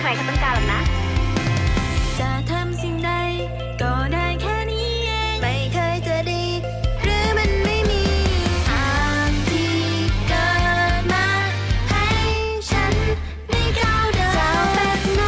ครๆก็ต้องการหรอกนะจะทำสิ่งใดก็ได้แค่นี้เองไม่เคยจะดีหรือมันไม่มีทางที่เกิดมาให้ฉันได้ก้าวเดินจะแบบไหน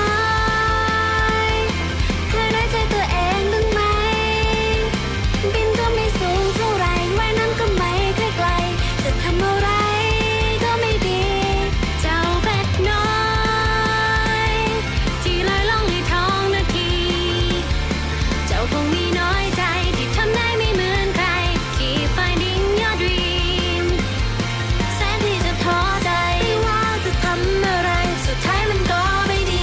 เคยได้ใจตัวเองบ้างไหมบินก็ไม่สูงเท่าไรว่ายน้ำก็ไม่ค่อยไกลจะทำอะไรก็ไม่ดีเจ้าแบบน้อยที่ลอยล่องให้ท้องนาทีเจ้าคงมีน้อยใจที่ทำได้ไม่เหมือนใคร Keep finding your dream แสนที่จะท้อใจว่าจะทำอะไรสุดท้ายมันก็ไม่ดี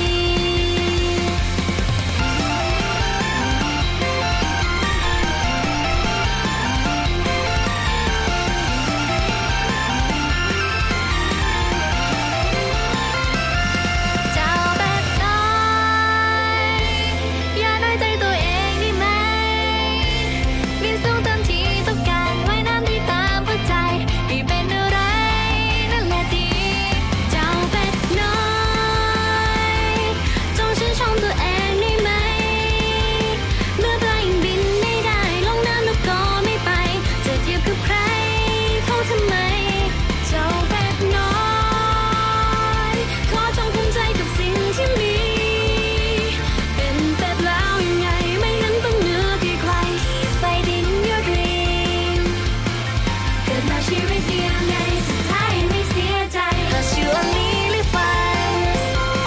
เจ้าแบบน้อยอย่าน้อยใจตัวเองได้ไหมบินสูงเต็มที่ต้องการว่ายน้ำที่ตามหัวใจไม่เป็นอะไรนั่นแหละดีเจ้าแบบน้อยจงชื่นชมตัวเองได้ไหมเมื่อปลายังบินไม่ได้ลงน้ำแล้วก็ไม่ไปจะเทียบกับใครเขาทำไมเจ้าแบบน้อยขอจงภูมิใจกับสิ่งที่มีเป็นแบบแล้วยังไงไม่เห็นต้องเหนือที่ใคร Keep fighting your dream เกิดมาชีวิตเดียวไงสุดท้ายไม่เสียใจ 'Cause you only live once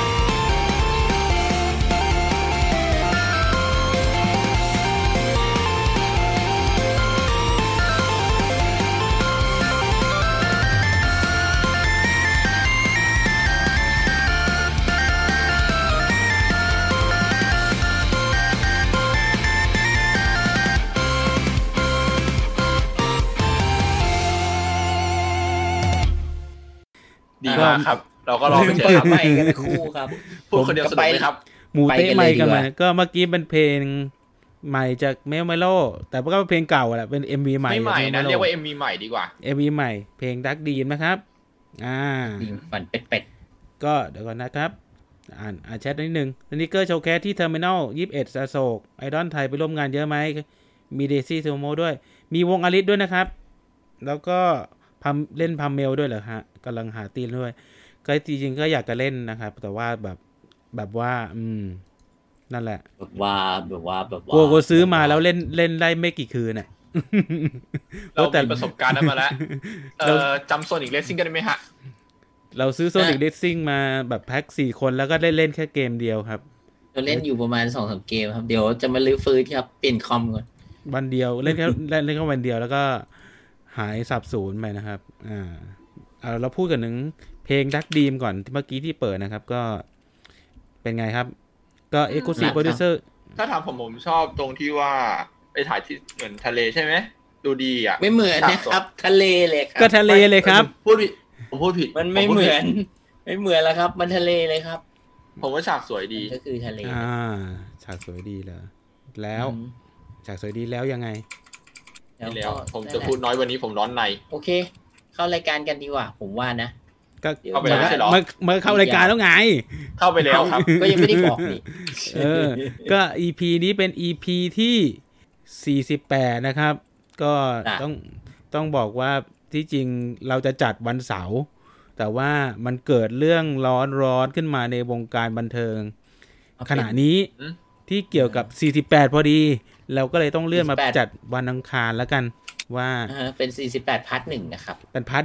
ดีมากครับ เราก็ลองไปเจอครับไปกันคู่ครับพูดคนเดียวสนุกไหมครับหมูเตะไปกันใหเลม่ยดีกันกว่ามาก็เมื่อกี้เป็นเพลงใหม่จากเมลโลแต่ก็เป็นเพลงเก่าแหละเป็น MV ใหม่ไม่ใหม่นะเรียกว่า MV ใหม่ดีกว่า MV ใหม่เพลงดักดีมนะครับดีฝันเป็ดก็เดี๋ยวก่อนนะครับอ่านแชทนิดนึงสนิกเกอร์โชว์แคสที่เทอร์มินอล21อโศกไอดอลไทยไปร่วมงานเยอะไหมมีเดซี่โซโมด้วยมีวงอลิสด้วยนะครับแล้วก็เล่นพัมเมลด้วยเหรอฮะกำลังหาตีนด้วยก็จริงๆก็อยากจะเล่นนะครับแต่ว่าแบบว่านั่นแหละแบบว่ากลัวซื้อมาแล้วเล่นได้ไม่กี่คืนน่ะเรามีประสบการณ์นั้นมาแล้วจำโซนิกเรซซิ่งกันได้ไหมฮะเราซื้อโซนิกเรซซิ่งมาแบบแพ็ค4คนแล้วก็ได้เล่นแค่เกมเดียวครับเราเล่นอยู่ประมาณ 2-3 เกมครับเดี๋ยวจะมาลื้อฟื้นครับเปลี่ยนคอมก่อนวันเดียวเล่นแค่วันเดียวแล้วก็หายสับสูญไปนะครับเราพูดกันถึงเพลงดักดีมก่อนเมื่อกี้ที่เปิดนะครับก็เป็นไงครับก็ Exclusive Producer ถ้าถามผมชอบตรงที่ว่าไปถ่ายที่เหมือนทะเลใช่ไหมดูดีอ่ะไม่เหมือนนะครับทะเลเลยครับก็ทะเลเลยครับผมพูดผิดมันไม่เหมือนแล้วครับมันทะเลเลยครับผมว่าฉากสวยดีก็คือทะเลฉากสวยดีเหรอแล้วฉากสวยดีแล้วยังไงแล้วผมจะพูดน้อยวันนี้ผมร้อนในโอเคเข้ารายการกันดีกว่าผมว่านะก็เข้าไปแล้วใช่หรอมาเข้ารายการแล้วไงเข้าไปแล้วครับก็ยังไม่ได้บอกนี่ก็ EP นี้เป็น EP ที่48นะครับก็ต้องบอกว่าที่จริงเราจะจัดวันเสาร์แต่ว่ามันเกิดเรื่องร้อนขึ้นมาในวงการบันเทิงขณะนี้ที่เกี่ยวกับ48พอดีเราก็เลยต้องเลื่อนมาจัดวันอังคารแล้วกันว่าเป็น48พาร์ท1นะครับเป็นพาร์ท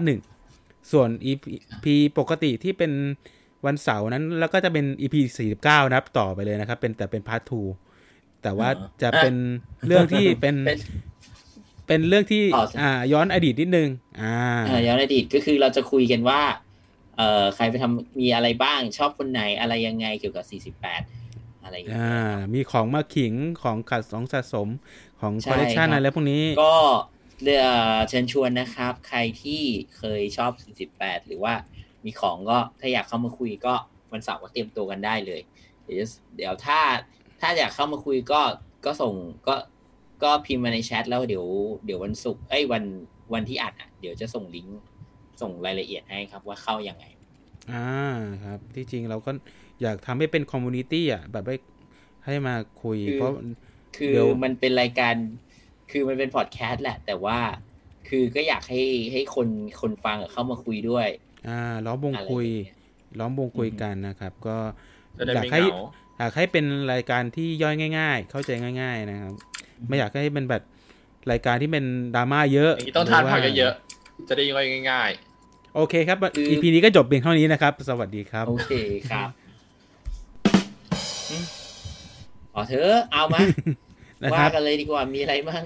1ส่วน EP ปกติที่เป็นวันเสาร์นั้นแล้วก็จะเป็น EP 49นะครับต่อไปเลยนะครับเป็นพาร์ท2แต่ว่าจะเป็นเรื่องที่เป็นเรื่องที่ย้อนอดีตนิดนึงย้อนอดีตก็คือเราจะคุยกันว่าใครไปทำมีอะไรบ้างชอบคนไหนอะไรยังไงเกี่ยวกับ48อะไรอย่างเงี้ยมีของมาขิงของขัดสองสะสมของคอลเลคชันอะไรพวกนี้ก็เชิญชวนนะครับใครที่เคยชอบ48หรือว่ามีของก็ถ้าอยากเข้ามาคุยก็วันเสาร์ก็เตรียมตัวกันได้เลยเดี๋ยวถ้าอยากเข้ามาคุยก็ส่งก็พิมพ์มาในแชทแล้วเดี๋ยววันศุกร์วันที่อัดเดี๋ยวจะส่งลิงก์ส่งรายละเอียดให้ครับว่าเข้ายังไงครับที่จริงเราก็อยากทำให้เป็นคอมมูนิตี้อ่ะแบบให้มาคุยเพราะคือมันเป็นรายการคือมันเป็นพอดแคสต์แหละแต่ว่าคือก็อยากให้คนฟังเข้ามาคุยด้วยล้อมวงคุยกันนะครับก็อยากให้เป็นรายการที่ย่อยง่ายๆเข้าใจง่ายๆนะครับไม่อยากให้เป็นแบบรายการที่เป็นดราม่าเยอะต้องทานผักเยอะๆจะได้ย่อยง่ายๆโอเคครับ EP นี้ก็จบเพียงเท่านี้นะครับสวัสดีครับโอเคครับเธอเอามาว่ากันเลยดีกว่ามีอะไรบ้าง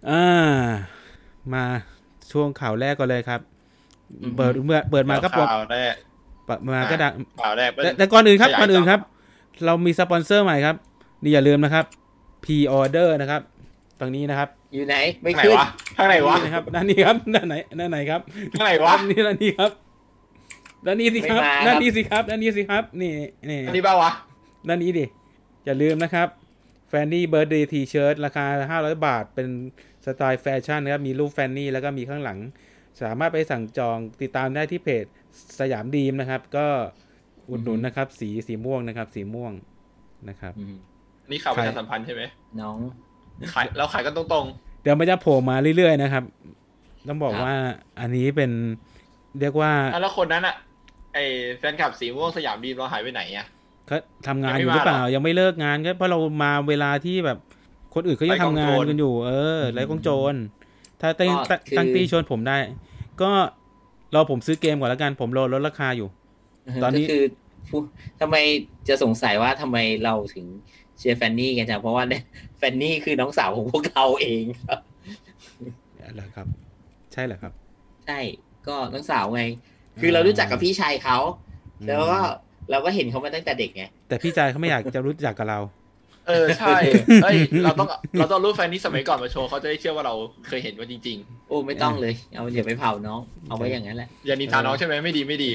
มาช่วงข่าวแรกก่อนเลยครับเปิดมาก็ข่าวแรกมาก็ดังข่าวแรกแต่ก่อนอื่นครับเรามีสปอนเซอร์ใหม่ครับนี่อย่าลืมนะครับ P-order นะครับตรงนี้นะครับอยู่ไหนไม่ขึ้นข้างไหนวะนะครับด้านนี้ครับด้านไหนครับข้างไหนวะด้านนี้ครับด้านนี้สิครับด้านนี้สิครับนี่อันนี้บ้าวะด้านนี้ดิอย่าลืมนะครับแฟนนี่เบิร์ธเดย์ทีเชิ้ตราคา500 บาทเป็นสไตล์แฟชั่นนะครับมีรูปแฟนนี่แล้วก็มีข้างหลังสามารถไปสั่งจองติดตามได้ที่เพจสยามดีมนะครับก็อุดหนุนนะครับสีม่วงนะครับสีม่วงนะครับนี่ข่าวประชาสัมพันธ์ใช่ไหมน้องเราขายกันตรงๆเดี๋ยวมันจะโผล่มาเรื่อยๆนะครับต้องบอกว่าอันนี้เป็นเรียกว่าแล้วคนนั้นอ่ะไอแฟนคลับสีม่วงสยามดีมเราหายไปไหนอ่ะเขาทำงานอยู่หรือเปล่ายังไม่เลิกงานก็เพราะเรามาเวลาที่แบบคนอื่นเขายังทำงานกันอยู่ไร้กองโจรถ้าตั้งตีชวนผมได้ก็รอผมซื้อเกมก่อนแล้วกันผมรอลดราคาอยู่ตอนนี้คือทำไมจะสงสัยว่าทำไมเราถึงเชียร์แฟนนี่กันจังเพราะว่าแฟนนี่คือน้องสาวของพวกเราเองครับเหรอครับใช่เหรอครับใช่ก็น้องสาวไงคือเรารู้จักกับพี่ชายเขาแล้วก็เราก็เห็นเขามาตั้งแต่เด็กไงแต่พี่ชายเขาไม่อยากจะรู้จักกับเราใช่เราต้องรู้แฟนนี่สมัยก่อนมาโชว์เขาจะได้เชื่อว่าเราเคยเห็นว่าจริงๆโอ้ไม่ต้องเลยเอาอย่าไปเผาน้องเอาไว้อย่างนั้นแหละอย่านินทาน้องใช่ไหมไม่ดีเ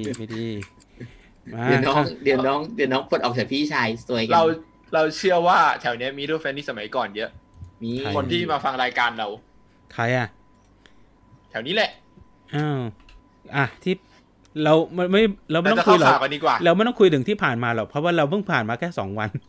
ดี๋ยวน้องปลดออกจากพี่ชายสวยกันเราเชื่อว่าแถวนี้มีรูปแฟนนี่สมัยก่อนเยอะมีคนที่มาฟังรายการเราใครอ่ะแถวนี้แหละที่เราไม่ต้องคุยหรอกเราไม่ต้องคุยถึงที่ผ่านมาหรอกเพราะว่าเราเพิ่งผ่านมาแค่2 วัน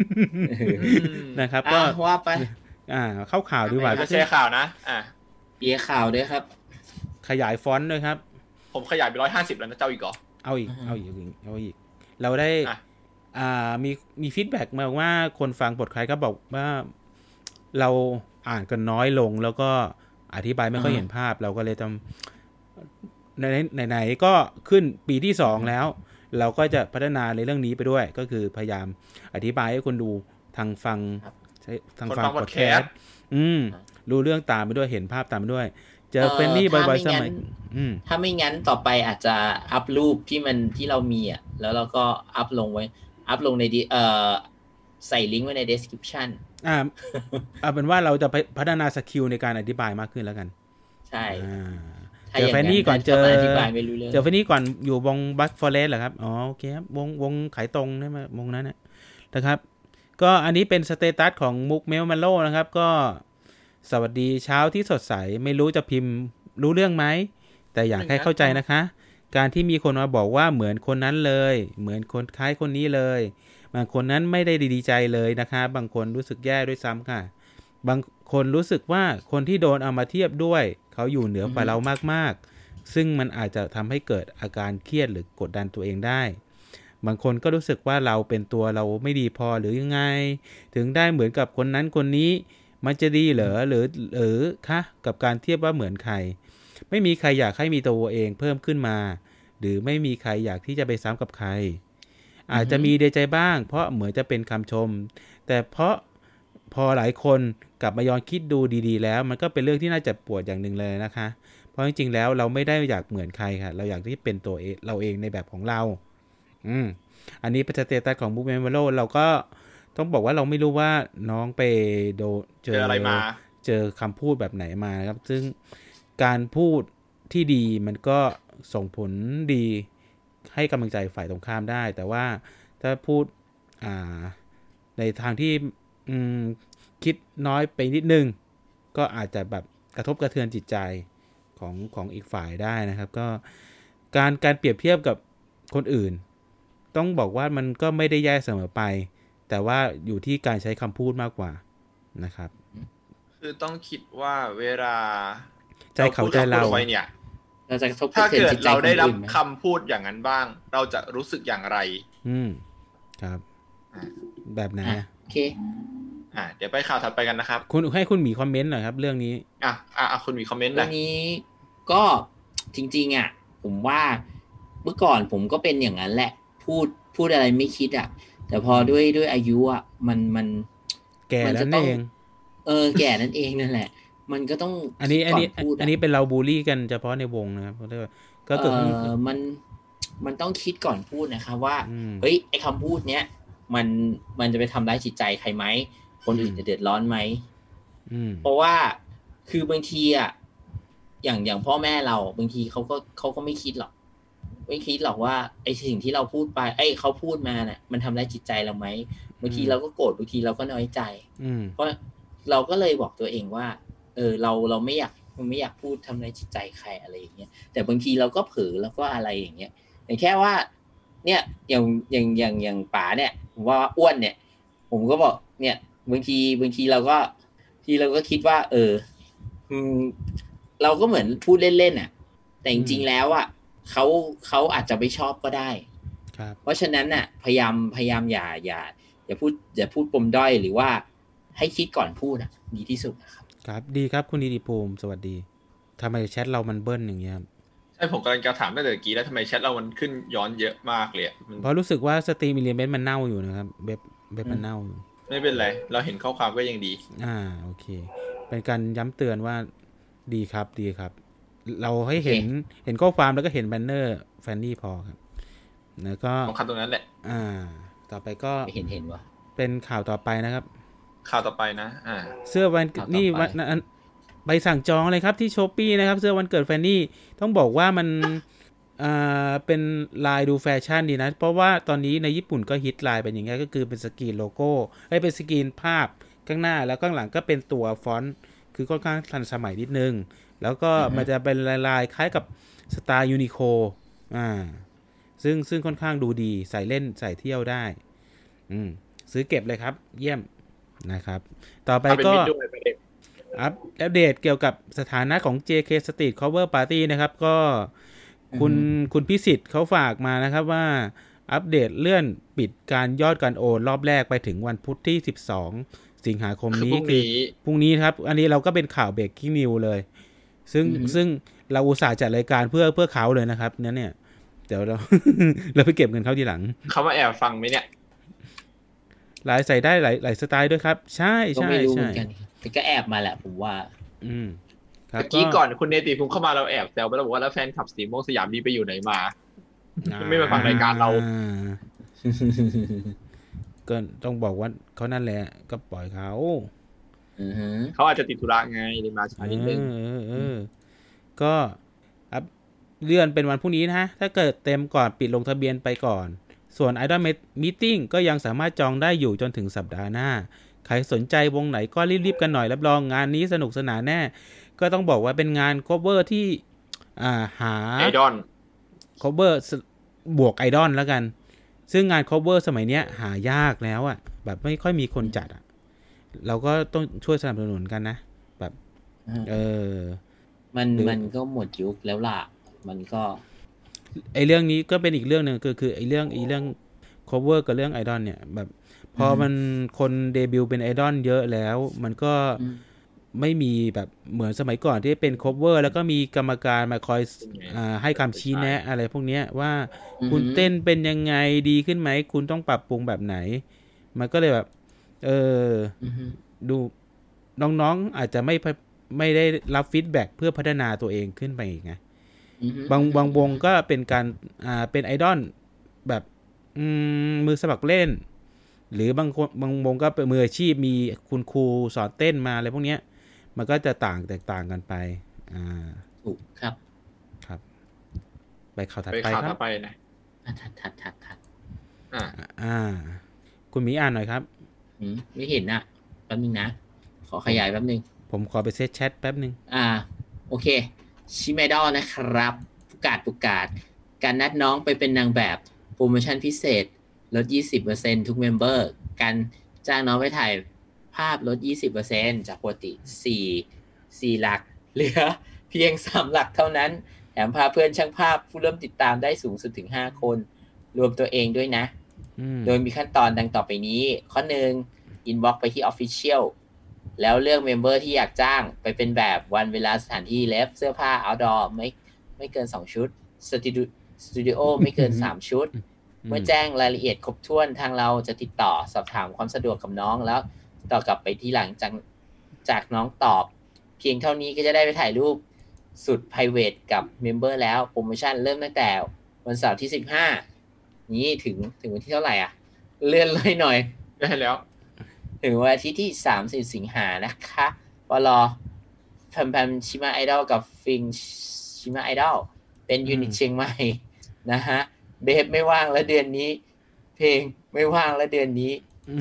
นะครับก็ว่าไปเข้าข่าวดีกว่าก็แชร์ข่าวนะเปียข่าวด้วยครับขยายฟอนต์ด้วยครับผมขยายไป150แล้วนะเจ้าอีกเหรอเอาอีกเราได้มีฟีดแบ็กมาว่าคนฟังบทใครก็บอกว่าเราอ่านกันน้อยลงแล้วก็อธิบายไม่ค่อยเห็นภาพเราก็เลยทำไหนก็ขึ้นปีที่2แล้วเราก็จะพัฒนาในเรื่องนี้ไปด้วยก็คือพยายามอธิบายให้คนดูทางฟังพอดแคสต์รู้เรื่องตามไปด้วยเห็นภาพตามไปด้วยเจอเฟรนลี่บ่อยๆสมัยถ้าไม่งั้นต่อไปอาจจะอัพรูปที่เรามีแล้วเราก็อัพลงในใส่ลิงก์ไว้ใน description เป็นว่าเราจะพัฒนาสกิลในการอธิบายมากขึ้นแล้วกันใช่เจอแฟนนี่ก่อนเจอแฟนนี่ก่อนอยู่วงบัคฟอเรสเหรอครับโอเคครับวงขายตรงได้ไหมวงนั้นนะครับก็อันนี้เป็นสเตตัสของมุกเมลมาโลนะครับก็สวัสดีเช้าที่สดใสไม่รู้จะพิมพ์รู้เรื่องไหมแต่อยากให้เข้าใจนะคะการที่มีคนมาบอกว่าเหมือนคนนั้นเลยเหมือนคนคล้ายคนนี้เลยบางคนนั้นไม่ได้ดีใจเลยนะคะบางคนรู้สึกแย่ด้วยซ้ำค่ะบางคนรู้สึกว่าคนที่โดนเอามาเทียบด้วยเขาอยู่เหนือกว่าเรามากๆซึ่งมันอาจจะทำให้เกิดอาการเครียดหรือกดดันตัวเองได้บางคนก็รู้สึกว่าเราเป็นตัวเราไม่ดีพอหรือยังไงถึงได้เหมือนกับคนนั้นคนนี้มันจะดีเหรอหรือคะกับการเทียบว่าเหมือนใครไม่มีใครอยากให้มีตัวเองเพิ่มขึ้นมาหรือไม่มีใครอยากที่จะไปซ้ำกับใครอาจจะมีในใจบ้างเพราะเหมือนจะเป็นคำชมแต่พอหลายคนกลับมาย้อนคิดดูดีๆแล้วมันก็เป็นเรื่องที่น่าเจ็บปวดอย่างหนึ่งเลยนะคะเพราะจริงๆแล้วเราไม่ได้อยากเหมือนใครค่ะเราอยากที่เป็นตัวเราเองในแบบของเราอันนี้เป็นสเตตัสของบุ๊กแมนเวโลเราก็ต้องบอกว่าเราไม่รู้ว่าน้องไปเจออะไรมาเจอคำพูดแบบไหนมาครับซึ่งการพูดที่ดีมันก็ส่งผลดีให้กำลังใจฝ่ายตรงข้ามได้แต่ว่าถ้าพูดในทางที่คิดน้อยไปนิดนึงก็อาจจะแบบกระทบกระเทือนจิตใจของอีกฝ่ายได้นะครับก็การเปรียบเทียบกับคนอื่นต้องบอกว่ามันก็ไม่ได้แย่เสมอไปแต่ว่าอยู่ที่การใช้คำพูดมากกว่านะครับคือต้องคิดว่าเวลาใจเขาใจเราไว้เนี่ยเราจะกระทบถ้าเกิดเราได้รับคำพูดอย่างนั้นบ้างเราจะรู้สึกอย่างไรครับแบบไหนโอเคเดี๋ยวไปข่าวถัดไปกันนะครับคุณหมีคอมเมนต์หน่อยครับเรื่องนี้คุณหมีคอมเมนต์หน่อยเรื่องนี้ก็จริงๆผมว่าเมื่อก่อนผมก็เป็นอย่างนั้นแหละพูดอะไรไม่คิดแต่พอด้วยอายุมันแก่แล้วเองแก่นั่นเองนั่นแหละมันก็ต้องอันนี้เป็นเราบูลลี่กันเฉพาะในวงนะครับก็เกิดมันต้องคิดก่อนพูดนะครับว่าเฮ้ยไอ้คำพูดเนี้ยมันจะไปทำร้ายจิตใจใครไหมคนอื่นจะเดือดร้อนไหมเพราะว่าคือบางทีอย่างพ่อแม่เราบางทีเขาก็ไม่คิดหรอกว่าไอ้สิ่งที่เราพูดไปเขาพูดมาเนี่ยมันทำร้ายจิตใจเราไหมบางทีเราก็โกรธบางทีเราก็น้อยใจเพราะเราก็เลยบอกตัวเองว่าเราไม่อยากพูดทำร้ายจิตใจใครอะไรอย่างเงี้ยแต่บางทีเราก็เผลอแล้วก็อะไรอย่างเงี้ยอย่างแค่ว่าเนี่ยอย่างป๋าเนี่ยผมว่าอ้วนเนี่ยผมก็บอกเนี่ยบางทีเราก็คิดว่าเราก็เหมือนพูดเล่นแต่จริงๆแล้วเขาอาจจะไม่ชอบก็ได้เพราะฉะนั้นพยายามอย่าพูดปมด้อยหรือว่าให้คิดก่อนพูดดีที่สุดครับดีครับคุณดีภูมิสวัสดีทำไมแชทเรามันเบิ้ลอย่างเงี้ยใช่ผมกำลังจะถามตั้งแต่เมื่อกี้แล้วทำไมแชทเรามันขึ้นย้อนเยอะมากเลยเพราะรู้สึกว่าสตรีมอิเลเมนต์มันเน่าอยู่นะครับเว็บมันเน่าอยู่ไม่เป็นไรเราเห็นข้อความก็ยังดีโอเคเป็นการย้ำเตือนว่าดีครับเราให้เห็นข้อความแล้วก็เห็นแบนเนอร์แฟนนี่พอครับแล้วก็ของคันตรงนั้นแหละต่อไปก็เห็นวะเป็นข่าวต่อไปนะครับข่าวต่อไปนะเสื้อวันนี่ใบสั่งจองเลยครับที่ Shopee นะครับเสื้อวันเกิดแฟนนี่ต้องบอกว่ามันเป็นลายดูแฟชั่นดีนะเพราะว่าตอนนี้ในญี่ปุ่นก็ฮิตลายเป็นอย่างเงี้ยก็คือเป็นสกรีนโลโก้เป็นสกรีนภาพข้างหน้าแล้วข้างหลังก็เป็นตัวฟอนต์คือค่อนข้างทันสมัยนิดนึงแล้วก็มันจะเป็นลายคล้ายกับสไตล์ยูนิโคซึ่งค่อนข้างดูดีใส่เล่นใส่เที่ยวได้ซื้อเก็บเลยครับเยี่ยมนะครับต่อไปก็อัปเดตเกี่ยวกับสถานะของ JK Street Cover Party นะครับก็คุณพิสิทธิ์เขาฝากมานะครับว่าอัปเดตเลื่อนปิดการยอดการโอนรอบแรกไปถึงวันพุธที่12สิงหาคมนี้คือพรุ่งนี้ครับอันนี้เราก็เป็นข่าวเบรกกิ้งนิวเลยซึ่งเราอุตส่าห์จัดรายการเพื่อเขาเลยนะครับเนี่ยเดี๋ยวเราไปเก็บเงินเขาทีหลังเขามาแอบฟังไหมเนี่ยหลายใส่ได้หลายสไตล์ด้วยครับใช่ก็ไม่รู้เหมือนกันแต่ก็แอบมาแหละผมว่าเมื่อกี้ก่อนคุณเนติภูมิเข้ามาเราแอบแซวไปแล้วบอกว่าแล้วแฟนคลับสีม่วงสยามดีไปอยู่ไหนมาไม่มาฟังรายการเราก็ต้องบอกว่าเขานั่นแหละก็ปล่อยเขาเขาอาจจะติดธุระไงเลยมาช้านิดนึงก็เลื่อนเป็นวันพรุ่งนี้นะถ้าเกิดเต็มก่อนปิดลงทะเบียนไปก่อนส่วน Idol Meeting ก็ยังสามารถจองได้อยู่จนถึงสัปดาห์หน้าใครสนใจวงไหนก็รีบๆกันหน่อยรับรองงานนี้สนุกสนานแน่ก็ต้องบอกว่าเป็นงาน cover ที่หา Idol cover บวก Idol แล้วกันซึ่งงาน cover สมัยเนี้ยหายากแล้วแบบไม่ค่อยมีคนจัดเราก็ต้องช่วยสนับสนุนกันนะแบบมันก็หมดยุคแล้วล่ะมันก็ไอเรื่องนี้ก็เป็นอีกเรื่องนึงคือไอเรื่อง cover กับเรื่อง Idol เนี่ยแบบพอมันคนเดบิวต์เป็น Idol เยอะแล้วมันก็ไม่มีแบบเหมือนสมัยก่อนที่เป็น cover แล้วก็มีกรรมการมาคอยให้คำชี้แนะอะไรพวกนี้ว่าคุณเต้นเป็นยังไงดีขึ้นไหมคุณต้องปรับปรุงแบบไหนมันก็เลยแบบดูน้องๆอาจจะไม่ได้รับฟีดแบ็กเพื่อพัฒนาตัวเองขึ้นไปอีกไงบางวงก็เป็นการเป็นไอดอลแบบมือสมัครเล่นหรือบางวงก็เป็นมืออาชีพมีคุณครูสอนเต้นมาอะไรพวกเนี้ยมันก็จะแตกต่างกันไปถูกครับไปข่าวถัดไปครับไปนะถัดคุณหมีอ่านหน่อยครับไม่เห็นแป๊บนึงนะขอขยายแป๊บนึงผมขอไปเซตแชทแป๊บนึงโอเคชิเมดอลนะครับประกาศการนัดน้องไปเป็นนางแบบโปรโมชั่นพิเศษลด 20% ทุกเมมเบอร์การจ้างน้องไปถ่ายภาพลด 20% จากปกติ4หลักเหลือเพียง3หลักเท่านั้นแถมพาเพื่อนช่างภาพผู้เริ่มติดตามได้สูงสุดถึง5คนรวมตัวเองด้วยนะโดยมีขั้นตอนดังต่อไปนี้ข้อ1 inbox ไปที่ official แล้วเลือกเมมเบอร์ที่อยากจ้างไปเป็นแบบวันเวลาสถานที่เลฟเสื้อผ้า outdoor ไม่เกิน2ชุดสตูดิโอไม่เกิน3ชุดเมื่อแจ้งรายละเอียดครบถ้วนทางเราจะติดต่อสอบถามความสะดวกกับน้องแล้วต่อกลับไปที่หลังจากน้องตอบเพียงเท่านี้ก็จะได้ไปถ่ายรูปสุด private กับเมมเบอร์แล้วโปรโมชั่นเริ่มตั้งแต่วันเสาร์ที่15นี้ถึงวันที่เท่าไหร่อ่ะเลื่อนเลยหน่อยได้แล้วถึงวันอาทิตย์ที่30สิงหานะคะปลแพมชิมาไอดอลกับฟิงชิมาไอดอลเป็นยูนิตเชียงใหม่นะฮะเบฟไม่ว่างแล้วเดือนนี้เพลงไม่ว่างแล้วเดือนนี้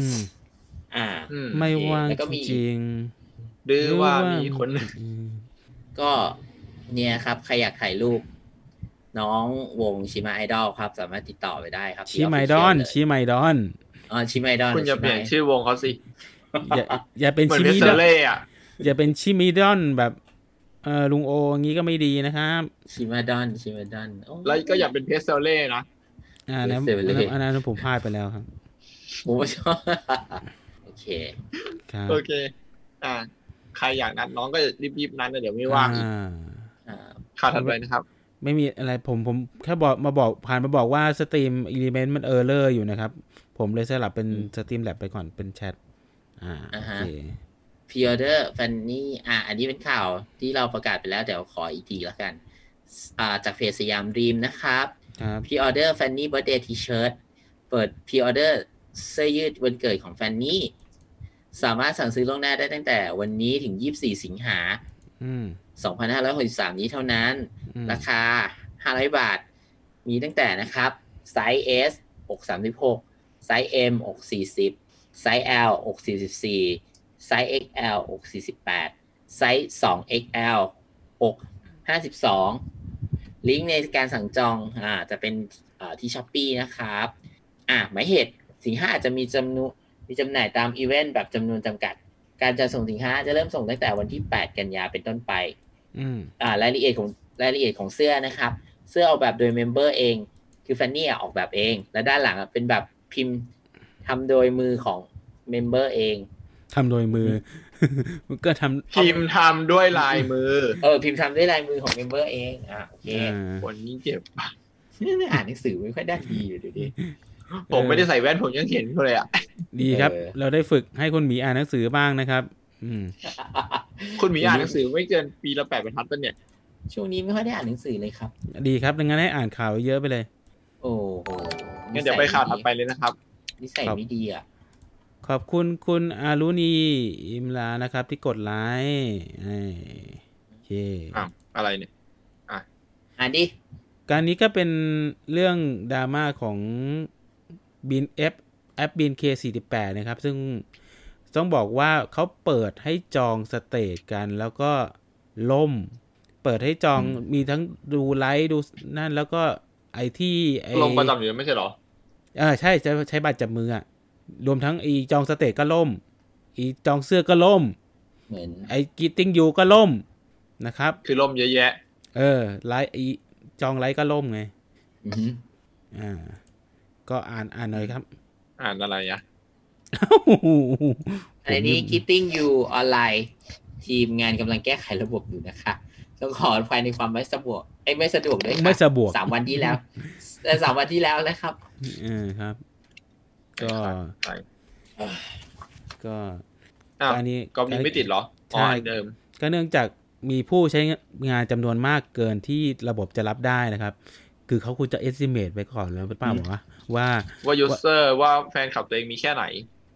ไม่ว่างจริงดื้อว่ามีคนก็เนี่ยครับใครอยากถ่ายรูปน้องวงชิมาไอดอลครับสามารถติดต่อไปได้ครับชิมาไอดอลชิมาไอดอลชิมาไอดอลคุณอย่าเปลี่ยนชื่อวงเขาสิอย่าเป็นชิมิดอนอย่าเป็นชิมิดอนแบบลุงโออย่างงี้ก็ไม่ดีนะครับชิมาดอนแล้วก็อย่าเป็นเพสเซเล่นะอันนั้นผมพลาดไปแล้วครับผมชอบโอเคครับโอเคใครอยากนัดน้องก็รีบๆนัดนะเดี๋ยวไม่ว่างอีกข่าวถัดไปนะครับไม่มีอะไรผมแค่ผ่านมาบอกว่าสตรีมอิเลเมนต์มันเออร์เลอร์อยู่นะครับผมเลยสลับเป็นสตรีมแลบไปก่อนเป็นแชทโอเคพรีออเดอร์แฟนนี่อันนี้เป็นข่าวที่เราประกาศไปแล้วเดี๋ยวขออีกทีแล้วกันจากเพจสยามดรีมนะครับพรีออเดอร์แฟนนี่เบิร์ธเดย์ทีเชิร์ตเปิดพรีออเดอร์เสื้อยืดวันเกิดของแฟนนี่สามารถสั่งซื้อล่วงหน้าได้ตั้งแต่วันนี้ถึง24สิงหา2563นี้เท่านั้นราคา500 บาทมีตั้งแต่นะครับไซส์ S อก36ไซส์ M อก40ไซส์ L อก44ไซส์ XL อก48ไซส์ 2XL อก52ลิงก์ในการสั่งจองจะเป็นที่ Shopee นะครับหมายเหตุสินค้าอาจจะมีจำหน่ายตามอีเวนต์แบบจำนวนจำกัดการจะส่งสินค้าจะเริ่มส่งตั้งแต่วันที่8กันยายนเป็นต้นไปรายละเอียดของเสื้อนะครับเสื้อออกแบบโดยเมมเบอร์เองคือแฟนนี่ออกแบบเองและด้านหลังเป็นแบบพิมพ์ทำโดยมือของเมมเบอร์เองทำโดยมือ ก็พิมพ์ทำด้วยลายมือพิมพ์ทำด้วยลายมือของเมมเบอร์เองโอเควันนี้เจ็บนี่อ่านหนังสือไม่ค่อยได้ดีอยู่ดิผมไม่ได้ใส่แว่นผมยังเห็นเลยดีครับเราได้ฝึกให้คุณหมีอ่านหนังสือบ้างนะครับคุณหมีอ่านหนังสือไม่เกินปีละ8 บรรทัดป่ะเนี่ยช่วงนี้ไม่ค่อยได้อ่านหนังสือเลยครับดีครับดังนั้นให้อ่านข่าวเยอะไปเลยโอ้โหงั้นเดี๋ยวไปข่าวถัดไปเลยนะครับนิสัยไม่ดีขอบคุณคุณอารุณีอิมลานะครับที่กดไลค์โอเคอะไรเนี่ยอ่านดิการนี้ก็เป็นเรื่องดราม่าของบินแอปบิน K48 นะครับซึ่งต้องบอกว่าเขาเปิดให้จองสเตจกันแล้วก็ล่มเปิดให้จองมีทั้งดูไลฟ์ดูนั่นแล้วก็ไอ้ที่ลงประจำอยู่ไม่ใช่หรอใช่จะใช้บัตรจับมือรวมทั้งอีจองสเตจก็ล่มอีจองเสื้อก็ล่มเหมือนไอ้กิตติ้งยูก็ล่มนะครับคือล่มเยอะแยะไลฟ์อีจองไลฟ์ก็ล่มไงก็อ่านหน่อยครับอ่านอะไรอันนี้ Getting You ออนไลน์ทีมงานกำลังแก้ไขระบบอยู่นะคะต้องขออภัยในความไม่สะดวกด้วยค่ะไม่สะดวก 3 วันที่แล้วแต่3 วันที่แล้วนะครับครับก็อันนี้ก็มีไม่ติดหรอเดิมก็เนื่องจากมีผู้ใช้งานจำนวนมากเกินที่ระบบจะรับได้นะครับคือเขาควรจะ estimate ไปก่อนแล้วเปล่าบอกว่า user ว่าแฟนคลับตัวเองมีแค่ไหน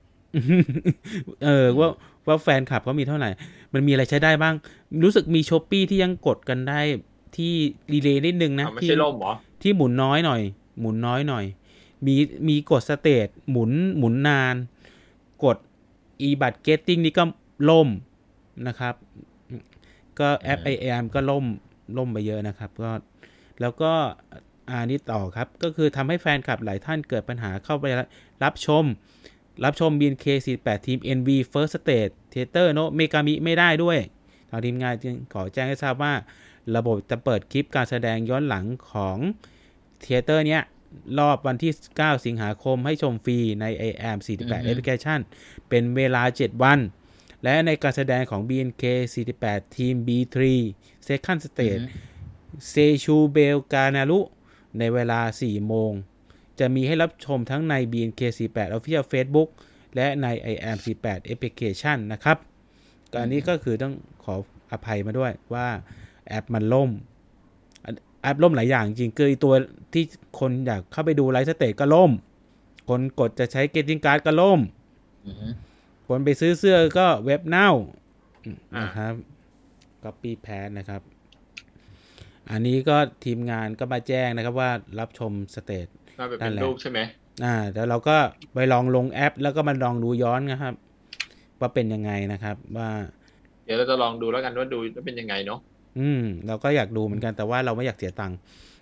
ว่าแฟนคลับเขามีเท่าไหร่มันมีอะไรใช้ได้บ้างรู้สึกมี Shopee ที่ยังกดกันได้ที่รีเลย์นิดนึงนะไม่ใช่ล่มเหรอที่หมุนน้อยหน่อยมีกดสเตจหมุนนานกด e-bud getting นี่ก็ล่มนะครับก็แอป IAM ก็ล่มไปเยอะนะครับก็แล้วก็นี่ต่อครับก็คือทำให้แฟนคลับหลายท่านเกิดปัญหาเข้าไปรับชม BNK48 ทีม NV First Stage Theater โนเมกามิไม่ได้ด้วยทางทีมงานจึงขอแจ้งให้ทราบว่าระบบจะเปิดคลิปการแสดงย้อนหลังของเทเตอร์เนี้ยรอบวันที่9สิงหาคมให้ชมฟรีใน IAM48 แอปพลิเคชันเป็นเวลา7วันและในการแสดงของ BNK48 ทีม B3 Second Stage เซชูเบลกานารุในเวลา 4 โมงจะมีให้รับชมทั้งใน BNK48 Official Facebook และใน IAM48 Application นะครับอันนี้ก็คือต้องขออภัยมาด้วยว่าแอปมันล่มแอปล่มหลายอย่างจริงคือตัวที่คนอยากเข้าไปดูไลฟ์สเตจก็ล่มคนกดจะใช้ Getting Card ก็ล่มคนไปซื้อเสื้อก็เว็บเน่านะครับ Copy Paste นะครับอันนี้ก็ทีมงานก็มาแจ้งนะครับว่ารับชมสเตจมาแบบเป็นรูปใช่ไหมแล้วเราก็ไปลองลงแอปแล้วก็มาลองดูย้อนนะครับว่าเป็นยังไงนะครับว่าเดี๋ยวเราจะลองดูแล้วกันว่าดูแล้วเป็นยังไงเนาะเราก็อยากดูเหมือนกันแต่ว่าเราไม่อยากเสียตังค์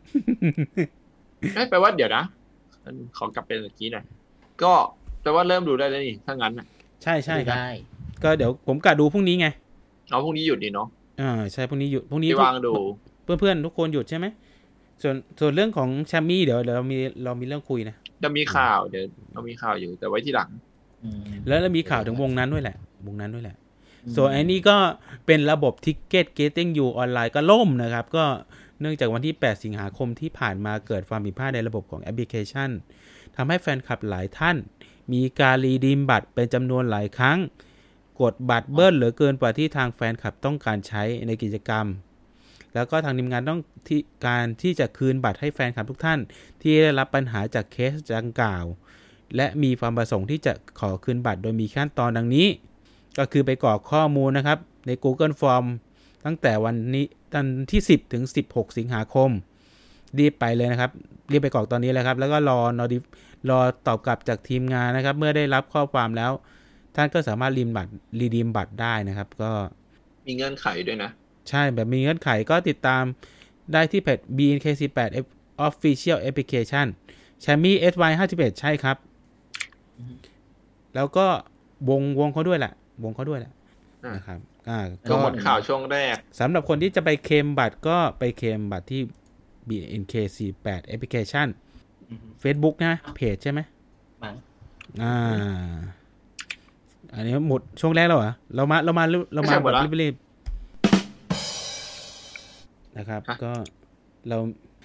แปลว่าเดี๋ยวนะขอกลับไปเมื่อกี้หน่อยก็แปลว่าเริ่มดูได้แล้วนี่ถ้างั้นใช่ครับก็เดี๋ยวผมกะดูพรุ่งนี้ไงพรุ่งนี้หยุดดีเนาะใช่พรุ่งนี้หยุดพรุ่งนี้วางดูเพื่อนๆทุกคนหยุดใช่ไหมส่วนเรื่องของแชมมี่เดี๋ยวเรามีเรื่องคุยนะจะมีข่าวเดี๋ยวเรามีข่าวอยู่แต่ไว้ที่หลังแล้วเรามีข่าวถึงวงนั้นด้วยแหละส่วนไอ้นี่ก็เป็นระบบ Ticket Getting You ออนไลน์ก็ล่มนะครับก็เนื่องจากวันที่8สิงหาคมที่ผ่านมาเกิดความผิดพลาดในระบบของแอปพลิเคชันทำให้แฟนคลับหลายท่านมีการรีดีมบัตรเป็นจำนวนหลายครั้งกดบัตรเบิ้ลเหลือเกินกว่าที่ทางแฟนคลับต้องการใช้ในกิจกรรมแล้วก็ทางทีมงานต้องการที่จะคืนบัตรให้แฟนคลับทุกท่านที่ได้รับปัญหาจากเคสดังกล่าวและมีความประสงค์ที่จะขอคืนบัตรโดยมีขั้นตอนดังนี้ก็คือไปกรอกข้อมูลนะครับใน Google Form ตั้งแต่วันที่10ถึง16สิงหาคมรีบไปเลยนะครับรีบไปกรอกตอนนี้เลยครับแล้วก็รอตอบกลับจากทีมงานนะครับเมื่อได้รับข้อความแล้วท่านก็สามารถรีดีมบัตรได้นะครับก็มีเงื่อนไขด้วยนะใช่แบบมีเงื่อนไขก็ติดตามได้ที่เพจ BNK48 Official Application Xiaomi SY51 ใช่ครับแล้วก็วงเขาด้วยแหละนะครับก็หมดข่าวช่วงแรกสำหรับคนที่จะไปเคลมบัตรก็ไปเคลมบัตรที่ BNK48 Application Facebook นะเพจใช่ไหมอันนี้หมดช่วงแรกแล้วเหรอเรามาแบบรีบนะครับก็เรา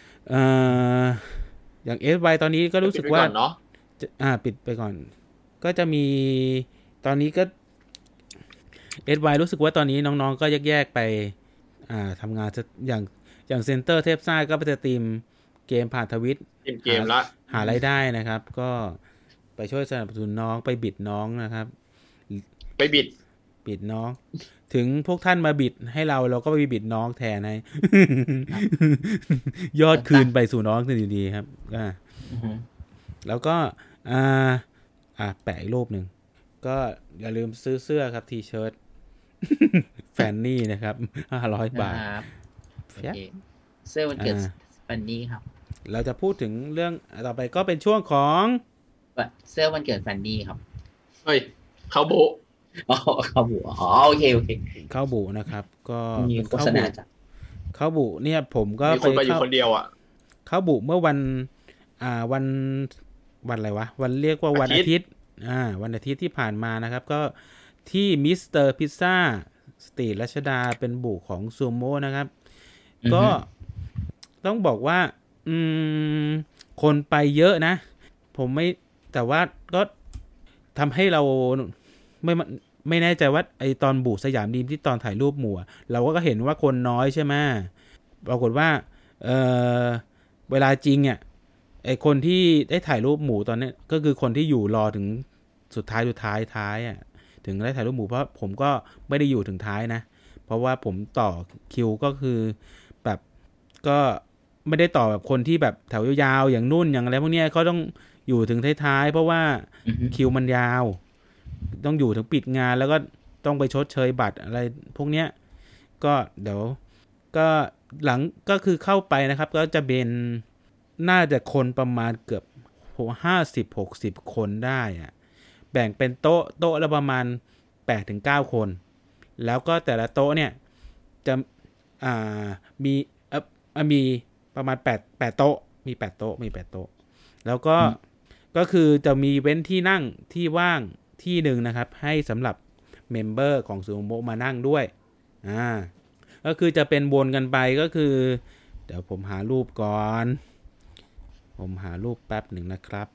อย่าง SY ตอนนี้ก็รู้สึกว่าปิดไปก่อนก็จะมีตอนนี้ก็ SY รู้สึกว่าตอนนี้น้องๆก็แยกไปทำงานอย่างเซ็นเตอร์เทพซ่าก็ไปสตรีมเกมผ่านทวิตเกมละหารายได้นะครับก็ไปช่วยสนับสนุนน้องไปบิดน้องนะครับไปบิดน้องถึงพวกท่านมาบิดให้เราก็ไปบิดน้องแทนให้ ยอดคืนไปสู่น้องดีๆครับแล้วก็แปะอีกรูปหนึ่งก็อย่าลืมซื้อเสื้อครับทีเชิ้ตแฟนนี่นะครับ500 บาทเสื้อวันเกิดแฟนนี่ครับเราจะพูดถึงเรื่องต่อไปก็เป็นช่วงของเสื้อวันเกิดแฟนนี่ครับเฮ้ยเขาบุเข้าบุโอเคเข้าบุนะครับก็เป็นโฆษณาจ้ะเข้าบุเนี่ยผมก็ไปอยู่คนเดียวเข้าบุเมื่อวันอะไรวะวันเรียกว่าวันอาทิตย์วันอาทิตย์ที่ผ่านมานะครับก็ที่มิสเตอร์พิซซ่าสตรีทรัชดาเป็นบุของซูโม่นะครับก็ต้องบอกว่าคนไปเยอะนะผมไม่แต่ว่าก็ทำให้เราไม่แน่ใจว่าไอตอนบุสยามดีมที่ตอนถ่ายรูปหมู่เราก็เห็นว่าคนน้อยใช่ไหมปรากฏว่าเวลาจริงไอคนที่ได้ถ่ายรูปหมู่ตอนนี้ก็คือคนที่อยู่รอถึงสุดท้ายถึงได้ถ่ายรูปหมู่เพราะผมก็ไม่ได้อยู่ถึงท้ายนะเพราะว่าผมต่อคิวก็คือแบบก็ไม่ได้ต่อแบบคนที่แบบแถวยาวๆอย่างนุ่นอย่างอะไรพวกนี้เขาต้องอยู่ถึงท้ายๆเพราะว่าคิวมันยาวต้องอยู่ถึงปิดงานแล้วก็ต้องไปชดเชยบัตรอะไรพวกเนี้ยก็เดี๋ยวก็หลังก็คือเข้าไปนะครับก็จะเป็นน่าจะคนประมาณเกือบ50-60 คนได้อะแบ่งเป็นโต๊ะละประมาณ 8-9 คนแล้วก็แต่ละโต๊ะเนี่ยจะมีประมาณ8โต๊ะมี8โต๊ะแล้วก็คือจะมีเว้นที่นั่งที่ว่างที่หนึ่งนะครับให้สำหรับเมมเบอร์ของซูโม่มานั่งด้วยก็คือจะเป็นวนกันไปก็คือเดี๋ยวผมหารูปก่อนผมหารูปแป๊บหนึ่งนะครับ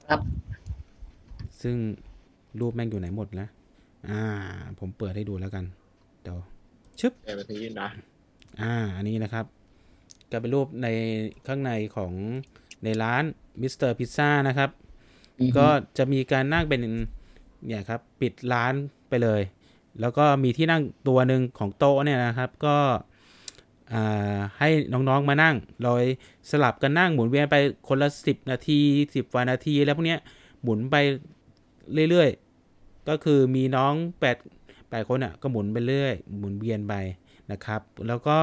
ซึ่งรูปแม่งอยู่ไหนหมดนะผมเปิดให้ดูแล้วกันเดี๋ยวชึบไปที่นี่นะอันนี้นะครับก็เป็นรูปในข้างในของในร้านมิสเตอร์พิซซ่านะครับก็จะมีการนั่งเป็นเนี่ยครับปิดร้านไปเลยแล้วก็มีที่นั่งตัวหนึ่งของโต๊ะเนี่ยนะครับก็ให้น้องๆมานั่งโดยสลับกันนั่งหมุนเวียนไปคนละ10 นาที10 กว่านาทีแล้วพวกเนี้ยหมุนไปเรื่อยๆก็คือมีน้อง8คนก็หมุนไปเรื่อยหมุนเวียนไปนะครับแล้วก็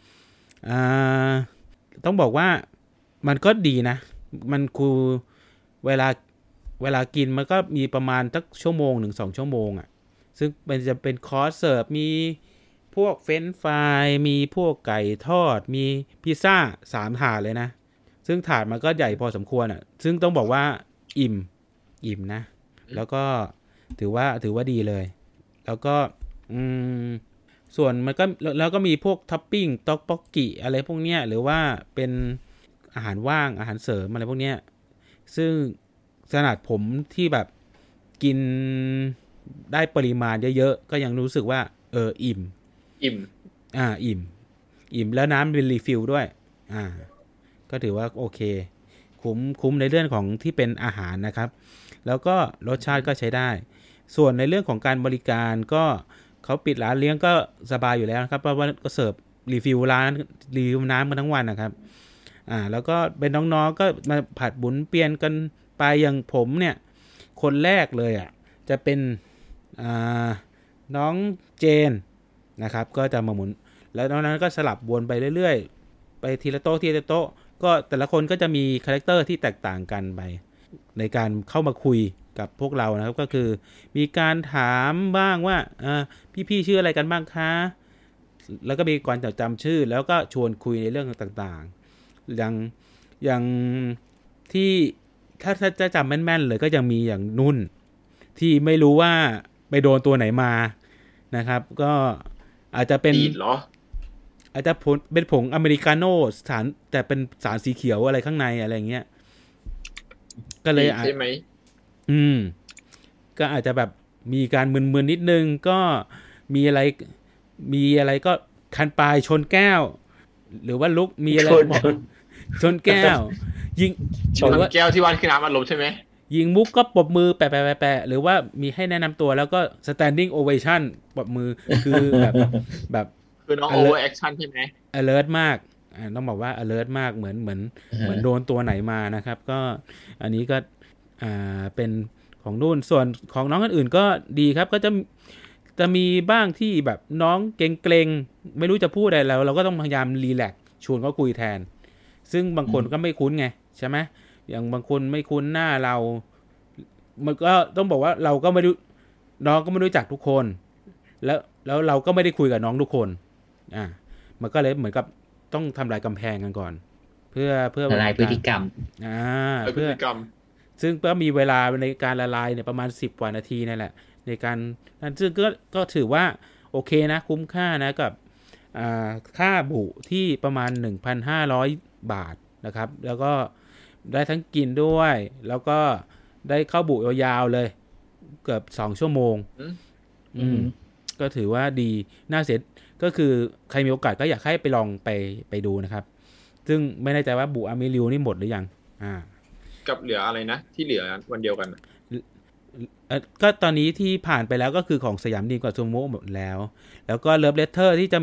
ต้องบอกว่ามันก็ดีนะมันคือเวลากินมันก็มีประมาณสัก1-2 ชั่วโมงซึ่งมันจะเป็นคอร์สเสิร์ฟมีพวกเฟรนช์ฟรายมีพวกไก่ทอดมีพิซซ่า3 ถาดเลยนะซึ่งถาดมันก็ใหญ่พอสมควรซึ่งต้องบอกว่าอิ่มนะแล้วก็ถือว่าดีเลยแล้วก็ส่วนมันก็แล้วก็มีพวกท็อปปิ้งต๊อกบ็อกกิอะไรพวกเนี้ยหรือว่าเป็นอาหารว่างอาหารเสริมอะไรพวกเนี้ยซึ่งขนาดผมที่แบบกินได้ปริมาณเยอะๆก็ยังรู้สึกว่าอิ่มแล้วน้ำเป็นรีฟิลด้วยก็ถือว่าโอเคคุ้มในเรื่องของที่เป็นอาหารนะครับแล้วก็รสชาติก็ใช้ได้ส่วนในเรื่องของการบริการก็เขาปิดร้านเลี้ยงก็สบายอยู่แล้วนะครับเพราะว่าก็เสิร์ฟรีฟิลน้ำกันทั้งวันนะครับแล้วก็เป็นน้องๆก็มาผัดบุนเปลี่ยนกันไปอย่างผมเนี่ยคนแรกเลยจะเป็นน้องเจนนะครับก็จะมาหมุนแล้วนอกนั้นก็สลับวนไปเรื่อยๆไปทีละโต๊ะก็แต่ละคนก็จะมีคาแรคเตอร์ที่แตกต่างกันไปในการเข้ามาคุยกับพวกเรานะครับก็คือมีการถามบ้างว่าพี่ๆชื่ออะไรกันบ้างคะแล้วก็มีการจำชื่อแล้วก็ชวนคุยในเรื่องต่างๆอย่างที่ถ้าจะจำแม่นๆเลยก็ยังมีอย่างนุ่นที่ไม่รู้ว่าไปโดนตัวไหนมานะครับก็อาจจะเป็นอาจจะเป็นผงอเมริกาโน่สารแต่เป็นสารสีเขียวอะไรข้างในอะไรเงี้ยก็เลยใช่ไหมก็อาจจะแบบมีการมึนๆนิดนึงก็มีอะไรก็คันปลายชนแก้วหรือว่าลุกมีอะไรชนแก้วยิงชนแก้วที่วันคือน้ำอัดลมใช่ไหมยิงมุกก็ปรบมือแปะหรือว่ามีให้แนะนำตัวแล้วก็ standing ovation ปรบมือคือแบบคือน้อง over action ใช่ไหม alert มากต้องบอกว่า alert มากเหมือนโดนตัวไหนมานะครับก็อันนี้ก็เป็นของนู่นส่วนของน้องอื่นๆก็ดีครับก็จะมีบ้างที่แบบน้องเกรงๆไม่รู้จะพูดอะไรแล้วเราก็ต้องพยายามรีแลกซ์ชวนเขาคุยแทนซึ่งบางคนก็ไม่คุ้นไงใช่ไหมอย่างบางคนไม่คุ้นหน้าเรามันก็ต้องบอกว่าเราก็ไม่รู้น้องก็ไม่รู้จักทุกคนแล้วเราก็ไม่ได้คุยกับน้องทุกคนมันก็เลยเหมือนกับต้องทำลายกำแพงกันก่อนเพื่อละลายพฤติกรรมเพื่อซึ่งก็มีเวลาในการละลายเนี่ยประมาณ10 กว่านาทีนั่นแหละในการนั้นซึ่งก็ถือว่าโอเคนะคุ้มค่านะกับค่าบุที่ประมาณ 1,500 บาทนะครับแล้วก็ได้ทั้งกินด้วยแล้วก็ได้เข้าบุยาวๆเลยเกือบ2 ชั่วโมงก็ถือว่าดีน่าเสียก็คือใครมีโอกาสก็อยากให้ไปลองไปดูนะครับซึ่งไม่แน่ใจว่าบุอามิริวนี่หมดหรือยังกับเหลืออะไรนะที่เหลือวันเดียวกันก็ตอนนี้ที่ผ่านไปแล้วก็คือของสยามดีกว่าซูโม่หมดแล้วก็เลิฟเลตเตอร์ที่จะ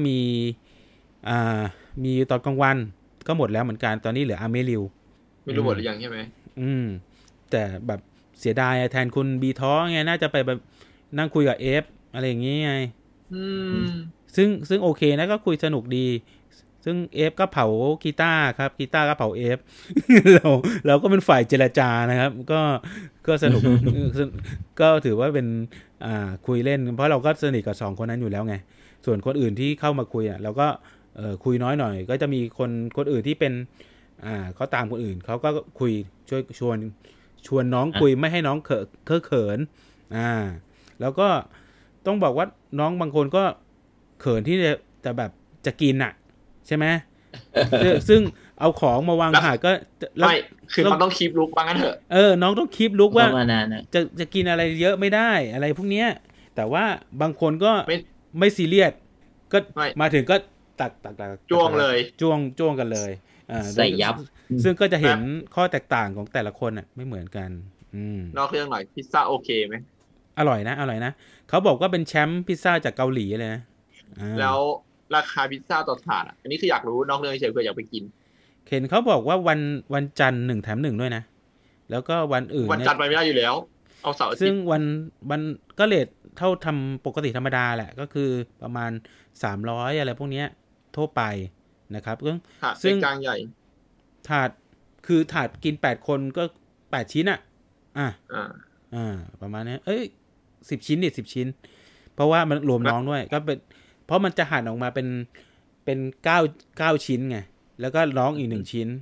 มีตอนกลางวันก็หมดแล้วเหมือนกันตอนนี้เหลืออามิริวไม่รู้หมดหรือยังใช่ไหมแต่แบบเสียดายแทนคุณบีท้อไงน่าจะไปแบบนั่งคุยกับเอฟอะไรอย่างงี้ไงซึ่งโอเคนะก็คุยสนุกดีซึ่งเอฟก็เผากีตาร์ครับกีตาร์ก็เผาเอฟ เราก็เป็นฝ่ายเจรจานะครับก็สนุก ก็ถือว่าเป็นคุยเล่นเพราะเราก็สนิทกับ2คนนั้นอยู่แล้วไงส่วนคนอื่นที่เข้ามาคุยเราก็คุยน้อยหน่อยก็จะมีคนอื่นที่เป็นเขาตามคนอื่นเขาก็คุยช่วยชวนน้องคุยไม่ให้น้องเขินแล้วก็ต้องบอกว่าน้องบางคนก็เขินที่จะแบบจะกินใช่ไหม ซึ่งเอาของมาวางหาก็ไม่คือมันต้องคีปลุกบ้างกันเถอะน้องต้องคีปลุกว่าจะกินอะไรเยอะไม่ได้อะไรพวกเนี้ยแต่ว่าบางคนก็ไม่ซีเรียสก็มาถึงก็ตักจ้วงเลยจ้วงกันเลยใส่ยับซึ่งก็จะเห็นข้อแตกต่างของแต่ละคนไม่เหมือนกันนอกเรื่องหน่อยพิซซ่าโอเคไหมอร่อยนะเขาบอกว่าเป็นแชมป์พิซซ่าจากเกาหลีเลยนะแล้วราคาพิซซ่าต่อถาดอันนี้คืออยากรู้นอกเรื่องเฉยๆเพื่ออยากไปกินเห็นเขาบอกว่าวันจันทร์1 แถม 1ด้วยนะแล้วก็วันอื่นวันจันทร์ไปไม่ได้อยู่แล้วเอาเสาร์อาทิตย์ซึ่งวันก็เรทเท่าทำปกติธรรมดาแหละก็คือประมาณ300อะไรพวกนี้ทั่วไปนะครับซึ่งกลางใหญ่ถาดกิน8คนก็8ชิ้นประมาณนี้10 ชิ้นดิ10 ชิ้นเพราะว่ามันรวมน้องด้วยก็เป็นเพราะมันจะหั่นออกมาเป็น9ชิ้นไงแล้วก็น้องอีก1ชิ้น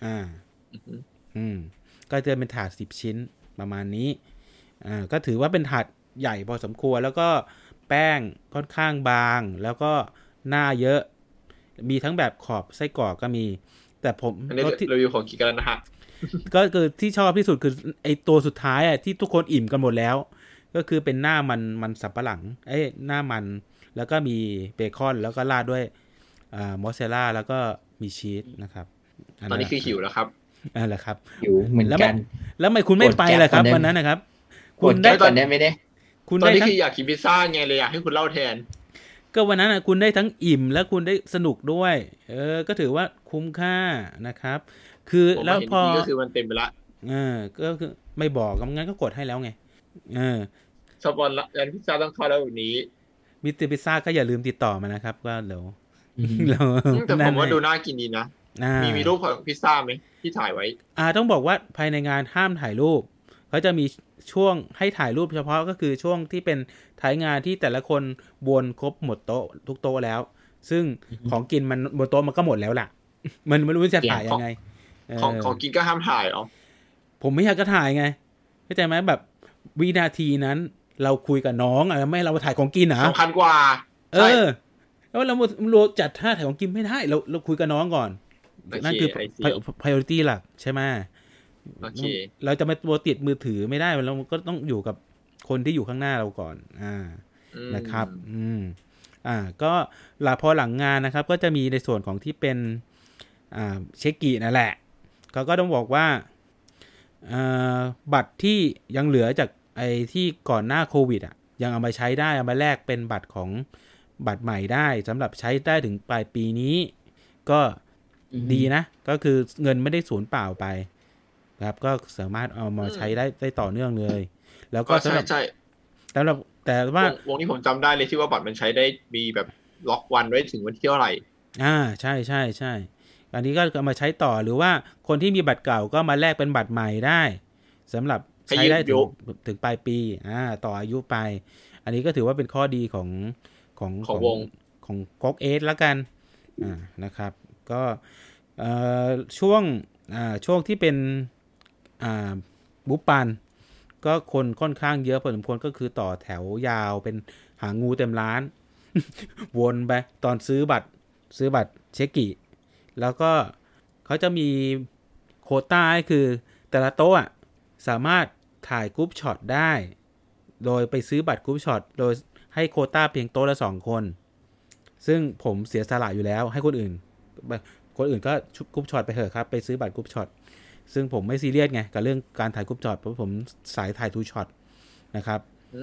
ก็จะเป็นถาด10 ชิ้นประมาณนี้ก็ถือว่าเป็นถาดใหญ่พอสมควรแล้วก็แป้งค่อนข้างบางแล้วก็หน้าเยอะมีทั้งแบบขอบไส้กรอกก็มีแต่ผมรสที่รีวิวของกินกันนะฮะก็คือที่ชอบที่สุดคือไอตัวสุดท้ายที่ทุกคนอิ่มกันหมดแล้วก็คือเป็นหน้ามันสับปะหลังหน้ามันแล้วก็มีเบคอนแล้วก็ราดด้วยมอสซาเรลล่าแล้วก็มีชีสนะครับตอนนี้คือหิวแล้วครับนั่นแหละครับหิวเหมือนกันแล้วทำไมคุณไม่ไปล่ะครับวันนั้นนะครับคุณได้ตอนนี้ไม่ได้คุณตอนนี้คืออยากกินพิซซ่าไงเลยอยากให้คุณเล่าแทนก็วันนั้นคุณได้ทั้งอิ่มและคุณได้สนุกด้วยก็ถือว่าคุ้มค่านะครับคือแล้วพอก็คือมันเต็มไปละก็คือไม่บอกงั้นก็กดให้แล้วไงสปอนร้านพิซซ่าต้องเข้าแล้วแบบนี้มิสเตอร์พิซซ่าก็อย่าลืมติดต่อมานะครับก็เดี๋ยวแต่ผมว่าดูน่ากินดีนะมีรูปของพิซซ่าไหมที่ถ่ายไว้ต้องบอกว่าภายในงานห้ามถ่ายรูปเขาจะมีช่วงให้ถ่ายรูปเฉพาะก็คือช่วงที่เป็นท้ายงานที่แต่ละคนวนครบหมดโต๊ะทุกโต๊ะแล้วซึ่งของกินมันบนโต๊ะมันก็หมดแล้วล่ะมันไม่รู้จะถ่ายยังไงของกินก็ห้ามถ่ายผมไม่อยากจะถ่ายไงเข้าใจไหมแบบวินาทีนั้นเราคุยกับน้องไม่เราถ่ายของกินสำคัญกว่าแล้วเราจัดท่าถ่ายของกินไม่ได้เราคุยกับน้องก่อนนั่นคือ priority หลักใช่ไหมเราจะไม่ตัวติดมือถือไม่ได้เราก็ต้องอยู่กับคนที่อยู่ข้างหน้าเราก่อนนะครับก็พอหลังงานนะครับก็จะมีในส่วนของที่เป็นเช็คกินั่นแหละเขาก็ต้องบอกว่าบัตรที่ยังเหลือจากไอ้ที่ก่อนหน้าโควิดยังเอามาใช้ได้เอามาแลกเป็นบัตรของบัตรใหม่ได้สำหรับใช้ได้ถึงปลายปีนี้ก็ดีนะก็คือเงินไม่ได้สูญเปล่าไปครับก็สามารถเอามาใช้ได้ต่อเนื่องเลยแล้วก็สำหรับแต่ว่าวงนี้ผมจำได้เลยที่ว่าบัตรมันใช้ได้มีแบบล็อกวันไว้ถึงวันที่เท่าไหร่ใช่อันนี้ก็เอามาใช้ต่อหรือว่าคนที่มีบัตรเก่าก็มาแลกเป็นบัตรใหม่ได้สำหรับใช้ได้ถึงปลายปีต่ออายุไปอันนี้ก็ถือว่าเป็นข้อดีของวงของก๊อกเอสแล้วกันนะครับก็ช่วงที่เป็นบุปปันก็คนค่อนข้างเยอะพอสมควรก็คือต่อแถวยาวเป็นหางูเต็มร้าน วนไปตอนซื้อบัตรเช็คกิแล้วก็เขาจะมีโควต้าคือแต่ละโต๊ะสามารถถ่ายกรุ๊ปช็อตได้โดยไปซื้อบัตรกรุ๊ปช็อตโดยให้โควต้าเพียงโต๊ะละ2คนซึ่งผมเสียสละอยู่แล้วให้คนอื่นก็กรุ๊ปช็อตไปเถอะครับไปซื้อบัตรกรุ๊ปช็อตซึ่งผมไม่ซีเรียสไงกับเรื่องการถ่ายกรุ๊ปช็อตเพราะผมสายถ่ายทูช็อตนะครับ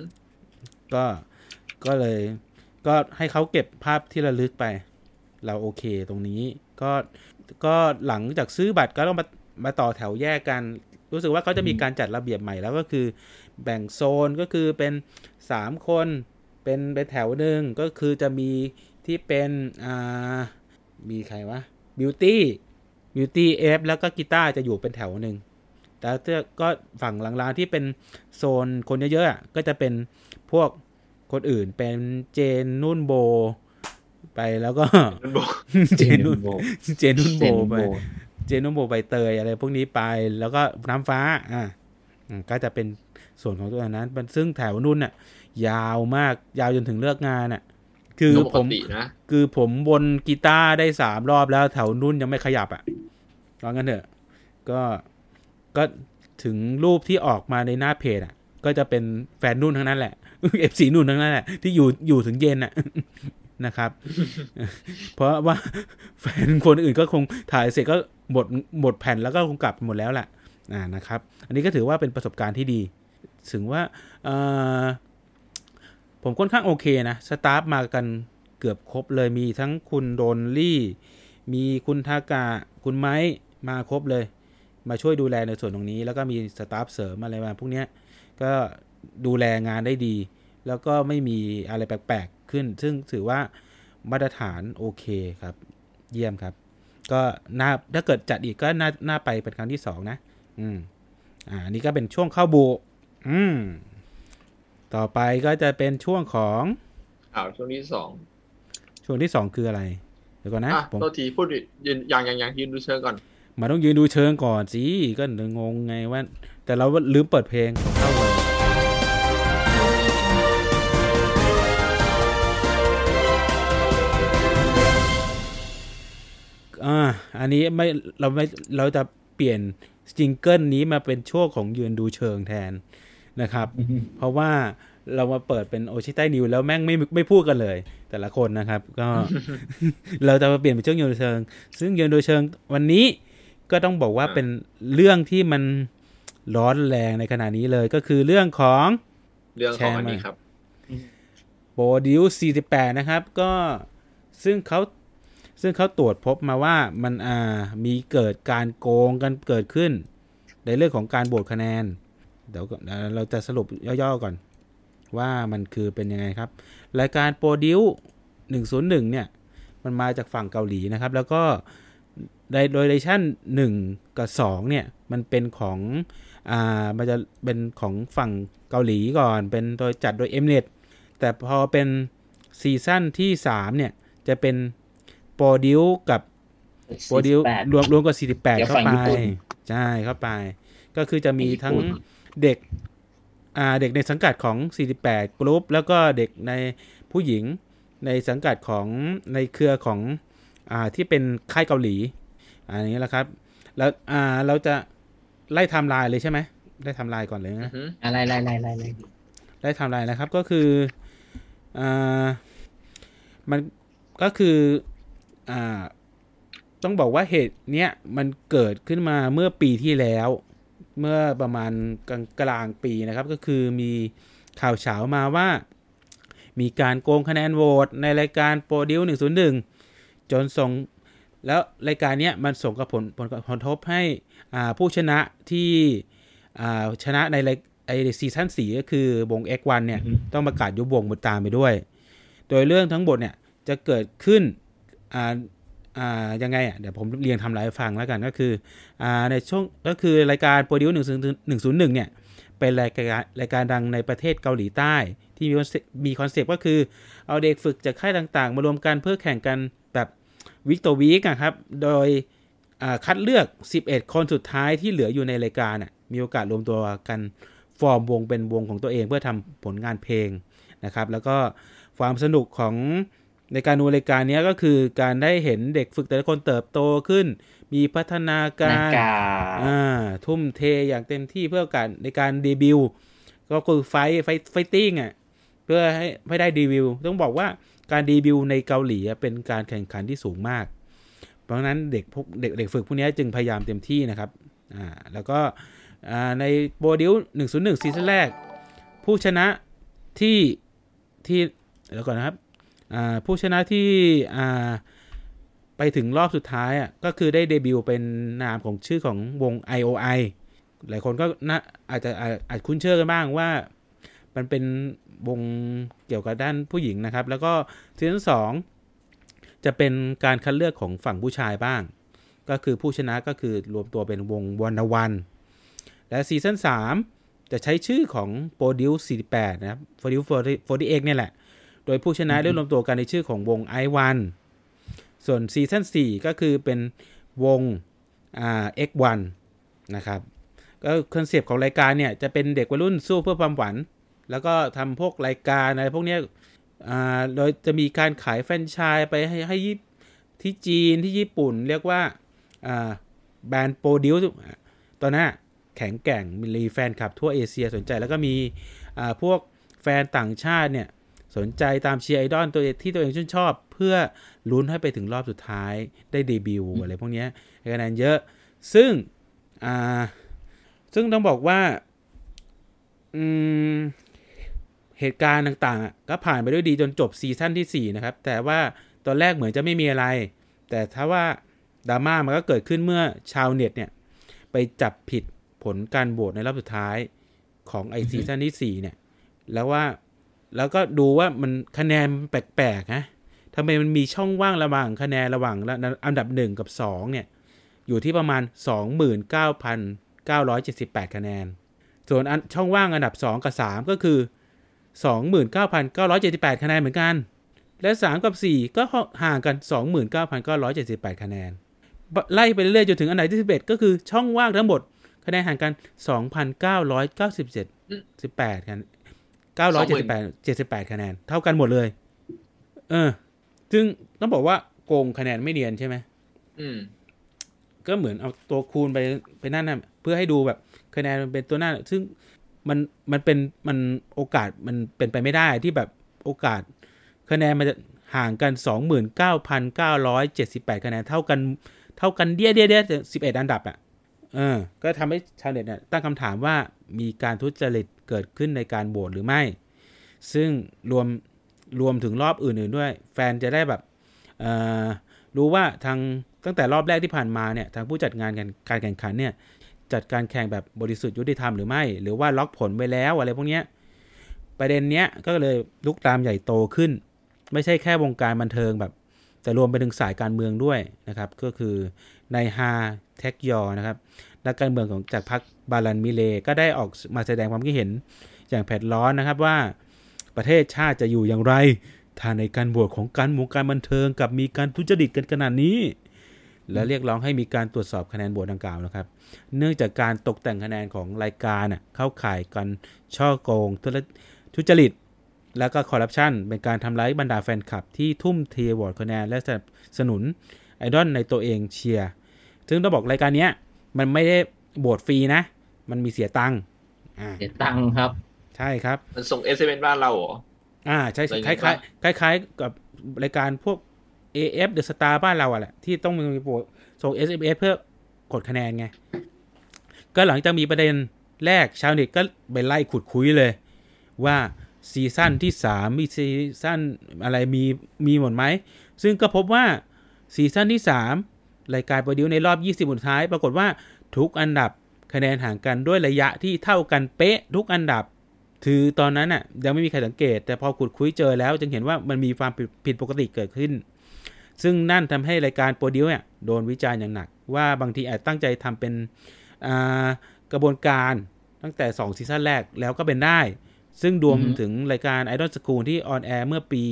ก็เลยก็ให้เขาเก็บภาพที่ระลึกไปเราโอเคตรงนี้ก็หลังจากซื้อบัตรก็ต้องมาต่อแถวแยกกันรู้สึกว่าเขาจะมีการจัดระเบียบใหม่แล้วก็คือแบ่งโซนก็คือเป็น3คนเป็นแถวนึงก็คือจะมีที่เป็นมีใครวะบิวตี้เอฟแล้วก็กีตาร์จะอยู่เป็นแถวหนึ่งแต่ก็ฝั่งหลังๆที่เป็นโซนคนเยอะๆก็จะเป็นพวกคนอื่นเป็นเจนนุ่นโบไปแล้วก็เจนนุ่นโบไปเจนนุ่นโบใบเตยอะไรพวกนี้ไปแล้วก็น้ำฟ้าก็จะเป็นส่วนของตัวนั้นซึ่งแถวนุ่นน่ะยาวมากยาวจนถึงเลิกงานน่ะคือผมบนกีตาร์ได้3รอบแล้วแถวนุ่นยังไม่ขยับว่างั้นเถอะก็ถึงรูปที่ออกมาในหน้าเพจก็จะเป็นแฟนนุ่นทั้งนั้นแหละ FC นุ่นทั้งนั้นแหละที่อยู่ถึงเย็นนะครับ เพราะว่าแฟนคนอื่นก็คงถ่ายเสร็จก็หมดแผ่นแล้วก็คงกลับหมดแล้วแหละนะครับอันนี้ก็ถือว่าเป็นประสบการณ์ที่ดีถึงว่าผมค่อนข้างโอเคนะสตาฟมากันเกือบครบเลยมีทั้งคุณโดนลี่มีคุณทากะคุณไม้มาครบเลยมาช่วยดูแลในส่วนตรงนี้แล้วก็มีสตาฟเสริมอะไรมาพวกนี้ก็ดูแลงานได้ดีแล้วก็ไม่มีอะไรแปลกๆขึ้นซึ่งถือว่ามาตรฐานโอเคครับเยี่ยมครับก็น่าถ้าเกิดจัดอีกก็น่าไปเป็นครั้งที่2นะอันนี้ก็เป็นช่วงเข้าบุต่อไปก็จะเป็นช่วงของช่วงที่ 2คืออะไรเดี๋ยวก่อนนะผมโทษทีพูดอย่างยืนดูเชิงก่อนมาต้องยืนดูเชิงก่อนสิก็งงไงว่าแต่เราลืมเปิดเพลงเข้าเลยอันนี้เราจะเปลี่ยนจิงเกิลนี้มาเป็นช่วงของยืนดูเชิงแทนนะครับ เพราะว่าเรามาเปิดเป็นโอชิใต้นิวแล้วแม่งไม่พูดกันเลยแต่ละคนนะครับก็ เราจะมาเปลี่ยนเป็นช่วงยืนดูเชิงซึ่งยืนดูเชิงวันนี้ก็ต้องบอกว่าเป็นเรื่องที่มันร้อนแรงในขณะนี้เลยก็คือเรื่องของอันนี้ครับโปรดิว48นะครับก็ซึ่งเขาตรวจพบมาว่ามันมีเกิดการโกงกันเกิดขึ้นในเรื่องของการโหวตคะแนนเดี๋ยวเราจะสรุปย่อๆก่อนว่ามันคือเป็นยังไงครับรายการโปรดิว101เนี่ยมันมาจากฝั่งเกาหลีนะครับแล้วก็โดยเรชั่น1กับ2เนี่ยมันเป็นของมันจะเป็นของฝั่งเกาหลีก่อนเป็นโดยจัดโดย Mnet แต่พอเป็นซีซั่นที่3เนี่ยจะเป็นโปรดิวกับโปรดิวรวมกับ48เข้าไปใช่เข้าไปก็คือจะมีทั้งเด็กในสังกัดของ48กรุ๊ปแล้วก็เด็กในผู้หญิงในสังกัดของในเครือของที่เป็นค่ายเกาหลีอันนี้แหละครับแล้วเราจะไล่ไทม์ไลน์เลยใช่ไหมไล่ไทม์ไลน์ก่อนเลยนะไล่ไทม์ไลน์นะครับก็คือมันก็คือต้องบอกว่าเหตุเนี้ยมันเกิดขึ้นมาเมื่อปีที่แล้วเมื่อประมาณกลางปีนะครับก็คือมีข่าวเฉามาว่ามีการโกงคะแนนโหวตในรายการโปรดิว101จนส่งแล้วรายการเนี้ยมันส่งผลกระทบให้ผู้ชนะที่ชนะในซีซั่น4ก็คือวง X1 เนี่ยต้องประกาศยุบวงหมดตามไปด้วยโดยเรื่องทั้งหมดเนี่ยจะเกิดขึ้นยังไงเดี๋ยวผมเรียงทำไลฟ์ฟังแล้วกันก็คือในช่วงก็คือรายการโปรดิว101เนี่ยเป็นรายการดังในประเทศเกาหลีใต้ที่มีคอนเซปต์ก็คือเอาเด็กฝึกจากค่ายต่างๆมารวมกันเพื่อแข่งกันแบบวีคต่อวีคครับโดยคัดเลือก11คนสุดท้ายที่เหลืออยู่ในรายการมีโอกาสรวมตัวกันฟอร์มวงเป็นวงของตัวเองเพื่อทำผลงานเพลงนะครับแล้วก็ความสนุกของในการดูรายการนี้ก็คือการได้เห็นเด็กฝึกแต่ละคนเติบโตขึ้นมีพัฒนาการทุ่มเทอย่างเต็มที่เพื่อการในการเดบิวต์ก็คือไฟติ้งเพื่อให้ได้เดบิวต์ต้องบอกว่าการเดบิวต์ในเกาหลีเป็นการแข่งขันที่สูงมากเพราะฉะนั้นเด็กฝึกพวกนี้จึงพยายามเต็มที่นะครับแล้วก็ในโปรดิว101ซีซั่นแรกผู้ชนะที่แล้วก่อนนะครับผู้ชนะที่ไปถึงรอบสุดท้ายก็คือได้เดบิวต์เป็นนามของชื่อของวง IOI หลายคนก็อาจคุ้นชื่อกันบ้างว่ามันเป็นวงเกี่ยวกับด้านผู้หญิงนะครับแล้วก็ซีซั่นจะเป็นการคัดเลือกของฝั่งผู้ชายบ้างก็คือผู้ชนะก็คือรวมตัวเป็นวงวันและซีซั่น3จะใช้ชื่อของ Produce 48นะครับ Produce 48เนี่ยแหละโดยผู้ชนะได้รวมตัวกันในชื่อของวง I1 ส่วนซีซั่น4ก็คือเป็นวงX1 นะครับก็คอนเซปต์ของรายการเนี่ยจะเป็นเด็กวัยรุ่นสู้เพื่อความฝันแล้วก็ทำพวกรายการอะไรพวกนี้โดยจะมีการขายแฟรนไชส์ไปให้ที่จีนที่ญี่ปุ่นเรียกว่าแบรนด์โปรดิวซ์ตอนนั้นแข็งแกร่งมีแฟนคลับทั่วเอเชียสนใจแล้วก็มีพวกแฟนต่างชาติเนี่ยสนใจตามเชียร์ไอดอลตัวที่ตัวเองชื่นชอบเพื่อลุ้นให้ไปถึงรอบสุดท้ายได้เดบิวต์อะไรพวกนี้คะแนนเยอะซึ่งต้องบอกว่าเหตุการณ์ต่างๆก็ผ่านไปด้วยดีจนจบซีซั่นที่4นะครับแต่ว่าตอนแรกเหมือนจะไม่มีอะไรแต่ถ้าว่าดราม่ามันก็เกิดขึ้นเมื่อชาวเน็ตเนี่ยไปจับผิดผลการโหวตในรอบสุดท้ายของไอซีซั่นที่4เนี่ยแล้วก็ดูว่ามันคะแนนแปลกๆนะทำไมมันมีช่องว่างระหว่างคะแนนระหว่างอันดับ1กับ2เนี่ยอยู่ที่ประมาณ 29,978 คะแนนส่วนช่องว่างอันดับ2กับ3ก็คือ 29,978 คะแนนเหมือนกันและ3กับ4ก็ห่างกัน 29,978 คะแนนไล่ไปเรื่อยๆจนถึงอันดับที่11ก็คือช่องว่างทั้งหมดคะแนนห่างกัน 2,998 คะแนน978คะแนนเท่ากันหมดเลยซึ่งต้องบอกว่าโกงคะแนนไม่เนียนใช่ไหมก็เหมือนเอาตัวคูณไปนั่นนะเพื่อให้ดูแบบคะแนนมันเป็นตัวหน้าซึ่งมันโอกาสมันเป็นไปไม่ได้ที่แบบโอกาสคะแนนมันจะห่างกัน 29,978 คะแนนเท่ากันเดีย11อันดับอ่ะก็ทำให้ชาวเน็ตเนี่ยตั้งคำถามว่ามีการทุจริตเกิดขึ้นในการโหวตหรือไม่ซึ่งรวมถึงรอบอื่นๆด้วยแฟนจะได้แบบรู้ว่าตั้งแต่รอบแรกที่ผ่านมาเนี่ยทางผู้จัดงานการแข่งขันเนี่ยจัดการแข่งแบบบริสุทธิ์ยุติธรรมหรือไม่หรือว่าล็อกผลไว้แล้วอะไรพวกนี้ประเด็นเนี้ยก็เลยลุกลามใหญ่โตขึ้นไม่ใช่แค่วงการบันเทิงแบบแต่รวมไปถึงสายการเมืองด้วยนะครับก็คือนายฮาแท็กยอนะครับนักการเมืองของจากพรรคบาลันมิเลก็ได้ออกมาแสดงความคิดเห็นอย่างเผ็ดร้อนนะครับว่าประเทศชาติจะอยู่อย่างไรถ้าในการโหวตของวงการบันเทิงกับมีการทุจริตกันขนาดนี้และเรียกร้องให้มีการตรวจสอบคะแนนโหวตดังกล่าวนะครับเนื่องจากการตกแต่งคะแนนของรายการเข้าข่ายกันช่อโกงทุจริตแล้วก็คอร์รัปชันเป็นการทำร้ายบรรดาแฟนคลับที่ทุ่มเทโหวตคะแนนและสนับสนุนไอดอลในตัวเองเชียร์ซึ่งต้องบอกรายการนี้มันไม่ได้โหวตฟรีนะมันมีเสียตังค์เสียตังค์ครับใช่ครับมันส่ง SMS บ้านเราเหรอใช่คล้ายกับรายการพวก AF The Star บ้านเราแหละที่ต้องมีโหวตส่ง SMS เพื่อกดคะแนนไงก็หลังจากมีประเด็นแรกชาวเน็ตก็ไปไล่ขุดคุยเลยว่าซีซั่นที่3มีซีซั่นอะไรมีหมดไหมซึ่งก็พบว่าซีซั่นที่3รายการโปรดิวในรอบ20สุดท้ายปรากฏว่าทุกอันดับคะแนนห่างกันด้วยระยะที่เท่ากันเป๊ะทุกอันดับคือตอนนั้นยังไม่มีใครสังเกตแต่พอขุดคุยเจอแล้วจึงเห็นว่ามันมีความผิดปกติเกิดขึ้นซึ่งนั่นทำให้รายการโปรดิวโดนวิจารณ์อย่างหนักว่าบางทีอาจตั้งใจทำเป็นกระบวนการตั้งแต่2ซีซั่นแรกแล้วก็เป็นได้ซึ่งรวมถึงรายการ Idol School ที่ออนแอร์เมื่อปี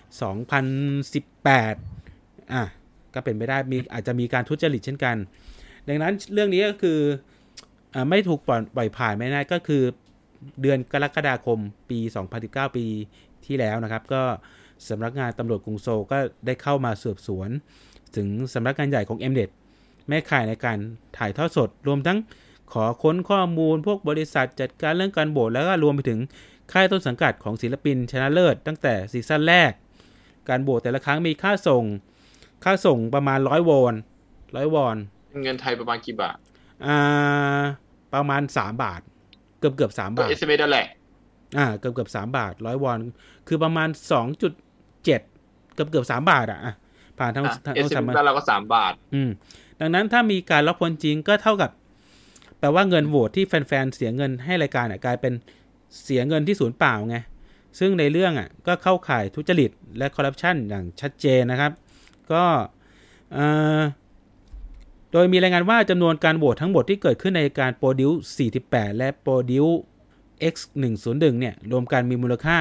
2018ก็เป็นไปได้อาจจะมีการทุจริตเช่นกันดังนั้นเรื่องนี้ก็คือไม่ถูกปล่อยผ่านไม่ได้ก็คือเดือนกรกฎาคมปี2019ปีที่แล้วนะครับก็สำนักงานตำรวจกรุงโซลก็ได้เข้ามาสืบสวนถึงสำนักงานใหญ่ของ Mnet แม่ข่ายในการถ่ายทอดสดรวมทั้งขอค้นข้อมูลพวกบริษัทจัดการเรื่องการโหวตแล้วก็รวมไปถึงค่ายต้นสังกัดของศิลปินชนะเลิศตั้งแต่ซีซั่นแรกการโหวตแต่ละครั้งมีค่าส่งประมาณ100 วอนเงินไทยประมาณกี่บาทประมาณ3 บาทเกือบ3 บาท SMS นั่นแหละเกือบ3 บาท100 วอนคือประมาณ 2.7 เกือบ3 บาทผ่านทาง SMS เราก็3 บาทดังนั้นถ้ามีการล็อกผลจริงก็เท่ากับแปลว่าเงินโหวตที่แฟนๆเสียเงินให้รายการกลายเป็นเสียเงินที่ศูนย์เปล่าไงซึ่งในเรื่องก็เข้าข่ายทุจริตและคอร์รัปชันอย่างชัดเจนนะครับก็โดยมีรายงานว่าจำนวนการโหวตทั้งหมดที่เกิดขึ้นในการโปรดิวซ์48และโปรดิวซ์ X101 เนี่ยรวมกันมีมูลค่า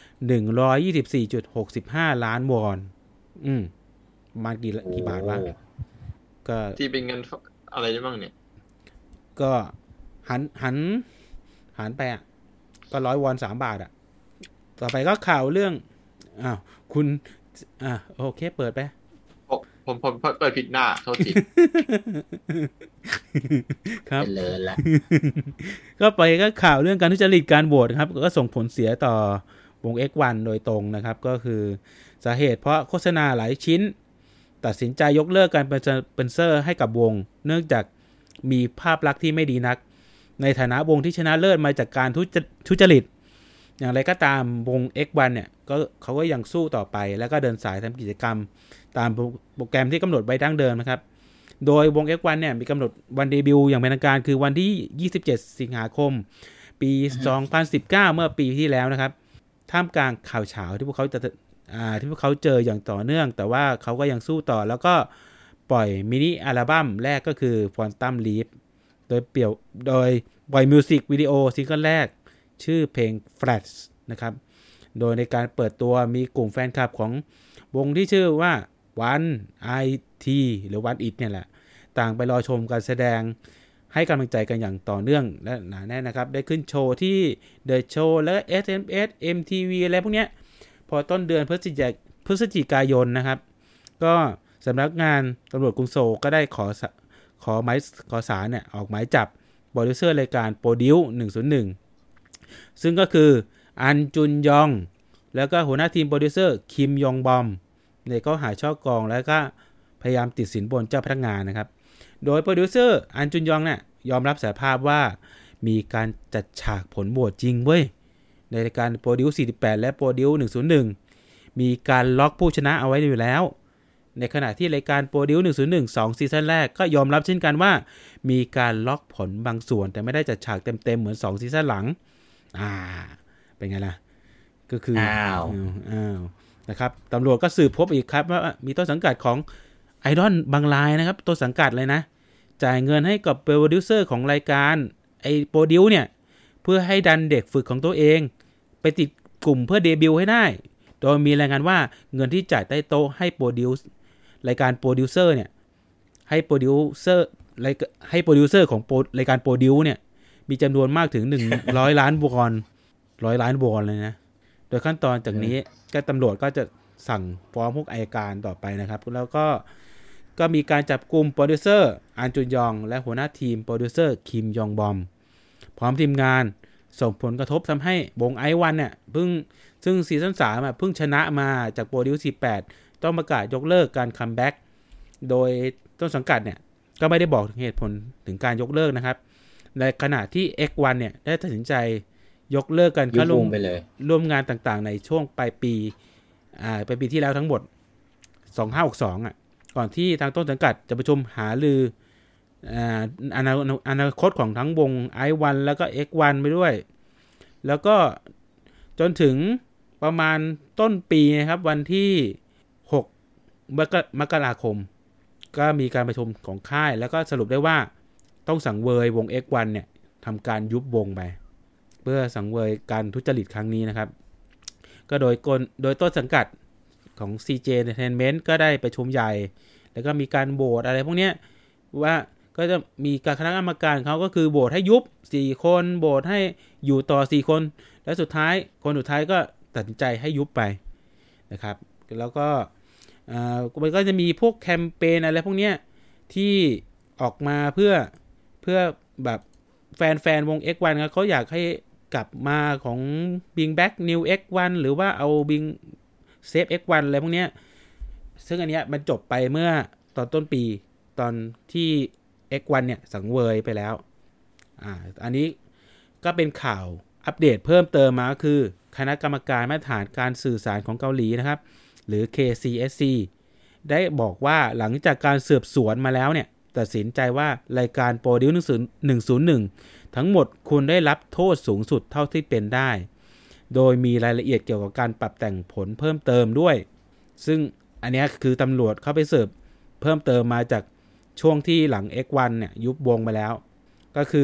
124.65 ล้านวอนประมาณกี่บาทวะก็ที่เป็นเงินอะไรได้บ้างเนี่ยก็หันไปอ่ะก็100 วอน 3 บาทอ่ะต่อไปก็ข่าวเรื่องคุณโอเคเปิดไปผมเปิดผิดหน้าโทษทีครับเป็นเลยละก็ไปก็ข่าวเรื่องการทุจริตการโหวตครับก็ส่งผลเสียต่อวง X1 โดยตรงนะครับก็คือสาเหตุเพราะโฆษณาหลายชิ้นตัดสินใจยกเลิกการเป็นสปอนเซอร์ให้กับวงเนื่องจากมีภาพลักษณ์ที่ไม่ดีนักในฐานะวงที่ชนะเลิศมาจากการทุจริตอย่างไรก็ตามวง X1 เนี่ยก็เขาก็ยังสู้ต่อไปแล้วก็เดินสายทำกิจกรรมตามโปรแกรมที่กำหนดไว้ดั้งเดิมนะครับโดยวง X1 เนี่ยมีกำหนดวันเดบิวต์อย่างเป็นทางการคือวันที่27 สิงหาคมปี 2019 เมื่อปีที่แล้วนะครับท่ามกลางข่าวเฉาที่พวกเขาเจออย่างต่อเนื่องแต่ว่าเขาก็ยังสู้ต่อแล้วก็ปล่อยมินิอัลบั้มแรกก็คือ Quantum Leap โดยปล่อยมิวสิกวิดีโอซิงเกิลแรกชื่อเพลง Flash นะครับโดยในการเปิดตัวมีกลุ่มแฟนคลับของวงที่ชื่อว่า One IT หรือ One It เนี่ยแหละต่างไปรอชมการแสดงให้กำลังใจกันอย่างต่อเนื่องและหนาแน่นนะครับได้ขึ้นโชว์ที่ The Show และ SMS MTV อะไรพวกเนี้ยพอต้นเดือนพฤศจิกายนนะครับก็สำนักงานตำรวจกรุงโซลก็ได้ขอศาลเนี่ยออกหมายจับโปรดิวเซอร์รายการโปรดิว101ซึ่งก็คืออันจุนยองแล้วก็หัวหน้าทีมโปรดิวเซอร์คิมยองบอมในข้อหาฉ้อกงแล้วก็พยายามติดสินบนเจ้าพนักงานนะครับโดยโปรดิวเซอร์อันจุนยองเนี่ยยอมรับสารภาพว่ามีการจัดฉากผลโหวตจริงเว้ยในรายการโปรดิว48และโปรดิว101มีการล็อกผู้ชนะเอาไว้อยู่แล้วในขณะที่รายการโปรดิว101 2ซีซั่นแรกก็ยอมรับเช่นกันว่ามีการล็อกผลบางส่วนแต่ไม่ได้จัดฉากเต็มๆเหมือน2ซีซั่นหลังเป็นไงล่ะก็คือนะครับตำรวจก็สืบพบอีกครับว่ามีต้นสังกัดของไอดอลบางรายนะครับต้นสังกัดเลยนะจ่ายเงินให้กับโปรดิวเซอร์ของรายการไอโปรดิวเนี่ยเพื่อให้ดันเด็กฝึกของตัวเองไปติดกลุ่มเพื่อเดบิวต์ให้ได้โดยมีรายงานว่าเงินที่จ่ายใต้โต๊ะให้โปรดิวซ์รายการโปรดิวเซอร์เนี่ยให้โปรดิวเซอร์ของรายการโปรดิวเนี่ยมีจำนวนมากถึง100 ล้านวอน100 ล้านวอนเลยนะโดยขั้นตอนจากนี้ก็ตำรวจก็จะสั่งฟ้องพวกอัยการต่อไปนะครับแล้วก็มีการจับกุมโปรดิวเซอร์อันจุนยองและหัวหน้าทีมโปรดิวเซอร์คิมยองบอมพร้อมทีมงานส่งผลกระทบทำให้วงไอวันเนี่ยซึ่งซีซั่น3เพิ่งชนะมาจากโปรดิว48ต้องประกาศยกเลิกการคัมแบ็กโดยต้นสังกัดเนี่ยก็ไม่ได้บอกเหตุผลถึงการยกเลิกนะครับในขณะที่ X1 เนี่ยได้ตัดสินใจยกเลิกกันเข้าร่วมงานต่างๆในช่วงปลายปีที่แล้วทั้งหมด2562ก่อนที่ทางต้นสังกัดจะประชุมหารืออนาคตของทั้งวง I1 แล้วก็ X1 ไปด้วยแล้วก็จนถึงประมาณต้นปีนะครับวันที่6 มกราคมก็มีการประชุมของค่ายแล้วก็สรุปได้ว่าต้องสังเวยวง X1 เนี่ยทำการยุบวงไปเพื่อสังเวยการทุจริตครั้งนี้นะครับก็โดยต้นสังกัดของ CJ Entertainment ก็ได้ประชุมใหญ่แล้วก็มีการโหวตอะไรพวกนี้ว่าก็จะมีคณะกรรมการเขาก็คือโหวตให้ยุบ4คนโหวตให้อยู่ต่อ4คนและสุดท้ายก็ตัดสินใจให้ยุบไปนะครับแล้วก็มันก็จะมีพวกแคมเปญอะไรพวกนี้ที่ออกมาเพื่อแบบแฟนวง X1 เขาอยากให้กลับมาของ Bring Back New X1 หรือว่าเอา Bring Save X1 อะไรพวกนี้ซึ่งอันเนี้ยมันจบไปเมื่อตอนต้นปีตอนที่ X1 เนี่ยสังเวยไปแล้วอันนี้ก็เป็นข่าวอัปเดตเพิ่มเติมมาก็คือคณะกรรมการมาตรฐานการสื่อสารของเกาหลีนะครับหรือ KCSC ได้บอกว่าหลังจากการสืบสวนมาแล้วเนี่ยตัดสินใจว่ารายการโปรดิว101ทั้งหมดควรได้รับโทษสูงสุดเท่าที่เป็นได้โดยมีรายละเอียดเกี่ยวกับการปรับแต่งผลเพิ่มเติมด้วยซึ่งอันนี้คือตำรวจเข้าไปสืบเพิ่มเติมมาจากช่วงที่หลัง X1 เนี่ยยุบวงไปแล้วก็คือ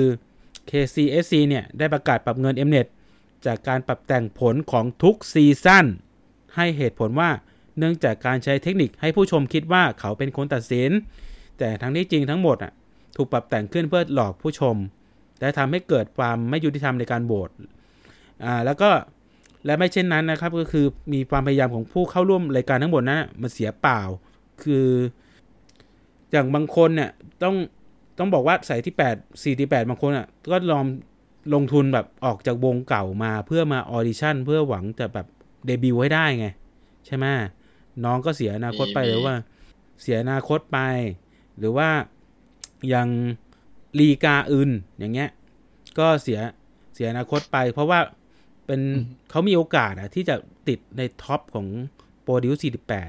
KCSC เนี่ยได้ประกาศปรับเงิน Mnet จากการปรับแต่งผลของทุกซีซั่นให้เหตุผลว่าเนื่องจากการใช้เทคนิคให้ผู้ชมคิดว่าเขาเป็นคนตัดสินแต่ทั้งที่จริงทั้งหมดถูกปรับแต่งขึ้นเพื่อหลอกผู้ชมและทำให้เกิดความไม่ยุติธรรมในการโหวตแล้วก็และไม่เช่นนั้นนะครับก็คือมีความพยายามของผู้เข้าร่วมรายการทั้งหมดนั้นมันเสียเปล่าคืออย่างบางคนเนี่ยต้องบอกว่าสายที่8บางคนก็ลงทุนแบบออกจากวงเก่ามาเพื่อมาออดิชั่นเพื่อหวังจะแบบเดบิวต์ให้ได้ไงใช่ไหมน้องก็เสียอนาคตไปหรือว่าเสียอนาคตไปหรือว่าอย่างลีกาอื่นอย่างเงี้ยก็เสียอนาคตไปเพราะว่าเป็นเขามีโอกาสที่จะติดในท็อปของโปรดิว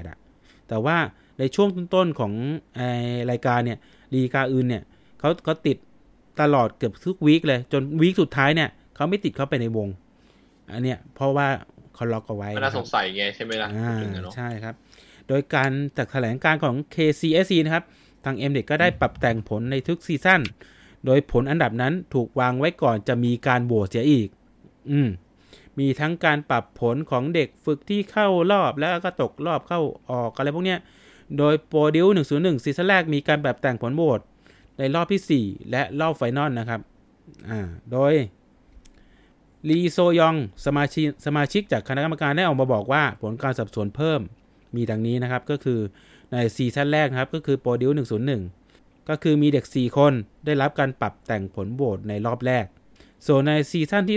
48แต่ว่าในช่วงต้นๆของรายการเนี่ยลีกาอื่นเนี่ยเขาติดตลอดเกือบทุกวีคเลยจนวีคสุดท้ายเนี่ยเขาไม่ติดเข้าไปในวงอันเนี้ยเพราะว่าเขาล็อกเอาไว้น่าสงสัยไงใช่ไหมล่ะใช่ครับโดยการจากแถลงการของ KCSC นะครับทาง Mnet ก็ได้ปรับแต่งผลในทุกซีซั่นโดยผลอันดับนั้นถูกวางไว้ก่อนจะมีการโหวตเสียอีกมีทั้งการปรับผลของเด็กฝึกที่เข้ารอบแล้วก็ตกรอบเข้าออกอะไรพวกเนี้ยโดยโปรดิว101ซีซั่นแรกมีการปรับแต่งผลโหวตในรอบที่4และรอบไฟนอลนะครับโดยลีโซยองสมาชิกจากคณะกรรมการได้ออกมาบอกว่าผลการสอบสวนเพิ่มมีดังนี้นะครับก็คือในซีซั่นแรกนะครับก็คือโปรดิว101ก็คือมีเด็ก4คนได้รับการปรับแต่งผลโหวตในรอบแรกส่วนในซีซั่นที่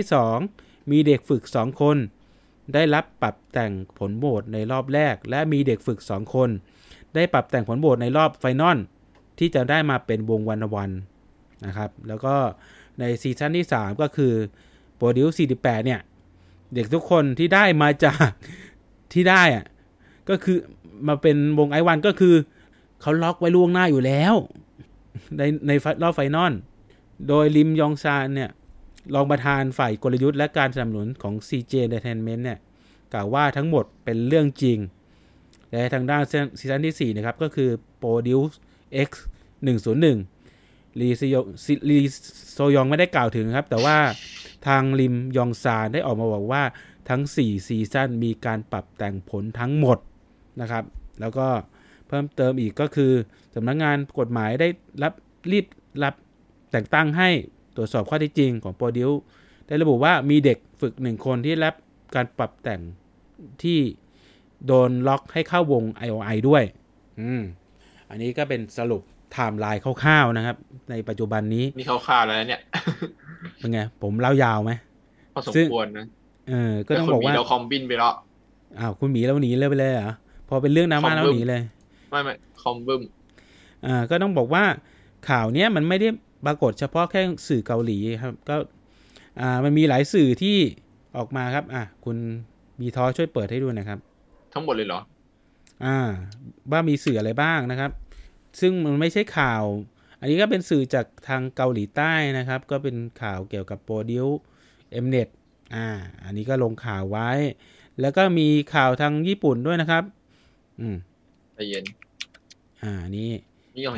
2มีเด็กฝึก2คนได้รับปรับแต่งผลโหวตในรอบแรกและมีเด็กฝึก2คนได้ปรับแต่งผลโหวตในรอบไฟนอลที่จะได้มาเป็นวงวันนะครับแล้วก็ในซีซั่นที่3ก็คือโปรดิว48เนี่ยเด็กทุกคนที่ได้มาจากที่ได้ก็คือมาเป็นวงI1ก็คือเขาล็อกไว้ล่วงหน้าอยู่แล้วในรอบไฟนอลโดยลิมยองซานเนี่ยรองประธานฝ่ายกลยุทธ์และการสนับสนุนของ CJ Entertainment เนี่ยกล่าวว่าทั้งหมดเป็นเรื่องจริงและทางด้านซีซั่นที่4นะครับก็คือ Produce X 101ลีโซยองไม่ได้กล่าวถึงครับแต่ว่าทางลิมยองซานได้ออกมาบอกว่าทั้ง4ซีซั่นมีการปรับแต่งผลทั้งหมดนะครับแล้วก็เพิ่มเติมอีกก็คือสำนักงานกฎหมายได้รีบรับแต่งตั้งให้ตรวจสอบข้อเท็จจริงของโปรดิวได้ระบุว่ามีเด็กฝึก1คนที่รับการปรับแต่งที่โดนล็อกให้เข้าวง IOI ด้วยอันนี้ก็เป็นสรุปไทม์ไลน์คร่าวๆนะครับในปัจจุบันนี้นี่คร่าวๆแล้วเนี่ยเป็นไงผมเล่ายาวไหมพอสมควรนะก็ต้องบอกว่าเราคอมบินไปแล้วคุณหมีเราหนีเลยไปเลยเหรอพอเป็นเรื่องน้ำมาแล้วหนีเลยไม่คอมบึ้มก็ต้องบอกว่าข่าวเนี้ยมันไม่ได้ปรากฏเฉพาะแค่สื่อเกาหลีครับก็มันมีหลายสื่อที่ออกมาครับคุณมีท้อช่วยเปิดให้ดูนะครับทั้งหมดเลยเหรอว่ามีสื่ออะไรบ้างนะครับซึ่งมันไม่ใช่ข่าวอันนี้ก็เป็นสื่อจากทางเกาหลีใต้นะครับก็เป็นข่าวเกี่ยวกับโปรดิว Mnet อันนี้ก็ลงข่าวไว้แล้วก็มีข่าวทางญี่ปุ่นด้วยนะครับใจเย็นนี่ของ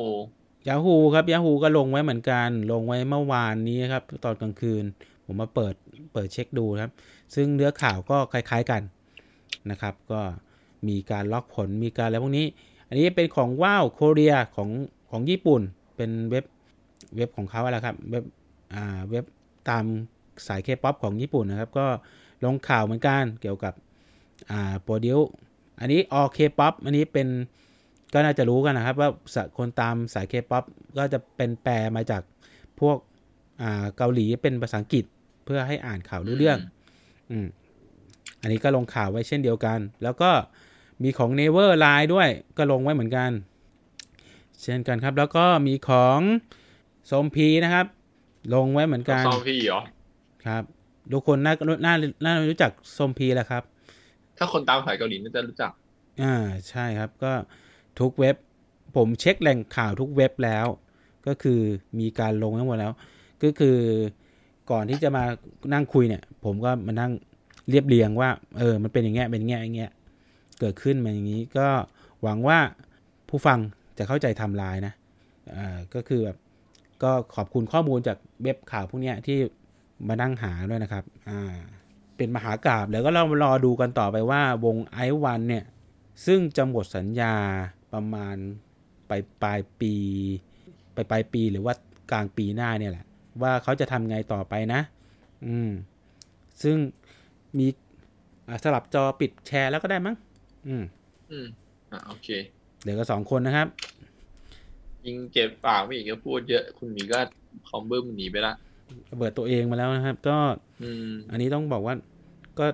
Yahoo ครับ Yahoo ก็ลงไว้เหมือนกันลงไว้เมื่อวานนี้ครับตอนกลางคืนผมมาเปิดเช็คดูครับซึ่งเนื้อข่าวก็คล้ายๆกันนะครับก็มีการล็อกผลมีการอะไรพวกนี้อันนี้เป็นของว้าวโคเรียของญี่ปุ่นเป็นเว็บของเขาอะไรครับเว็บตามสาย K-POP ของญี่ปุ่นนะครับก็ลงข่าวเหมือนกันเกี่ยวกับโปรดิวอันนี้ All K-POP อันนี้เป็นก็น่าจะรู้กันนะครับว่าคนตามสาย K-POP ก็จะเป็นแปลมาจากพวกเกาหลีเป็นภาษาอังกฤษเพื่อให้อ่านข่าวรู้เรื่องอันนี้ก็ลงข่าวไว้เช่นเดียวกันแล้วก็มีของ Neverline ด้วยก็ลงไว้เหมือนกันเช่นกันครับแล้วก็มีของซอมพีนะครับลงไว้เหมือนกันซอมพีเหรอครับทุกคนน่ารู้จักซอมพีแหละครับถ้าคนตามสายเกาหลีน่าจะรู้จักใช่ครับก็ทุกเว็บผมเช็คแหล่งข่าวทุกเว็บแล้วก็คือมีการลงทั้งหมดแล้วก็คือก่อนที่จะมานั่งคุยเนี่ยผมก็มานั่งเรียบเรียงว่ามันเป็นอย่างเงี้ยเป็นอย่างเงี้ยเกิดขึ้นมาอย่างนี้ก็หวังว่าผู้ฟังจะเข้าใจไทม์ไลน์นะก็คือแบบก็ขอบคุณข้อมูลจากเว็บข่าวพวกนี้ที่มานั่งหาด้วยนะครับเป็นมหากาพย์แล้วก็เรารอดูกันต่อไปว่าวงไอวันเนี่ยซึ่งจะหมดสัญญาประมาณปลายปีหรือว่ากลางปีหน้าเนี่ยแหละว่าเขาจะทำไงต่อไปนะซึ่งมีสลับจอปิดแชร์แล้วก็ได้มั้งโอเคเดี๋ยวก็2คนนะครับยิงเก็บปากไม่อีกก็พูดเยอะคุณหมีก็คอมเบิ้มหนีไปละเบิดตัวเองมาแล้วนะครับก็อันนี้ต้องบอกว่าก็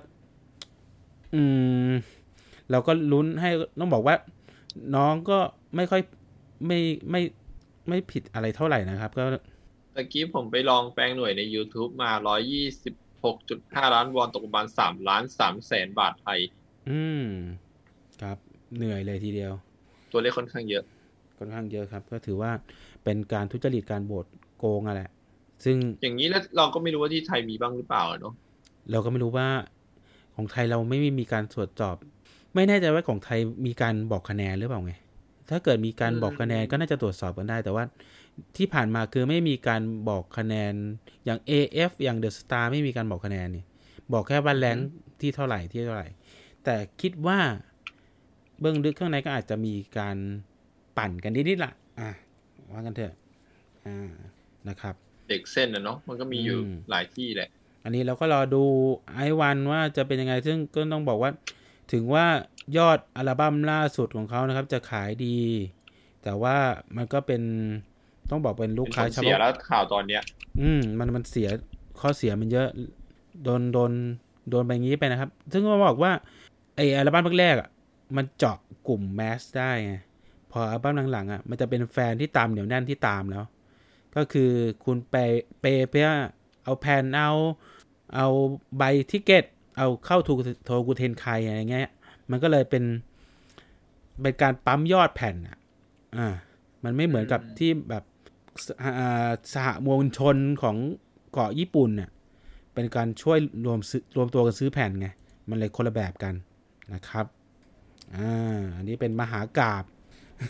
เราก็ลุ้นให้ต้องบอกว่าน้องก็ไม่ค่อยไม่ผิดอะไรเท่าไหร่นะครับก็ตะกี้ผมไปลองแปลงหน่วยใน YouTube มา 126.5 ล้านวอนตกประมาณ3,300,000 บาทไทยครับเหนื่อยเลยทีเดียวตัวเลขค่อนข้างเยอะครับก็ถือว่าเป็นการทุจริตการโหวตโกงอ่ะแหละซึ่งอย่างนี้แล้วเราก็ไม่รู้ว่าที่ไทยมีบ้างหรือเปล่าเนาะเราก็ไม่รู้ว่าของไทยเราไม่มีการตรวจสอบไม่แน่ใจว่าของไทยมีการบอกคะแนนหรือเปล่าไงถ้าเกิดมีการบอกคะแนนก็น่าจะตรวจสอบกันได้แต่ว่าที่ผ่านมาคือไม่มีการบอกคะแนนอย่าง AF อย่าง The Star ไม่มีการบอกคะแนนนี่บอกแค่ว่าแรงที่เท่าไหร่แต่คิดว่าเบื้องลึกข้างในก็อาจจะมีการปั่นกันนิดๆล่ะว่ากันเถอะนะครับเด็กเส้นนะเนาะมันก็มีอยู่หลายที่แหละอันนี้เราก็รอดูไอวันว่าจะเป็นยังไงซึ่งก็ต้องบอกว่าถึงว่ายอดอัลบั้มล่าสุดของเขานะครับจะขายดีแต่ว่ามันก็เป็นต้องบอกเป็นลูกค้าเฉพาะเสียแล้วข่าวตอนเนี้ยมันเสียข้อเสียมันเยอะโดนไปงี้ไปนะครับซึ่งก็บอกว่าไออัลบั้มแรกๆอ่ะมันเจาะกลุ่มแมสได้ไงพออัลบั้มหลังๆอ่ะมันจะเป็นแฟนที่ตามเหนียวแน่นที่ตามแล้วก็คือคุณเพื่อเอาแผ่นเอาใบทิเก็ตเอาเข้าโทกูเทนไคอะไรเงี้ยมันก็เลยเป็นการปั๊มยอดแผ่นมันไม่เหมือนกับที่แบบสหมวลชนของเกาะญี่ปุ่นเนี่ยเป็นการช่วยรวมตัวกันซื้อแผ่นไงมันเลยคนละแบบกันนะครับอันนี้เป็นมหากาพย์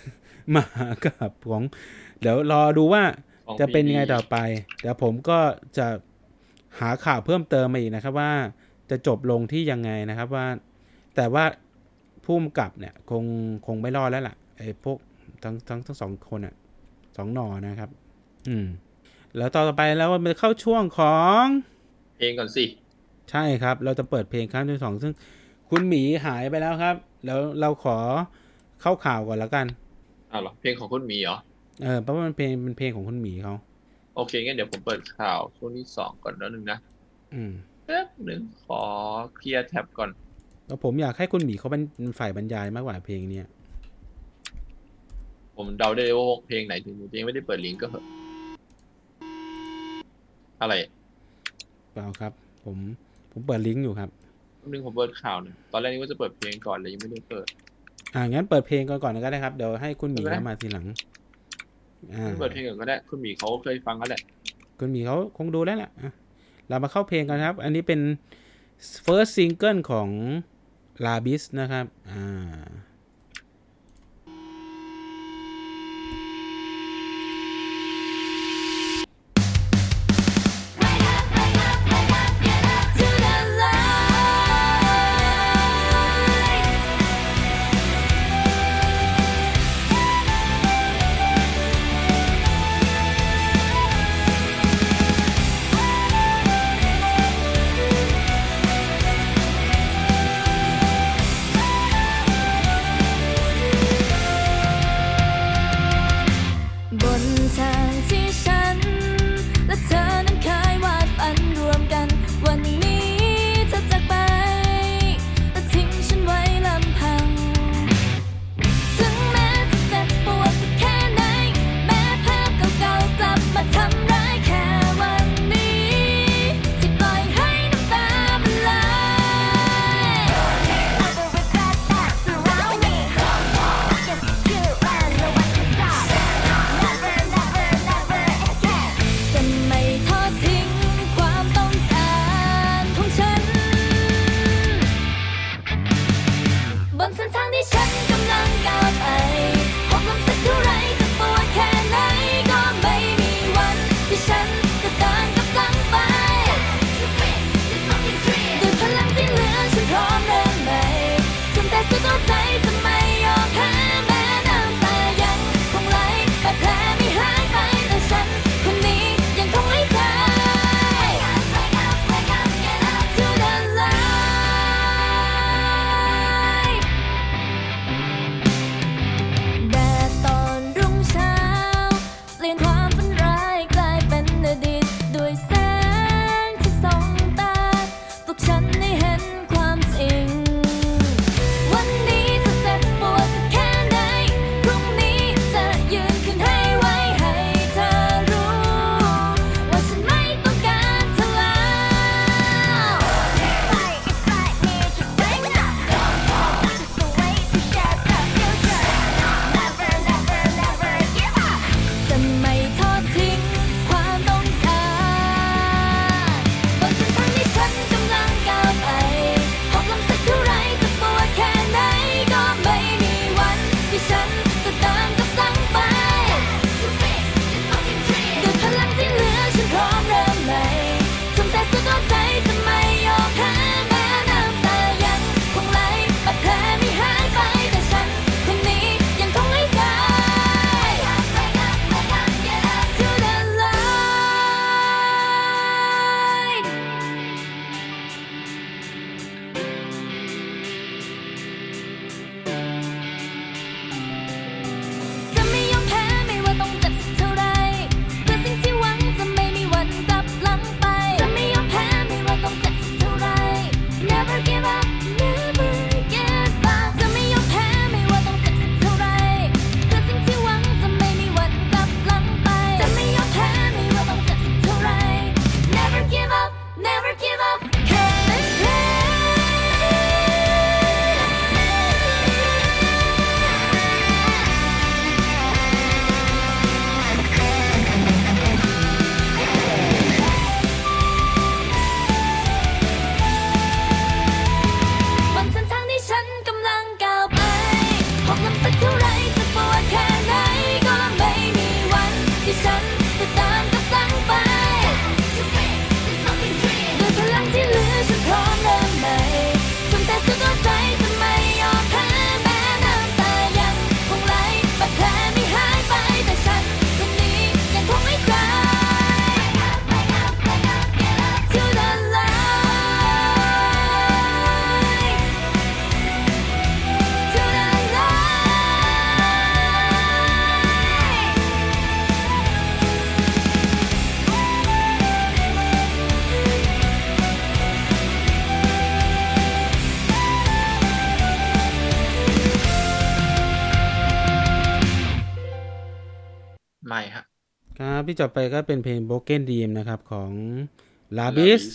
ของเดี๋ยวรอดูว่าจะเป็นยังไงต่อไปเดี๋ยวผมก็จะหาข่าวเพิ่มเติมมาอีกนะครับว่าจะจบลงที่ยังไงนะครับว่าแต่ว่าผู้กำกับเนี่ยคงไม่รอดแล้วล่ะไอ้พวกทั้ง2คน2หน่อนะครับแล้วต่อไปแล้วมันเข้าช่วงของเพลงก่อนสิใช่ครับเราจะเปิดเพลงครั้งที่2ซึ่งคุณหมีหายไปแล้วครับแล้วเราขอเข้าข่าวก่อนแล้วกันเหรอเพลงของคุณหมีเหรอเพราะว่ามันเป็นเพลงของคุณหมีเขาโอเคงั้นเดี๋ยวผมเปิดข่าวช่วงที่2ก่อนแล้วนึงนะแป๊บนึงขอเคลียร์แท็บก่อนแล้วผมอยากให้คุณหมีเขาเป็นฝ่ายบรรยายมากกว่าเพลงเนี้ยผมเดาได้เลยว่าเพลงไหนถึงจริงไม่ได้เปิดลิงก์ก็เหอะอะไรเปล่าครับผมเปิดลิงก์อยู่ครับนึงผมเปิดข่าวนึงตอนแรกนี่ว่าจะเปิดเพลงก่อนเลยยังไม่ได้เปิดงั้นเปิดเพลงก่อนก็ได้ครับเดี๋ยวให้คุณหมีเข้ามาทีหลังเปิดเพลงก่อนก็ได้คุณหมีเขาเคยฟังกันแหละคุณหมีเขาคงดูแล้วแหละเรามาเข้าเพลงกันครับอันนี้เป็น first single ของ Labis นะครับไม่ฮะครับที่จบไปก็เป็นเพลง Broken Dream นะครับของลาบิส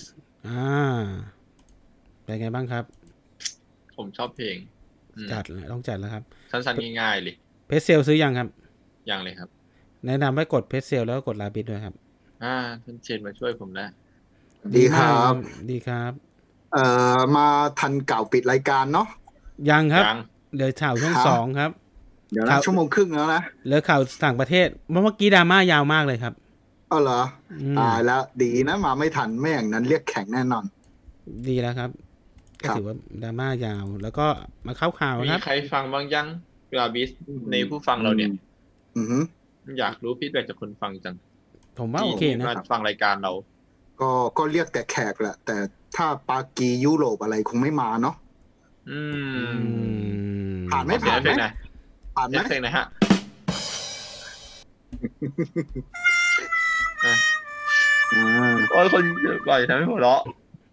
เป็นไงบ้างครับผมชอบเพลงจัดต้องจัดแล้วครับสั้นๆง่ายๆเลยเพจเซลซื้อยังครับยังเลยครับแนะนำให้กดเพจเซลแล้วก็กดลาบิสด้วยครับท่านเชนมาช่วยผมนะดีครับดีครับมาทันเก่าปิดรายการเนาะยังครับเดี๋ยวข่าวช่วง2ครับเดี๋ยวนะชั่วโมงครึ่งแล้วนะเหลือข่าวต่างประเทศเมื่อกี้ดราม่ายาวมากเลยครับเหรอแล้วดีนะมาไม่ทันไม่อย่างนั้นเรียกแข่งแน่นอนดีแล้วครับก็ถือว่าดราม่ายาวแล้วก็มาเข้าข่าวครับมีใครฟังบ้างยังลาบิสในผู้ฟังเราเนี่ยอยากรู้ฟีดแบ็กจากคนฟังจังผมว่าโอเคนะฟังรายการเราก็เรียกแต่แขกแหละแต่ถ้าปากียุโรปอะไรคงไม่มาเนาะผ่านไม่ผ่านไหมผ่านไหมเพลงไหนฮะโอ้ยคนปล่อยทำให้หัวเราะ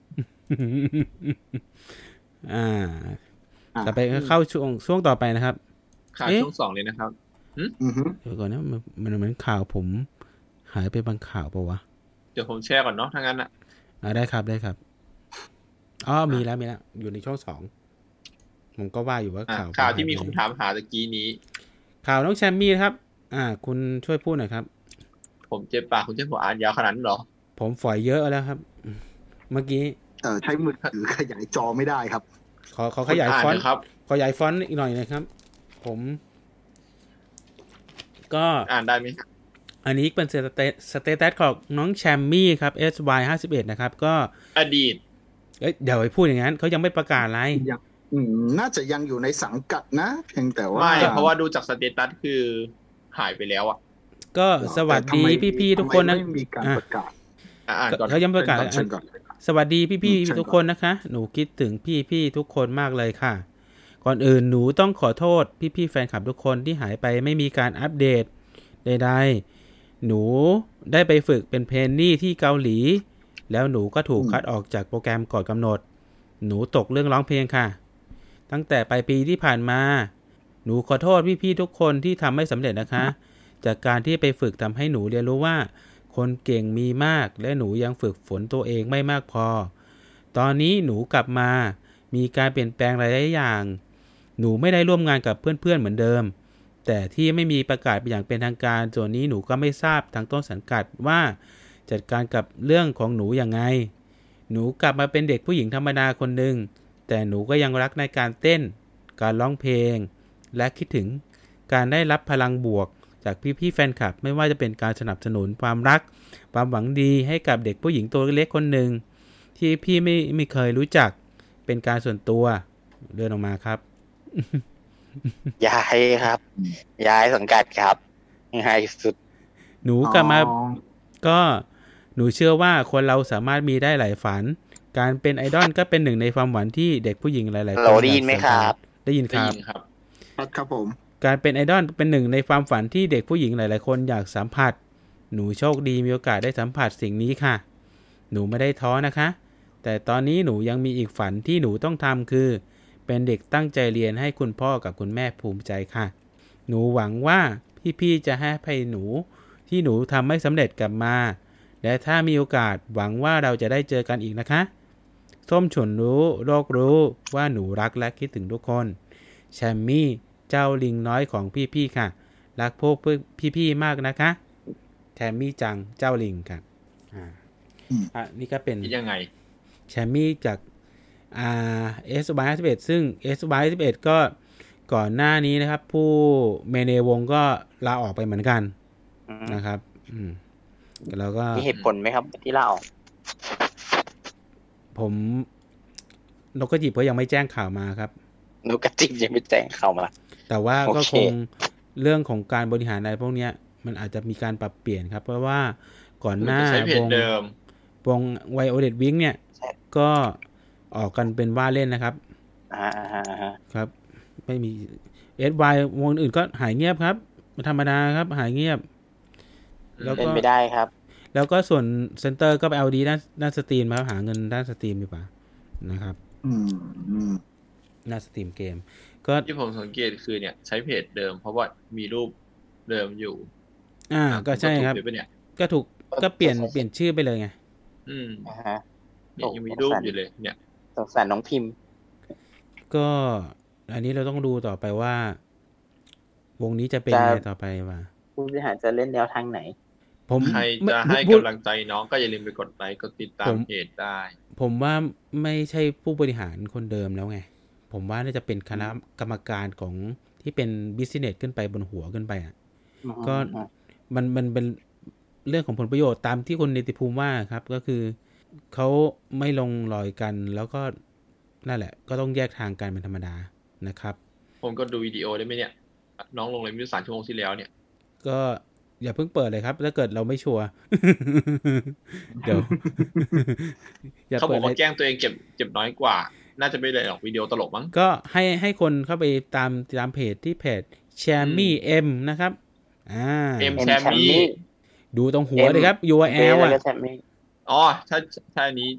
ต่อไปเข้าช่วงต่อไปนะครับข่าวช่วง2เลยนะครับเดี๋ยวก่อนนะมันเหมือนข่าวผมหายไปบางข่าวปะวะเดี๋ยวผมแชร์ก่อนเนาะถ้างั้นอ่ะได้ครับมีแล้วอยู่ในช่วง2ผมก็ว่าอยู่ว่าข่าวที่มีคนถามหาตะกี้นี้ข่าวน้องแชมมี่ครับคุณช่วยพูดหน่อยครับผมเจ็บปากคุณเจ็บหัวอ่านยาวขนาดนั้นหรอผมฝอยเยอะแล้วครับเมื่อกี้ใช้มือถือขยายจอไม่ได้ครับขอขยายฟอนต์ขยายฟอนต์อีกหน่อยนะครับผมก็อ่านได้ไหมอันนี้เป็นสเตตัสของน้องแชมมี่ครับ SY51 นะครับก็อดีตเดี๋ยวไปพูดอย่างนั้นเขายังไม่ประกาศอะไรน่าจะยังอยู่ในสังกัดนะเพียงแต่ว่าไม่เพราะว่าดูจากสเตตัสคือหายไปแล้วอ่ะก็สวัสดีพี่ๆทุกคนนะไม่มีการประกาศเขายังประกาศสวัสดีพี่ๆทุกคนนะคะหนูคิดถึงพี่ๆทุกคนมากเลยค่ะก่อนอื่นหนูต้องขอโทษพี่ๆแฟนคลับทุกคนที่หายไปไม่มีการอัปเดตใดๆหนูได้ไปฝึกเป็นเพนนี่ที่เกาหลีแล้วหนูก็ถูกคัดออกจากโปรแกรมก่อนกำหนดหนูตกเรื่องร้องเพลงค่ะตั้งแต่ปลายปีที่ผ่านมาหนูขอโทษพี่ๆทุกคนที่ทำไม่สำเร็จนะคะจากการที่ไปฝึกทำให้หนูเรียนรู้ว่าคนเก่งมีมากและหนูยังฝึกฝนตัวเองไม่มากพอตอนนี้หนูกลับมามีการเปลี่ยนแปลงหลายอย่างหนูไม่ได้ร่วมงานกับเพื่อนๆเหมือนเดิมแต่ที่ไม่มีประกาศอย่างเป็นทางการส่วนนี้หนูก็ไม่ทราบทางต้นสังกัดว่าจัดการกับเรื่องของหนูอย่างไงหนูกลับมาเป็นเด็กผู้หญิงธรรมดาคนหนึ่งแต่หนูก็ยังรักในการเต้นการร้องเพลงและคิดถึงการได้รับพลังบวกจากพี่ๆแฟนคลับไม่ว่าจะเป็นการสนับสนุนความรักความหวังดีให้กับเด็กผู้หญิงตัวเล็กคนหนึ่งที่พี่ไม่เคยรู้จักเป็นการส่วนตัวเดินออกมาครับย้ายครับย้ายสังกัดครับง่ายสุดหนูกลับมาก็หนูเชื่อว่าคนเราสามารถมีได้หลายฝันการเป็นไอดอลก็เป็นหนึ่งในความฝันที่เด็กผู้หญิงหลายๆคนได้ยินไหมครับได้ยินครับครับผมการเป็นไอดอลเป็นหนึ่งในความฝันที่เด็กผู้หญิงหลายๆคนอยากสัมผัสหนูโชคดีมีโอกาสได้สัมผัสสิ่งนี้ค่ะหนูไม่ได้ท้อนะคะแต่ตอนนี้หนูยังมีอีกฝันที่หนูต้องทำคือเป็นเด็กตั้งใจเรียนให้คุณพ่อกับคุณแม่ภูมิใจค่ะหนูหวังว่าพี่ๆจะให้อภัยหนูที่หนูทำไม่สำเร็จกลับมาและถ้ามีโอกาสหวังว่าเราจะได้เจอกันอีกนะคะส้มฉุนรู้โลกรู้ว่าหนูรักและคิดถึงทุกคนแชมมี่เจ้าลิงน้อยของพี่ๆค่ะรักพวกพี่ๆมากนะคะแชมมี่จังเจ้าลิงค่ะนี่ก็เป็นยังไงแชมมี่จากSY51 ซึ่ง SY51 ก็ก่อนหน้านี้นะครับผู้เมเนวงก็ลาออกไปเหมือนกันนะครับแล้วก็มีเหตุผลไหมครับที่ลาออกผมนกกระจิบก็ยังไม่แจ้งข่าวมาครับนกกระจิบยังไม่แจ้งข่าวมาแต่ว่าก็คงเรื่องของการบริหารอะไรพวกนี้มันอาจจะมีการปรับเปลี่ยนครับเพราะว่าก่อนหน้าวงไวโอเลตวิงเนี่ยก็ออกกันเป็นว่าเล่นนะครับครับไม่มี SY วงอื่นก็หายเงียบครับธรรมดาครับหายเงียบแล้วก็ไม่ได้ครับแล้วก็ส่วนเซ็นเตอร์ก็ไปเอาดีด้านสตรีมมาหาเงินด้านสตรีมดีกว่านะครับด้านสตรีมเกมก็ที่ผมสังเกตคือเนี่ยใช้เพจเดิมเพราะว่ามีรูปเดิมอยู่ก็ใช่ครับก็ถูกก็เปลี่ยนชื่อไปเลยไงเนี่ยยังมีรูปอยู่เลยเนี่ยสงสารน้องพิมพ์ก็อันนี้เราต้องดูต่อไปว่าวงนี้จะเป็นยังไงต่อไปว่าผู้บริหารจะเล่นแนวทางไหนใครจะให้กำลังใจน้องก็อย่าลืมไปกดไลค์กดติดตามเพจได้ผมว่าไม่ใช่ผู้บริหารคนเดิมแล้วไงผมว่าน่าจะเป็นคณะกรรมการของที่เป็นบิสเนสขึ้นไปบนหัวขึ้นไปก็มันเป็นเรื่องของผลประโยชน์ตามที่คุณเนติภูมิว่าครับก็คือเขาไม่ลงรอยกันแล้วก็นั่นแหละก็ต้องแยกทางกันเป็นธรรมดานะครับผมก็ดูวิดีโอได้ไหมเนี่ยน้องลงเลยไม่รู้3 ชั่วโมงที่แล้วเนี่ยก็อย่าเพิ่งเปิดเลยครับถ้าเกิดเราไม่ชัวร์เดี๋ยวเขาบอกว่าแกล้งตัวเองเจ็บน้อยกว่าน่าจะไม่เลยหรอกวิดีโอตลกมั้งก็ให้คนเข้าไปตามเพจที่เพจแชมมี่เอ็มนะครับ M แชมมี่ดูตรงหัวเลยครับ URL อ๋อถ้านี้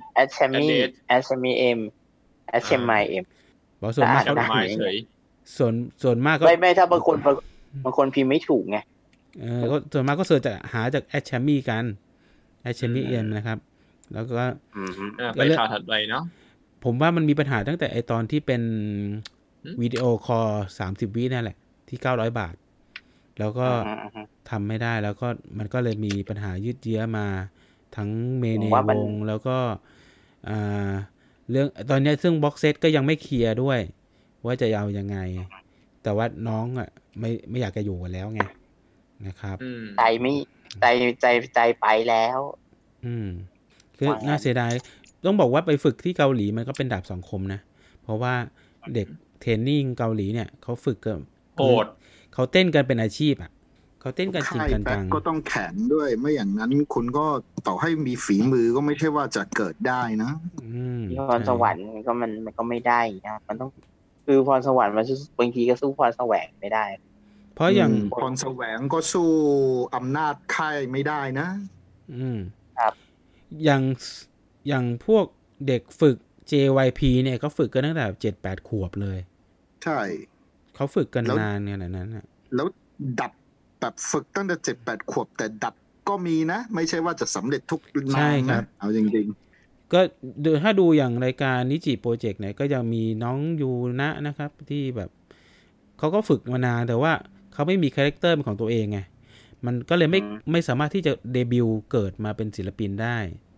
@chami_m @chami_m บอกส่วนมากเขาเฉยส่วนมากก็ไม่ถ้าบางคนพิมพ์ไม่ถูกไงก็ส่วนมากก็เสิร์ชหาจาก@chami กัน @chami_m นะครับแล้วก็ไปข่าวถัดไปเนาะผมว่ามันมีปัญหาตั้งแต่ไอตอนที่เป็นวิดีโอคอล30 วินั่นแหละที่900 บาทแล้วก็ทำไม่ได้แล้วก็มันก็เลยมีปัญหายืดเยื้อมาทั้งเมเนวงแล้วก็เรื่องตอนนี้ซึ่งบ็อกเซตก็ยังไม่เคลียร์ด้วยว่าจะเอายังไงแต่ว่าน้องไม่อยากจะอยู่กันแล้วไงนะครับใจไปแล้วคือน่าเสียดายต้องบอกว่าไปฝึกที่เกาหลีมันก็เป็นดาบสองคมนะเพราะว่าเด็กเทรนนิ่งเกาหลีเนี่ยเขาฝึกกันโหดเขาเต้นกันเป็นอาชีพเขาเต้นกันจริงกันจังก็ต้องแข็งด้วยไม่อย่างนั้นคุณก็ต่อให้มีฝีมือก็ไม่ใช่ว่าจะเกิดได้นะพรสวรรค์มันก็ไม่ได้นะมันต้องคือพรสวรรค์มันบางทีก็สู้พรแสวงไม่ได้เพราะอย่างพรแสวงก็สู้อำนาจค่ายไม่ได้นะครับอย่างพวกเด็กฝึก JYP เนี่ยก็ฝึกกันตั้งแต่ 7-8 ขวบเลยใช่เขาฝึกกันนานขนาดนั้นแล้วดับแบบฝึกตั้งแต่ 7-8 ขวบแต่ดับก็มีนะไม่ใช่ว่าจะสำเร็จทุกนานนะเอาจริงๆก็ถ้าดูอย่างรายการนิจิโปรเจกต์เนี่ยก็ยังมีน้องยูนะครับที่แบบเขาก็ฝึกมานานแต่ว่าเขาไม่มีคาแรคเตอร์เป็นของตัวเองไงมันก็เลยไม่สามารถที่จะเดบิวต์เกิดมาเป็นศิลปินได้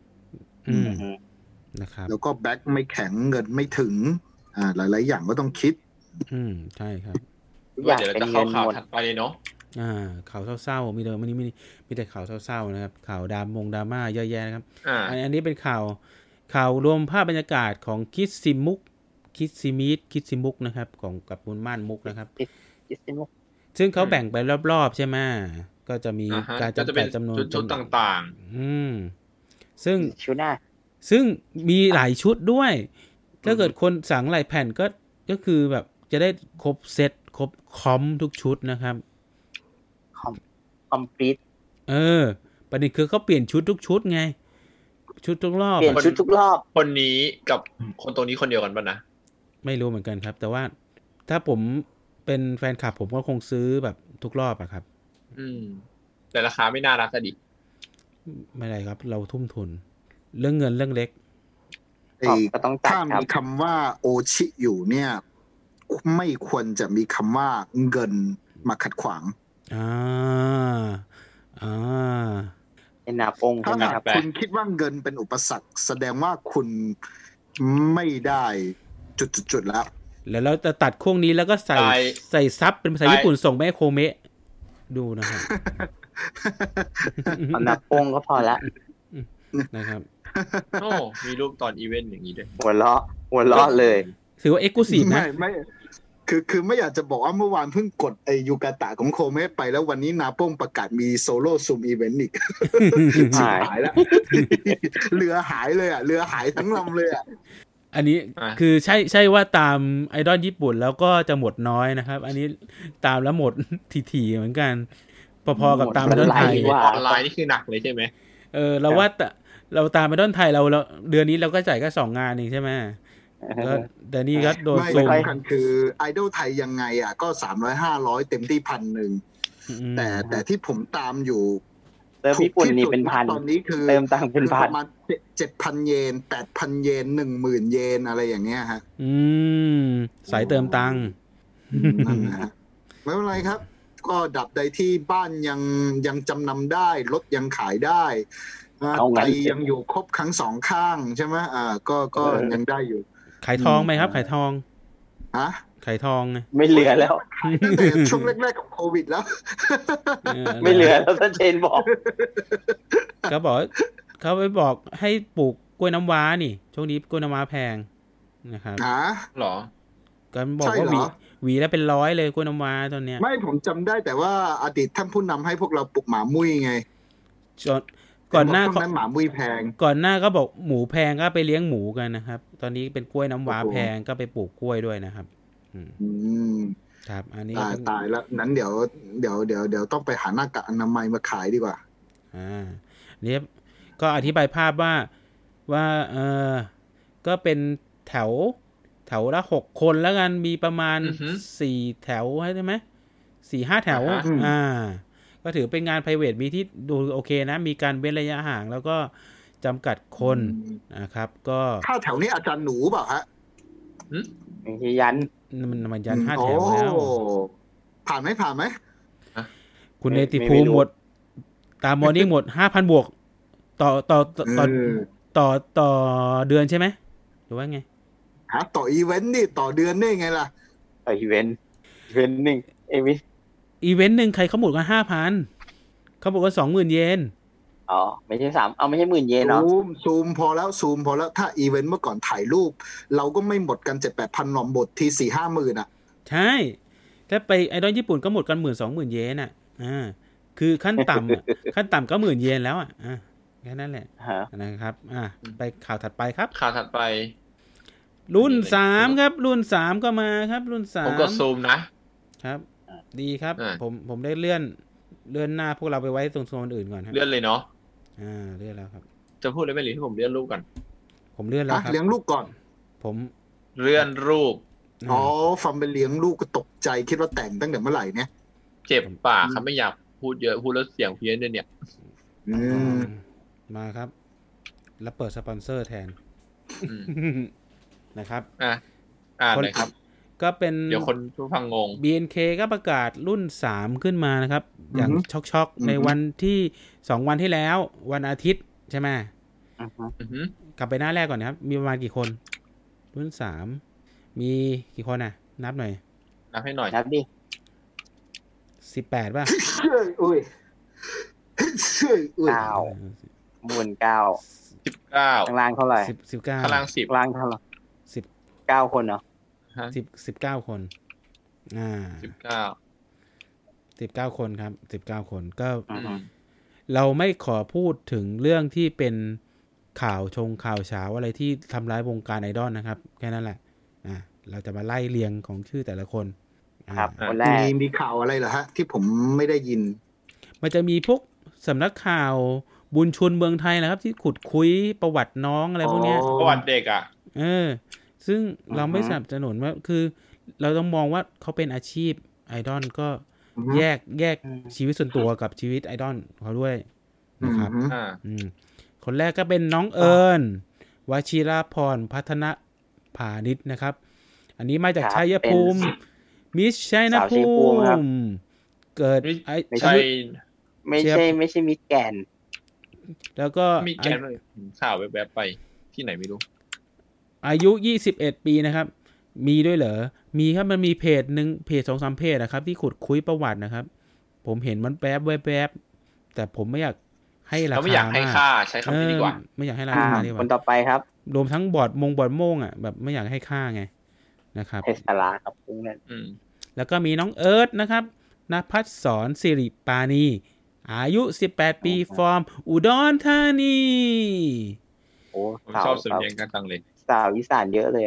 นะครับแล้วก็แบ็คไม่แข็งเงินไม่ถึงหลายๆอย่างก็ต้องคิดใช่ครับเดี๋ยวเราจะเข้าข่าวถัดไปเลยเนาะข่าวเศร้าๆมีแต่ข่าวเศร้าๆนะครับข่าวดราม่าเยอะแยะนะครับอันนี้เป็นข่าวรวมภาพบรรยากาศของคิดซิมุกนะครับของกับบุญม่านมุกนะครับคิดซิมุกซึ่งเขาแบ่งไปรอบๆใช่ไหมก็จะมีการจำกัดจำนวนชุดต่างๆซึ่งมีหลายชุดด้วยถ้าเกิดคนสั่งหลายแผ่นก็คือแบบจะได้ครบเซตครบคอมทุกชุดนะครับคอมพลีทประเด็นคือเขาเปลี่ยนชุดทุกชุดไงชุดทุกรอบเปลี่ยนชุดทุกรอบคนนี้กับคนตัวนี้คนเดียวกันป่ะนะไม่รู้เหมือนกันครับแต่ว่าถ้าผมเป็นแฟนคลับผมก็คงซื้อแบบทุกรอบครับแต่ราคาไม่น่ารักดิไม่ไรครับเราทุ่มทุนเรื่องเงินเรื่องเล็กก็ต้องจัดถ้ามีคำว่าโอชิอยู่เนี่ยไม่ควรจะมีคำว่าเงินมาขัดขวางเป็นนาปงถ้าคุณคิดว่าเงินเป็นอุปสรรคแสดงว่าคุณไม่ได้จุดๆแล้วเราจะตัดช่วงนี้แล้วก็ใส่ซับเป็นภาษาญี่ปุ่นส่งไปให้โคเมะดูนะครับนาปงก็พอละนะครับโอ้มีรูปตอนอีเวนต์อย่างนี้ด้วยหัวเราะเลยถือว่าเอ็กซ์คลูซีฟนะไม่คือไม่อยากจะบอกว่าเมื่อวานเพิ่งกดไอยูกาตะของโคเมะไปแล้ววันนี้นาโป้งประกาศมีโซโล่ซูมอีเวนต์อีกหายแล้วเรือหายเลยเรือหายทั้งลำเลยอันนี้คือใช่ว่าตามไอดอลญี่ปุ่นแล้วก็จะหมดน้อยนะครับอันนี้ตามแล้วหมดถี่ๆเหมือนกันพอๆกับตามไอดอลไทยออนไลน์นี่คือหนักเลยใช่ไหมเราว่าเราตามไอดอลไทยเราเดือนนี้เราก็จ่ายแค่2 งานเองใช่ไหมแต่นี่ก็โดนไม่สำคัญคือไอดอลไทยยังไงก็300-500เต็มที่ 1,000 แต่ที่ผมตามอยู่เติมญี่ปุ่นนี่เป็นพันตอนนี้คือเติมตังค์เป็นพันประมาณ 7,000 เยน 8,000 เยน 10,000 เยนอะไรอย่างเงี้ยฮะสายเติมตังค์นั่นนะฮะไม่เป็นไรครับก็ดับใดที่บ้านยังจำนำได้รถยังขายได้ไตยังอยู่ครบทั้ง2ข้างใช่ไหมก็ยังได้อยู่ขายทองไหมครับขายทองขายทองไม่เหลือแล้วตั้งแต่ช่วงแรกๆของโควิดแล้วไม่เหลือแล้วท่านเชนบอกเขาไปบอกให้ปลูกกล้วยน้ำว้านี่ช่วงนี้กล้วยน้ำว้าแพงนะครับหรอก็บอกว่าหวีแล้วเป็น100เลยกล้วยน้ำว้าตอนเนี้ยไม่ผมจำได้แต่ว่าอดีตท่านผู้นำให้พวกเราปลูกหมามุ้ยไงก่อนหน้าหมามุ้ยแพงก่อนหน้าก็บอกหมูแพงก็ไปเลี้ยงหมูกันนะครับตอนนี้เป็นกล้วยน้ำว้าแพงก็ไปปลูกกล้วยด้วยนะครับครับอันนี้ตายแล้วนั้นเดี๋ยวต้องไปหาหน้ากากอนามัยมาขายดีกว่านี่ก็อธิบายภาพว่าก็เป็นแถวละ6คนแล้วกันมีประมาณ4แถวใช่ไหม 4-5 แถวก็ถือเป็นงาน private มีที่ดูโอเคนะมีการเว้นระยะห่างแล้วก็จำกัดคนนะครับก็ 5แถวนี้อาจารย์หนูเปล่าฮะไม่ใช่ยันมันยัน5แถวแล้วผ่านไหมคุณเนติภูมิหมดตามมอร์นิ่งหมด 5,000 บวกต่อเดือนใช่ไหมหรือว่าไงต่ออีเวนต์นี่ต่อเดือนได้ไงล่ะต่ออีเวนต์นึงอีเวนต์นึงใครเขาหมดกัน 5,000 เขาบอกว่า 20,000 เยนไม่ใช่3ไม่ใช่10,000 เยนเนาะซูมพอแล้วถ้าอีเวนต์เมื่อก่อนถ่ายรูปเราก็ไม่หมดกัน 7-8,000 หนอมบทที 4-5 หมื่นอ่ะใช่ถ้าไปไอดอลญี่ปุ่นก็หมดกัน 10,000-20,000 เยนอ่ะคือขั้นต่ำก็10,000 เยนแล้วอ่ะแค่นั้นแหละนะครับไปข่าวถัดไปครับข่าวถัดไปรุ่น3ครับรุ่น3ก็มาครับรุ่น3 ผมกดซูมนะครับดีครับผมได้เลื่อนหน้าพวกเราไปไว้ตรงโซนอื่นก่อนครับเลื่อนเลยเนาะเลื่อนแล้วครับจะพูดได้ไหมหรือที่ผมเลื่อนรูปก่อนผมเลื่อนแล้วครับเลี้ยงลูกก่อนผมเลื่อนรูปฟังไปเลี้ยงลูกก็ตกใจคิดว่าแต่งตั้งแต่เมื่อไหร่เนี่ยเจ็บปากครับไม่อยากพูดเยอะพูดแล้วเสียงเพี้ยนเนี่ยมาครับแล้วเปิดสปอนเซอร์แทนนะครับเลยครับก็เป็นเดี๋ยวคนผู้ฟังงง BNK ก็ประกาศรุ่น3ขึ้นมานะครับอย่างช็อกๆในวันที่2วันที่แล้ววันอาทิตย์ใช่ไหมกลับไปหน้าแรกก่อนนะครับมีประมาณกี่คนรุ่น3มีกี่คนนับหน่อยนับให้หน่อยนับดิ 18ป่ะอุ้ย 9บน9ข้างล่างเท่าไหร่ 19 ข้างล่าง10 ข้างล่างเท่าไหร่19 คนเหรอ 19 คน19 คนครับ19 คนก็เราไม่ขอพูดถึงเรื่องที่เป็นข่าวเช้าอะไรที่ทำร้ายวงการไอดอลนะครับแค่นั้นแหละเราจะมาไล่เรียงของชื่อแต่ละคนครับคนแรกมีข่าวอะไรเหรอฮะที่ผมไม่ได้ยินมันจะมีพวกสำนักข่าวบุญชุนเมืองไทยนะครับที่ขุดคุยประวัติน้องอะไรพวกนี้ประวัติเด็กซึ่งเราไม่สนับสนุนว่าคือเราต้องมองว่าเขาเป็นอาชีพไอดอลก็แยกชีวิตส่วนตัวกับชีวิตไอดอลเขาด้วยนะครับคนแรกก็เป็นน้องเอิญวชิราพรพัฒนพาณิชย์นะครับอันนี้มาจากชัยภูมิมิสชัยภูมิเกิดไม่ใช่มิสแกนแล้วก็มีแกนเลยข่าวแบบไปที่ไหนไม่รู้อายุ21ปีนะครับมีด้วยเหรอมีครับมันมีเพจนึงเพจ 2-3 เพจนะครับที่ขุดคุยประวัตินะครับผมเห็นมันแป๊บแต่ผมไม่อยากให้ราคาไม่อยากให้ค่าใช้คำนี้ดีกว่าไม่อยากให้ราคาดีกว่าคนต่อไปครับรวมทั้งบอร์ดโม่งแบบไม่อยากให้ค่าไงนะครับเทสลาครับพวกนั้นแล้วก็มีน้องเอิร์ธนะครับณภัสสรศิริปานีอายุ18ปีฟอร์มอุดรธานีโอ้ชอบสำเนียงกันจังเลยสาวอีสานเยอะเลย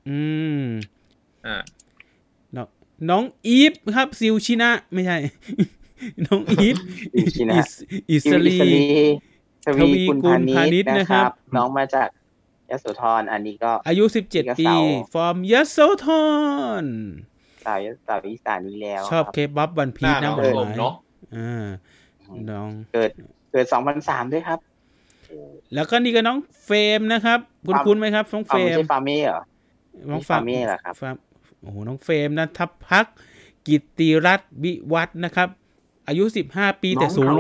น้องอีฟครับซิวชินะไม่ใช่น้องอีฟอิสรีทวีกุลพาณิชย์นะครับน้องมาจากยโสธรอันนี้ก็อายุ17ปีฟอร์มยโสธรสาวอีสานนี้แล้วชอบเคป๊อปวันพีชนะเนาะน้องเกิด2003ด้วยครับแล้วก็นี่ก็น้องเฟรมนะครับคุ้นๆไหมครับน้องเฟรมไม่ใช่ฟาร์มี่เหรอน้องฟาร์มี่เหรอครับโอ้โหน้องเฟรมนะทัพพักกิตติรัตน์วิวัฒน์นะครับอายุ15ปีแต่สูง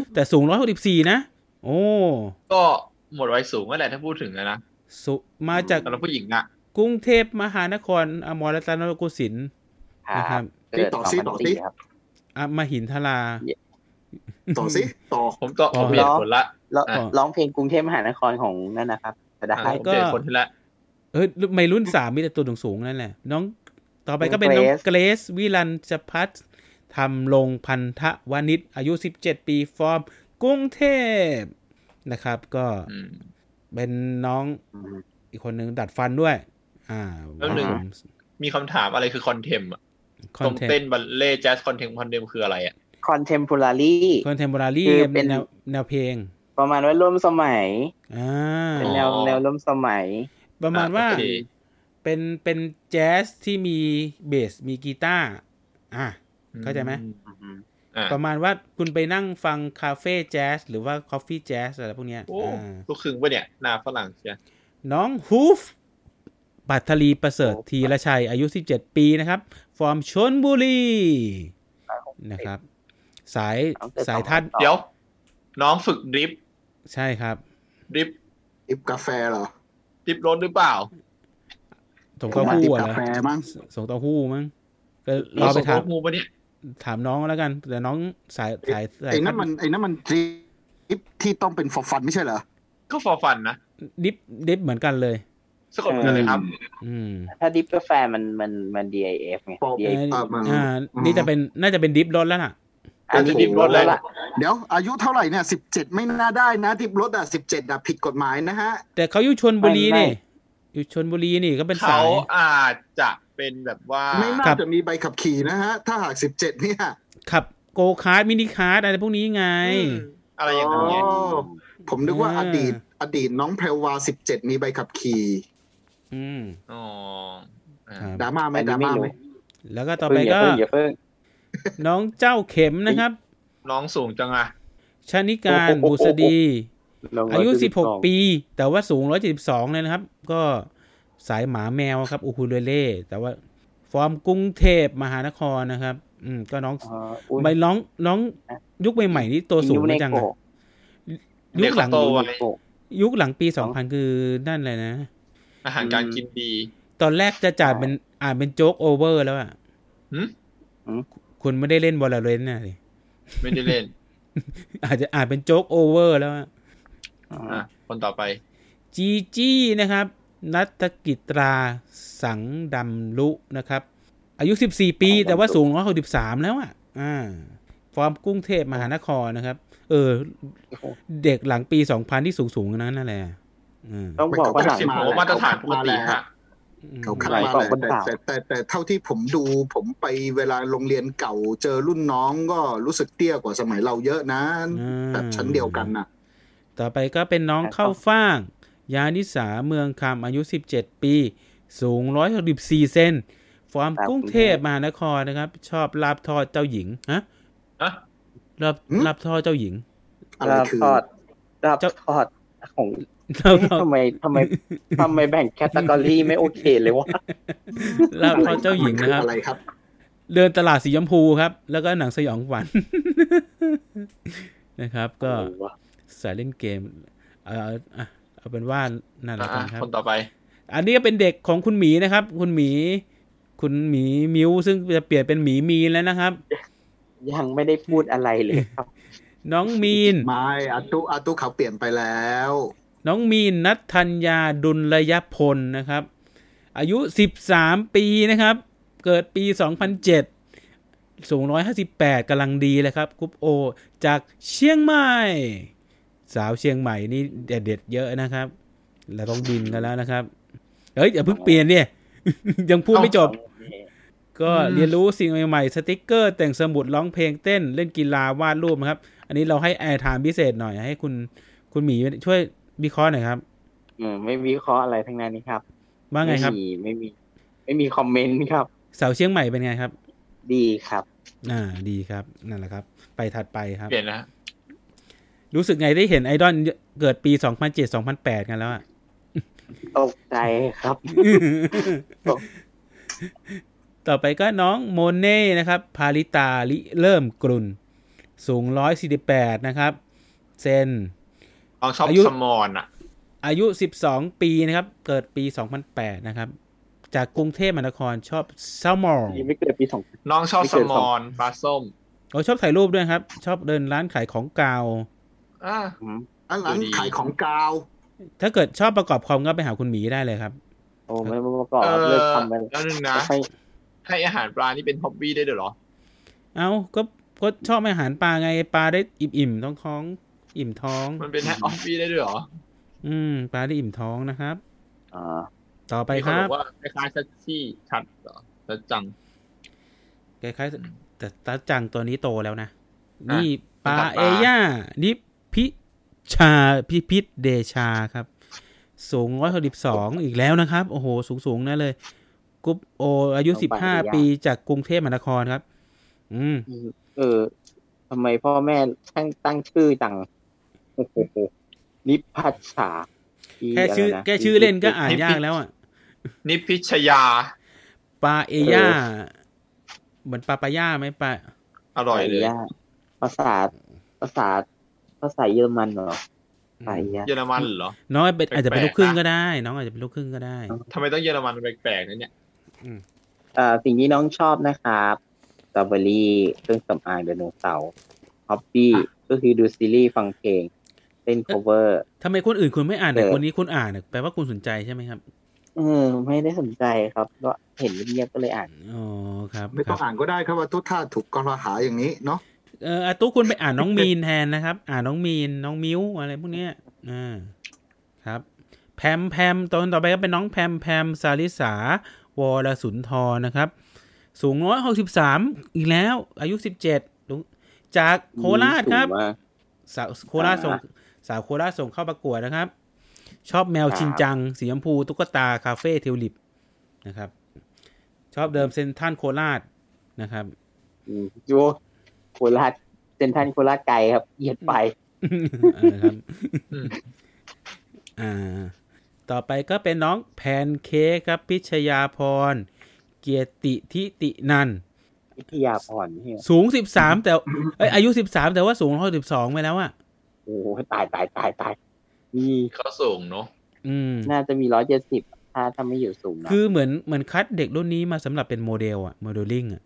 164นะโอ้ก็หมดวัยสูงก็แหละถ้าพูดถึงนะมาจากเราผู้หญิงอ่ะกรุงเทพมหานครอมรรัตนโกสินทร์นะครับต่อสิครับมหินทราต่อผมต่อผมเปลี่ยนคนละร้องเพลงกรุงเทพมหานครของนั่นนะครับได้ก็เปลี่ยนคนละไม่รุ่น3มีแต่ตัวสูงๆนั่นแหละน้องต่อไปก็เป็นน้องเกรซวิรัญจพัฒน์ทำลงพันธวณิชอายุ17ปีฟอร์มกรุงเทพนะครับก็เป็นน้องอีกคนนึงดัดฟันด้วยแล้วหนึ่งมีคำถามอะไรคือคอนเทมอ่ะตรงเต้นบัลเล่แจ๊สคอนเทมคืออะไรอ่ะคอนเทมโพรารี่เป็นแนวเพลงประมาณว่าร่วมสมัยเป็นแนวร่วมสมัยประมาณว่าเป็นแจ๊สที่มีเบสมีกีตาร์เข้าใจไหมประมาณว่าคุณไปนั่งฟังคาเฟ่แจ๊สหรือว่าคอฟฟี่แจ๊สอะไรพวกเนี้ยลูกครึ่งป่ะเนี่ยหน้าฝรั่งใช่น้องฮูฟปัทลีประเสริฐธีรชัยอายุ17ปีนะครับฟอร์มชลบุรีนะครับสายทัดเดี๋ยวน้องฝึกดริฟใช่ครับดริฟกาแฟเหรอดริฟรถหรือเปล่าส่งเต้าหู้เหรอส่งเต้าหู้มั้งก็รอไปถามน้องแล้วกันแต่น้องสายไอ้นั่นมันดริฟที่ต้องเป็นฟอร์ฟันไม่ใช่เหรอก็ฟอร์ฟันนะดริฟเหมือนกันเลยสะกดเหมือนกันเลยครับถ้าดริฟกาแฟมัน DIF ไงนี่จะเป็นน่าจะเป็นดริฟรถแล้วน่ะอันนี้ดิบรถแล้วล่ะเดี๋ยวอายุเท่าไหร่เนี่ย17ไม่น่าได้นะดิบรถอ่ะ17อ่ะผิดกฎหมายนะฮะแต่เขาอยู่ชลบุรีนี่อยู่ชลบุรีนี่ก็เป็นสายเขาอาจจะเป็นแบบว่าไม่น่าจะมีใบขับขี่นะฮะถ้าหาก17เนี่ยขับโกคาร์ทมินิคาร์ทอะไรพวกนี้ไงอะไรอย่างเงี้ยผมนึกว่าอดีตน้องแพรวา17มีใบขับขี่อ๋อดราม่าไหมแล้วก็ต่อไปก็น้องเจ้าเข็มนะครับน้องสูงจังอะชนิการบุษดีอายุ16ปีแต่ว่าสูง172เลยนะครับก็สายหมาแมวครับอูคูเลเล่แต่ว่าฟอร์มกรุงเทพมหานครนะครับก็น้องยุคใหม่ๆนี่ตัวสูงจังอะยุคหลังปี2000คือนั่นเลยนะอาหารการกินดีตอนแรกจะจ่ายเป็นโจ๊กโอเวอร์แล้วอ่ะคุณไม่ได้เล่น Valorant นะสิไม่ได้เล่นอาจจะเป็นโจ๊กโอเวอร์แล้วคนต่อไปจีจี้นะครับนัฐกิตราสังดำลุนะครับอายุ14ปีแต่ว่าสูง163แล้วฟอร์มกรุงเทพมหานครนะครับเด็กหลังปี2000ที่สูงๆนั้นนั่นแหละต้องบอกว่ามาตรฐานปกติฮะเขาคัดมาแต่เท่าที่ผมดูผมไปเวลาโรงเรียนเก่าเจอรุ่นน้องก็รู้สึกเตี้ยกว่าสมัยเราเยอะนะแบบชั้นเดียวกันน่ะต่อไปก็เป็นน้องเข้าฟ่างยานิสาเมืองคำอายุ17ปีสูง164เซนฟอร์มกรุงเทพมหานครนะครับชอบลาบทอดเจ้าหญิงลาบทอดเจ้าหญิงลาบทอดของทำไมแบ่งแคตตากรีไม่โอเคเลยวะลาบทอดเจ้าหญิงนะครับอะไรครับเดินตลาดสีชมพูครับแล้วก็หนังสยองขวัญนะครับก็สายเล่นเกมเอาเป็นว่านั่นแหละครับคนต่อไปอันนี้ก็เป็นเด็กของคุณหมีนะครับคุณหมีมิวซึ่งจะเปลี่ยนเป็นหมีมีนแล้วนะครับยังไม่ได้พูดอะไรเลยครับน้องมีนไม่อาตุเขาเปลี่ยนไปแล้วน้องมีนณัฐัญญาดุลยพลนะครับอายุ13ปีนะครับเกิดปี2007สูง158กำลังดีเลยครับกรุ๊ปโอจากเชียงใหม่สาวเชียงใหม่นี่เด็ดเยอะนะครับเราต้องบินกันแล้วนะครับอย่าเพิ่งเปลี่ยนเนี่ยยังพูดไม่จบก็เรียนรู้สิ่งใหม่ๆสติ๊กเกอร์แต่งสมุดร้องเพลงเต้นเล่นกีฬาวาดรูปนะครับอันนี้เราให้แอร์ไทม์พิเศษหน่อยให้คุณหมีช่วยวิเคราะห์หน่อยครับไม่วิเคราะห์อะไรทั้งนั้นนี่ครับว่าไงครับไม่มีคอมเมนต์ครับสาวเชียงใหม่เป็นไงครับดีครับดีครับนั่นแหละครับไปถัดไปครับเปลี่ยนนะรู้สึกไงได้เห็นไอดอลเกิดปี 2007-2008 กันแล้วอ่ะตกใจครับต่อไปก็น้องโมเน่นะครับพาริตาลิเริ่มกรุนสูง148นะครับเซนชอบสมอนอ่ะอายุ12ปีนะครับเกิดปี2008นะครับจากกรุงเทพมหานครชอบซามอร์ไม่เกิดปี2 น้องชอบสมอนปลาส้มชอบถ่ายรูปด้วยครับชอบเดินร้านขายของกาวร้านขายของกาวถ้าเกิดชอบประกอบคอมก็ไปหาคุณหมีได้เลยครับโอ้ไม่ประกอบเลิกทำไปแล้วนึงนะให้อาหารปลานี่เป็นฮ็อบบี้ได้ด้วยเหรอก็ชอบอาหารปลาไงปลาได้อิ่มท้องอิ่มท้องมันเป็นฮ็อบบี้ได้ด้วยเหรอปลาได้อิ่มท้องนะครับต่อไปครับว่าคล้ายๆซัชชี่ชัดเหรอซัชจังคล้ายๆแต่ซัชจังตัวนี้โตแล้วนะนี่ปลาเอย่านิพิพิธเดชาครับสูง162อีกแล้วนะครับโอ้โหสูงนะเลยกุ๊ปโออายุ15ปีจากกรุงเทพมหานครครับทำไมพ่อแม่ตั้งชื่อจังโอ้โหนิพัชชาแค่ชื่อเล่นก็อ่านยากแล้วอ่ะนิพิชยาปลาเอย่าเหมือนปลาปย่าไหมปลาอร่อยเลยภาษาเยอรมันเหรอเยอรมันเหรอน้องอาจจะเป็นลูกครึ่งก็ได้น้องอาจจะเป็นลูกครึ่งก็ได้ทำไมต้องเยอรมันแปลกๆนั่นเนี่ยสิ่งที่น้องชอบนะครับสตรอเบอรี่เครื่องสำอางไดโนเสาร์ฮอปปี้ก็คือดูซีรีส์ฟังเพลงเล่น cover ทำไมคนอื่นคุณไม่อ่านแต่คนนี้คุณอ่านแปลว่าคุณสนใจใช่ไหมครับไม่ได้สนใจครับก็เห็นเงียบก็เลยอ่านครับไม่ต้องอ่านก็ได้ครับว่าทุกท่าถูกกล่าวหาอย่างนี้เนาะตุ๊กคุณไปอ่านน้องมีนแทนนะครับอ่านน้องมีนน้องมิ้วอะไรพวกเนี้ยครับแพมตอนต่อไปก็เป็นน้องแพมสาริสาวรสุนทรนะครับสูง163อีกแล้วอายุ17จากโคราชครับสาวโคราชส่งเข้าประกวดนะครับชอบแมวชินจังสีชมพูตุ๊กตาคาเฟ่ทิวลิปนะครับชอบเดิมเซ็นทรัลโคราชนะครับโยโคราชเซ็นทรัลโคราชไกลครับเหยียดไปนะครับต่อไปก็เป็นน้องแพนเค้กครับพิชยาพรเกียรติทิตินันพิชยาพรสูง13แต่อายุ13แต่ว่าสูง112ไปแล้วอ่ะโอ้ตายนี่เขาสูงเนาะน่าจะมี170ถ้าไม่อยู่สูงนะคือเหมือนคัดเด็กรุ่นนี้มาสำหรับเป็นโมเดลอ่ะโมเดลลิ่งอ่ะ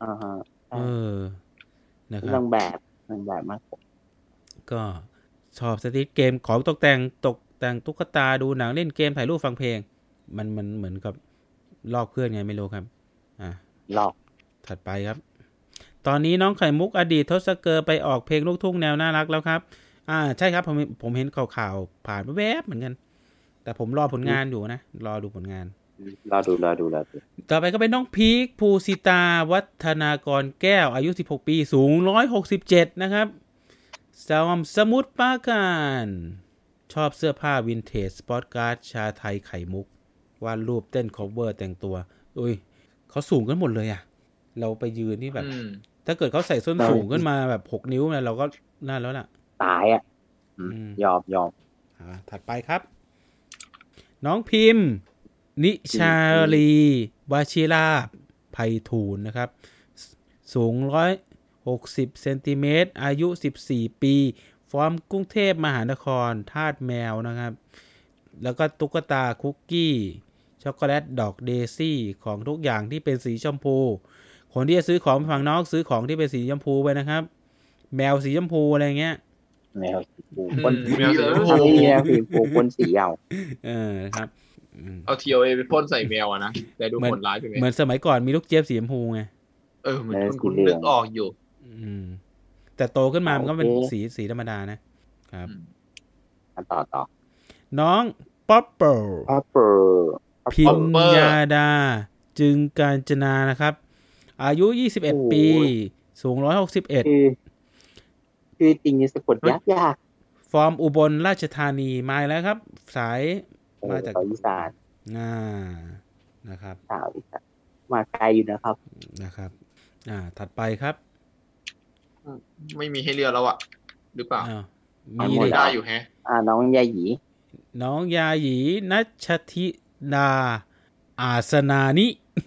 นะครับนางแบบมากก็ชอบสตรีทเกมของตกแต่งตุ๊กตาดูหนังเล่นเกมถ่ายรูปฟังเพลงมันเหมือนกับลอกเพื่อนไงไม่รู้ครับลอกถัดไปครับตอนนี้น้องไข่มุกอดีตทศเกอร์ไปออกเพลงลูกทุ่งแนวน่ารักแล้วครับใช่ครับผมเห็นข่าวผ่านแวบเหมือนกันแต่ผมรอผลงานอยู่นะรอดูผลงานรอดูต่อไปก็เป็นน้องพีคภูสิตาวัฒนากรแก้วอายุ16ปีสูง167นะครับสมุทรปราการชอบเสื้อผ้าวินเทจสปอร์ตการ์ดชาไทยไข่มุกวาดรูปเต้นคอเวอร์แต่งตัวเขาสูงกันหมดเลยอ่ะเราไปยืนนี่แบบถ้าเกิดเขาใส่ส้นสูงขึ้นมาแบบ6นิ้วเนี่ยเราก็น่าแล้วล่ะตายอ่ะยอมถัดไปครับน้องพิมพ์นิชาลีวชิราไพฑูรย์นะครับสูง160เซนติเมตรอายุ14ปีฟอร์มกรุงเทพมหานครทาสแมวนะครับแล้วก็ตุ๊กตาคุกกี้ช็อกโกแลตดอกเดซี่ของทุกอย่างที่เป็นสีชมพูคนที่จะซื้อของฝั่งน้องซื้อของที่เป็นสีชมพูไปนะครับแมวสีชมพูอะไรเงี้ยแมวสีชมพูคนสีคนสียาวครับเอา TOA ไปพ่นใส่แมวอ่ะนะแต่ดูผลร้ายไปไหมเหมือนสมัยก่อนมีลูกเจี๊ยบสีชมพูไงเหมือนคุณนึกออกอยู่แต่โตขึ้นมามันก็เป็นสีธรรมดานะครับต่อน้องป๊อปเปอร์พิญญาดาจึงกาญจนานะครับอายุ21ปีสูง161 คือจริงๆสะกดยากฟอร์มอุบลราชธานีมาแล้วครับสายมาจากอีสานนะครับมาไกลอยู่นะครับถัดไปครับไม่มีให้เลือกแล้วอะหรือเปล่ามีได้อยู่แฮะน้องยาหยีนัชธิดาอาสนานิ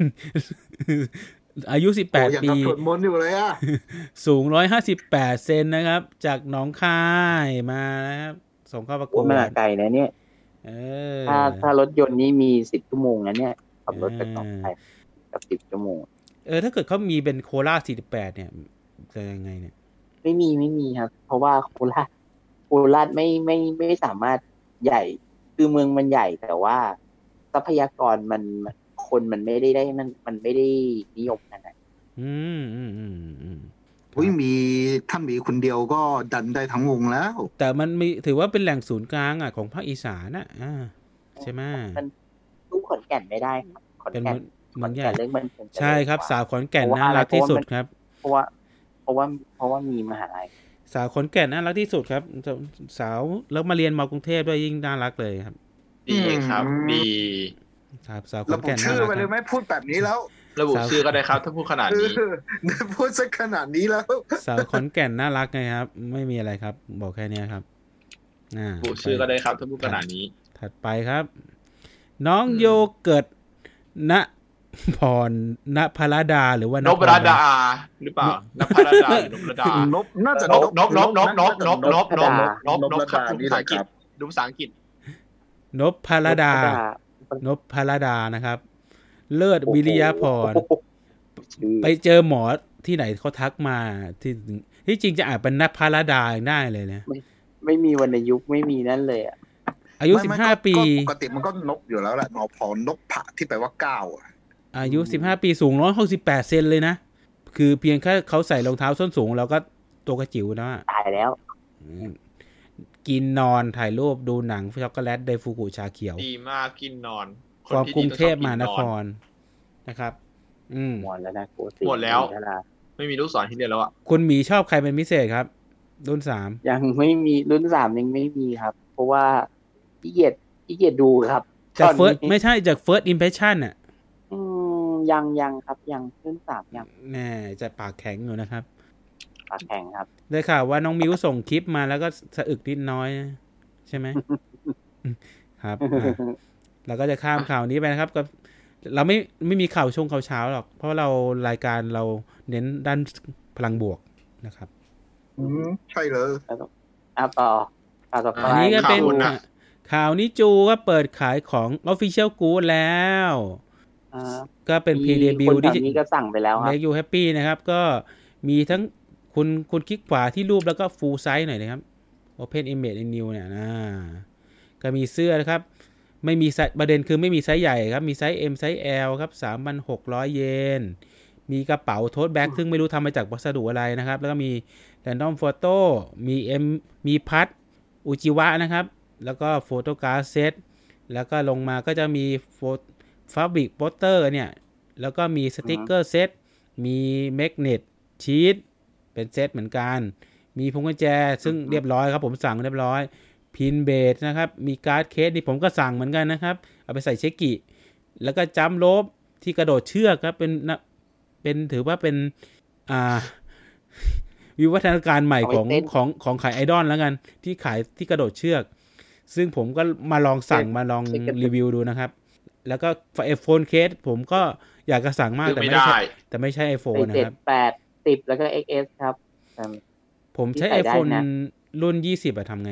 อายุ18 ปีสวดมนต์อยู่เลยอ่ะสูง158 เซนนะครับจากหนองคายมานะครับส่งเข้าประกวดมาไกลนะเนี่ยถ้ารถยนต์นี่มี10 ชั่วโมงนะเนี่ยขับรถจากหนองคายกับ10 ชั่วโมงถ้าเกิดเขามีเป็นโคราช48เนี่ยจะยังไงเนี่ยไม่มีครับเพราะว่าโคราชไม่สามารถใหญ่คือเมืองมันใหญ่แต่ว่าทรัพยากรคนมันไม่ได้มันไม่ได้นิยมขนาดนั้นถ้ามีคนเดียวก็ดันได้ทั้งวงแล้วแต่มันมีถือว่าเป็นแหล่งศูนย์กลางของภาคอีสานนะใช่ไหมมันสู้ขอนแก่นไม่ได้ขอนแก่นมันใหญ่ใช่ครับสาวขอนแก่นน่ารักที่สุดครับเพราะว่ามีมหาลัยสาวขอนแก่นน่ารักที่สุดครับสาวแล้วมาเรียนม.กรุงเทพด้วยยิ่งน่ารักเลยครับดีครับดีครับสาวขอนแก่นชื่อไปเลยไหมพูดแบบนี้แล้วระบุชื่อก็ได้ครับถ้าพูดขนาดนี้พูดสักขนาดนี้แล้วสาวขอนแก่นน่ารักไงครับไม่มีอะไรครับบอกแค่นี้ครับระบุชื่อก็ได้ครับถ้าพูดขนาดนี้ถัดไปครับน้องโยเกิร์ตณพรณพรดาหรือว่านพรดาหรือเปล่านพรดาหรือนพรดานพน่าจะนพครับภาษาอังกฤษดูภาษาอังกฤษนพรดานะครับเลิศวิริยาพรไปเจอหมอที่ไหนเขาทักมาที่จริงจะอ่านเป็นนพรดาได้เลยนะไม่มีวรรณยุกต์ไม่มีนั่นเลยอายุ15 ปีปกติมันก็นพอยู่แล้วแหละนพนพพะที่แปลว่า9 อายุ15 ปีสูง168 เซนเลยนะคือเพียงแค่เขาใส่รองเท้าส้นสูงแล้วก็ตัวกระจิ๋วนะตายแล้วกินนอนถ่ายรูปดูหนังช็อกโกแลตไดฟูกุชาเขียวดีมากกินนอนความกรุงเทพมหานครนะครับหมดแล้วนะหมดแล้วไม่มีลูกศรที่เดียวแล้วอ่ะคุณหมีชอบใครเป็นพิเศษครับรุ่น3 ยังไม่มีรุ่น3ยังไม่มีครับเพราะว่าขี้เกียจดูครับจาก first ไม่ใช่จาก first impression อ่ะยังครับยังรุ่น3ยังแน่จะปากแข็งอยู่นะครับปากแข็งครับได้ข่าวว่าน้องมิวส่งคลิปมาแล้วก็สะอึกนิดน้อยใช่ไหมครับเราก็จะข้ามข่าวนี้ไปนะครับก็เราไม่มีข่าวข่าวเช้าหรอกเพราะเรารายการเราเน้นด้านพลังบวกนะครับใช่เลยต่ออันนี้ก็เป็นข่าวนี้จูก็เปิดขายของ Official Good แล้วก็เป็น Pre-debut ที่ก็สั่งไปแล้วครับ Make You Happy นะครับก็มีทั้งคุณคลิกขวาที่รูปแล้วก็ Full Size หน่อยนะครับ Open Image in New เนี่ยก็มีเสื้อนะครับไม่มีประเด็นคือไม่มีไซส์ใหญ่ครับมีไซส์ M ไซส์ L ครับ 3,600 เยนมีกระเป๋าโทสแบ็คซึ่งไม่รู้ทำมาจากวัสดุอะไรนะครับแล้วก็มี Random Photo มีพัดอุจิวะนะครับแล้วก็โฟโต้การ์ดเซตแล้วก็ลงมาก็จะมีฟาบริกโปสเตอร์เนี่ยแล้วก็มีสติกเกอร์เซตมีแมกเนตชีทเป็นเซตเหมือนกันมีพวงกุญแจซึ่งเรียบร้อยครับผมสั่งเรียบร้อยพินเบสนะครับมีการ์ดเคสนี่ผมก็สั่งเหมือนกันนะครับเอาไปใส่เชกิแล้วก็จัมป์โรปที่กระโดดเชือกครับเป็นถือว่าเป็นวิวัฒนาการใหม่ของขายไอดอลแล้วกันที่ขายที่กระโดดเชือกซึ่งผมก็มาลองสั่งมาลองรีวิวดูนะครับแล้วก็ iPhone เคสผมก็อยากจะสั่งมากแต่ไม่ใช่ iPhone นะครับ 8 10แล้วก็ XS ครับผมใช้ iPhone รุ่น20ทำไง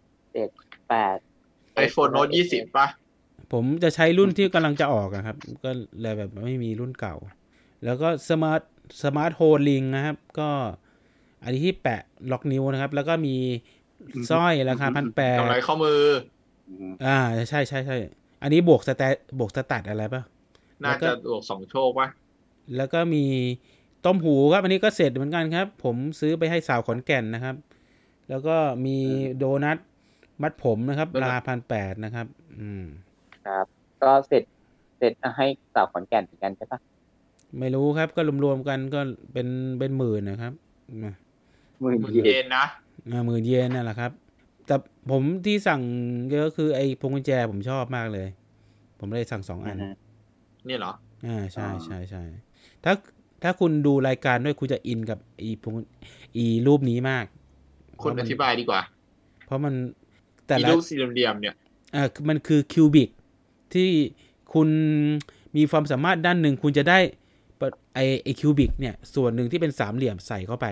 8 iPhone Note 20ป่ะผมจะใช้รุ่นที่กำลังจะออกครับก็เลยแบบไม่มีรุ่นเก่าแล้วก็สมาร์ทโฮลลิงนะครับก็อันนี้ที่แปะล็อกนิ้วนะครับแล้วก็มีสร้อยราคา 1,800 กำไรข้อมือใช่อันนี้บวกสแตทอะไรป่ะน่าจะบวก2โชคป่ะแล้วก็มีต้มหูครับอันนี้ก็เสร็จเหมือนกันครับผมซื้อไปให้สาวขอนแก่นนะครับแล้วก็มีโดนัทมัดผมนะครับราคา 1,800 นะครับครับก็เสร็จให้สาวขอนแก่นเหมือนกันใช่ป่ะไม่รู้ครับก็รวมๆกันก็เป็นหมื่นนะครับ 10,000 เยนนะ 10,000 เยนนั่นแหละครับแต่ผมที่สั่งก็คือไอ้พวงกุญแจผมชอบมากเลยผมเลยสั่ง2 อันนี่เหรอใช่ถ้าคุณดูรายการด้วยคุณจะอินกับอีรูปนี้มากคุณอธิบายดีกว่าเพราะมันแต่ละรูปสี่เหลี่ยมเนี่ยมันคือคิวบิกที่คุณมีความสามารถด้านหนึ่งคุณจะได้ไอคิวบิกเนี่ยส่วนหนึ่งที่เป็นสามเหลี่ยมใส่เข้าไป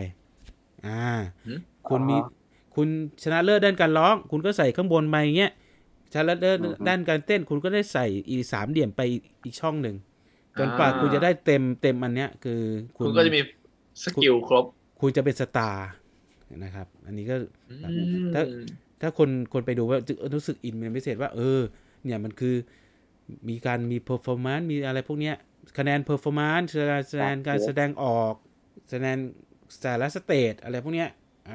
คุณชนะเลิศด้านการร้องคุณก็ใส่ข้างบนไปเงี้ยชนะเลิศด้านการเต้นคุณก็ได้ใส่อีสามเหลี่ยมไปอีกช่องหนึ่งจนกว่าคุณจะได้เต็มอันเนี้ยคือคุณก็จะมีสกิลครบคุณจะเป็นสตาร์นะครับอันนี้ก็ถ้าคนไปดูว่ารู้สึกอินเป็นพิเศษว่าเนี่ยมันคือมีการมีเพอร์ฟอร์แมนซ์มีอะไรพวกเนี้ยคะแนนเพอร์ฟอร์แมนซ์แสดงการแสดงออกแสดงแต่ละสเตจอะไรพวกเนี้ย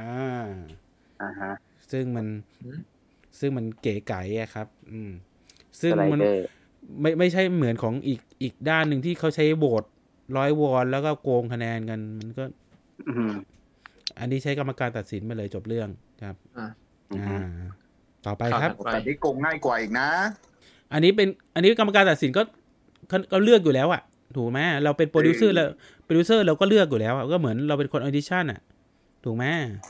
ซึ่งมันเก๋ไก๋อะครับซึ่งมันไม่ใช่เหมือนของอีกด้านหนึ่งที่เขาใช้โหวต100 วอนแล้วก็โกงคะแนนกันมันก็อันนี้ใช้กรรมการตัดสินมาเลยจบเรื่องครับต่อไปครับแต่นี้โกงง่ายกว่าอีกนะอันนี้กรรมการตัดสินก็เลือกอยู่แล้วอ่ะถูกไหมเราเป็นโปรดิวเซอร์เราก็เลือกอยู่แล้วก็เหมือนเราเป็นคนออดิชั่นอ่ะถูกไหม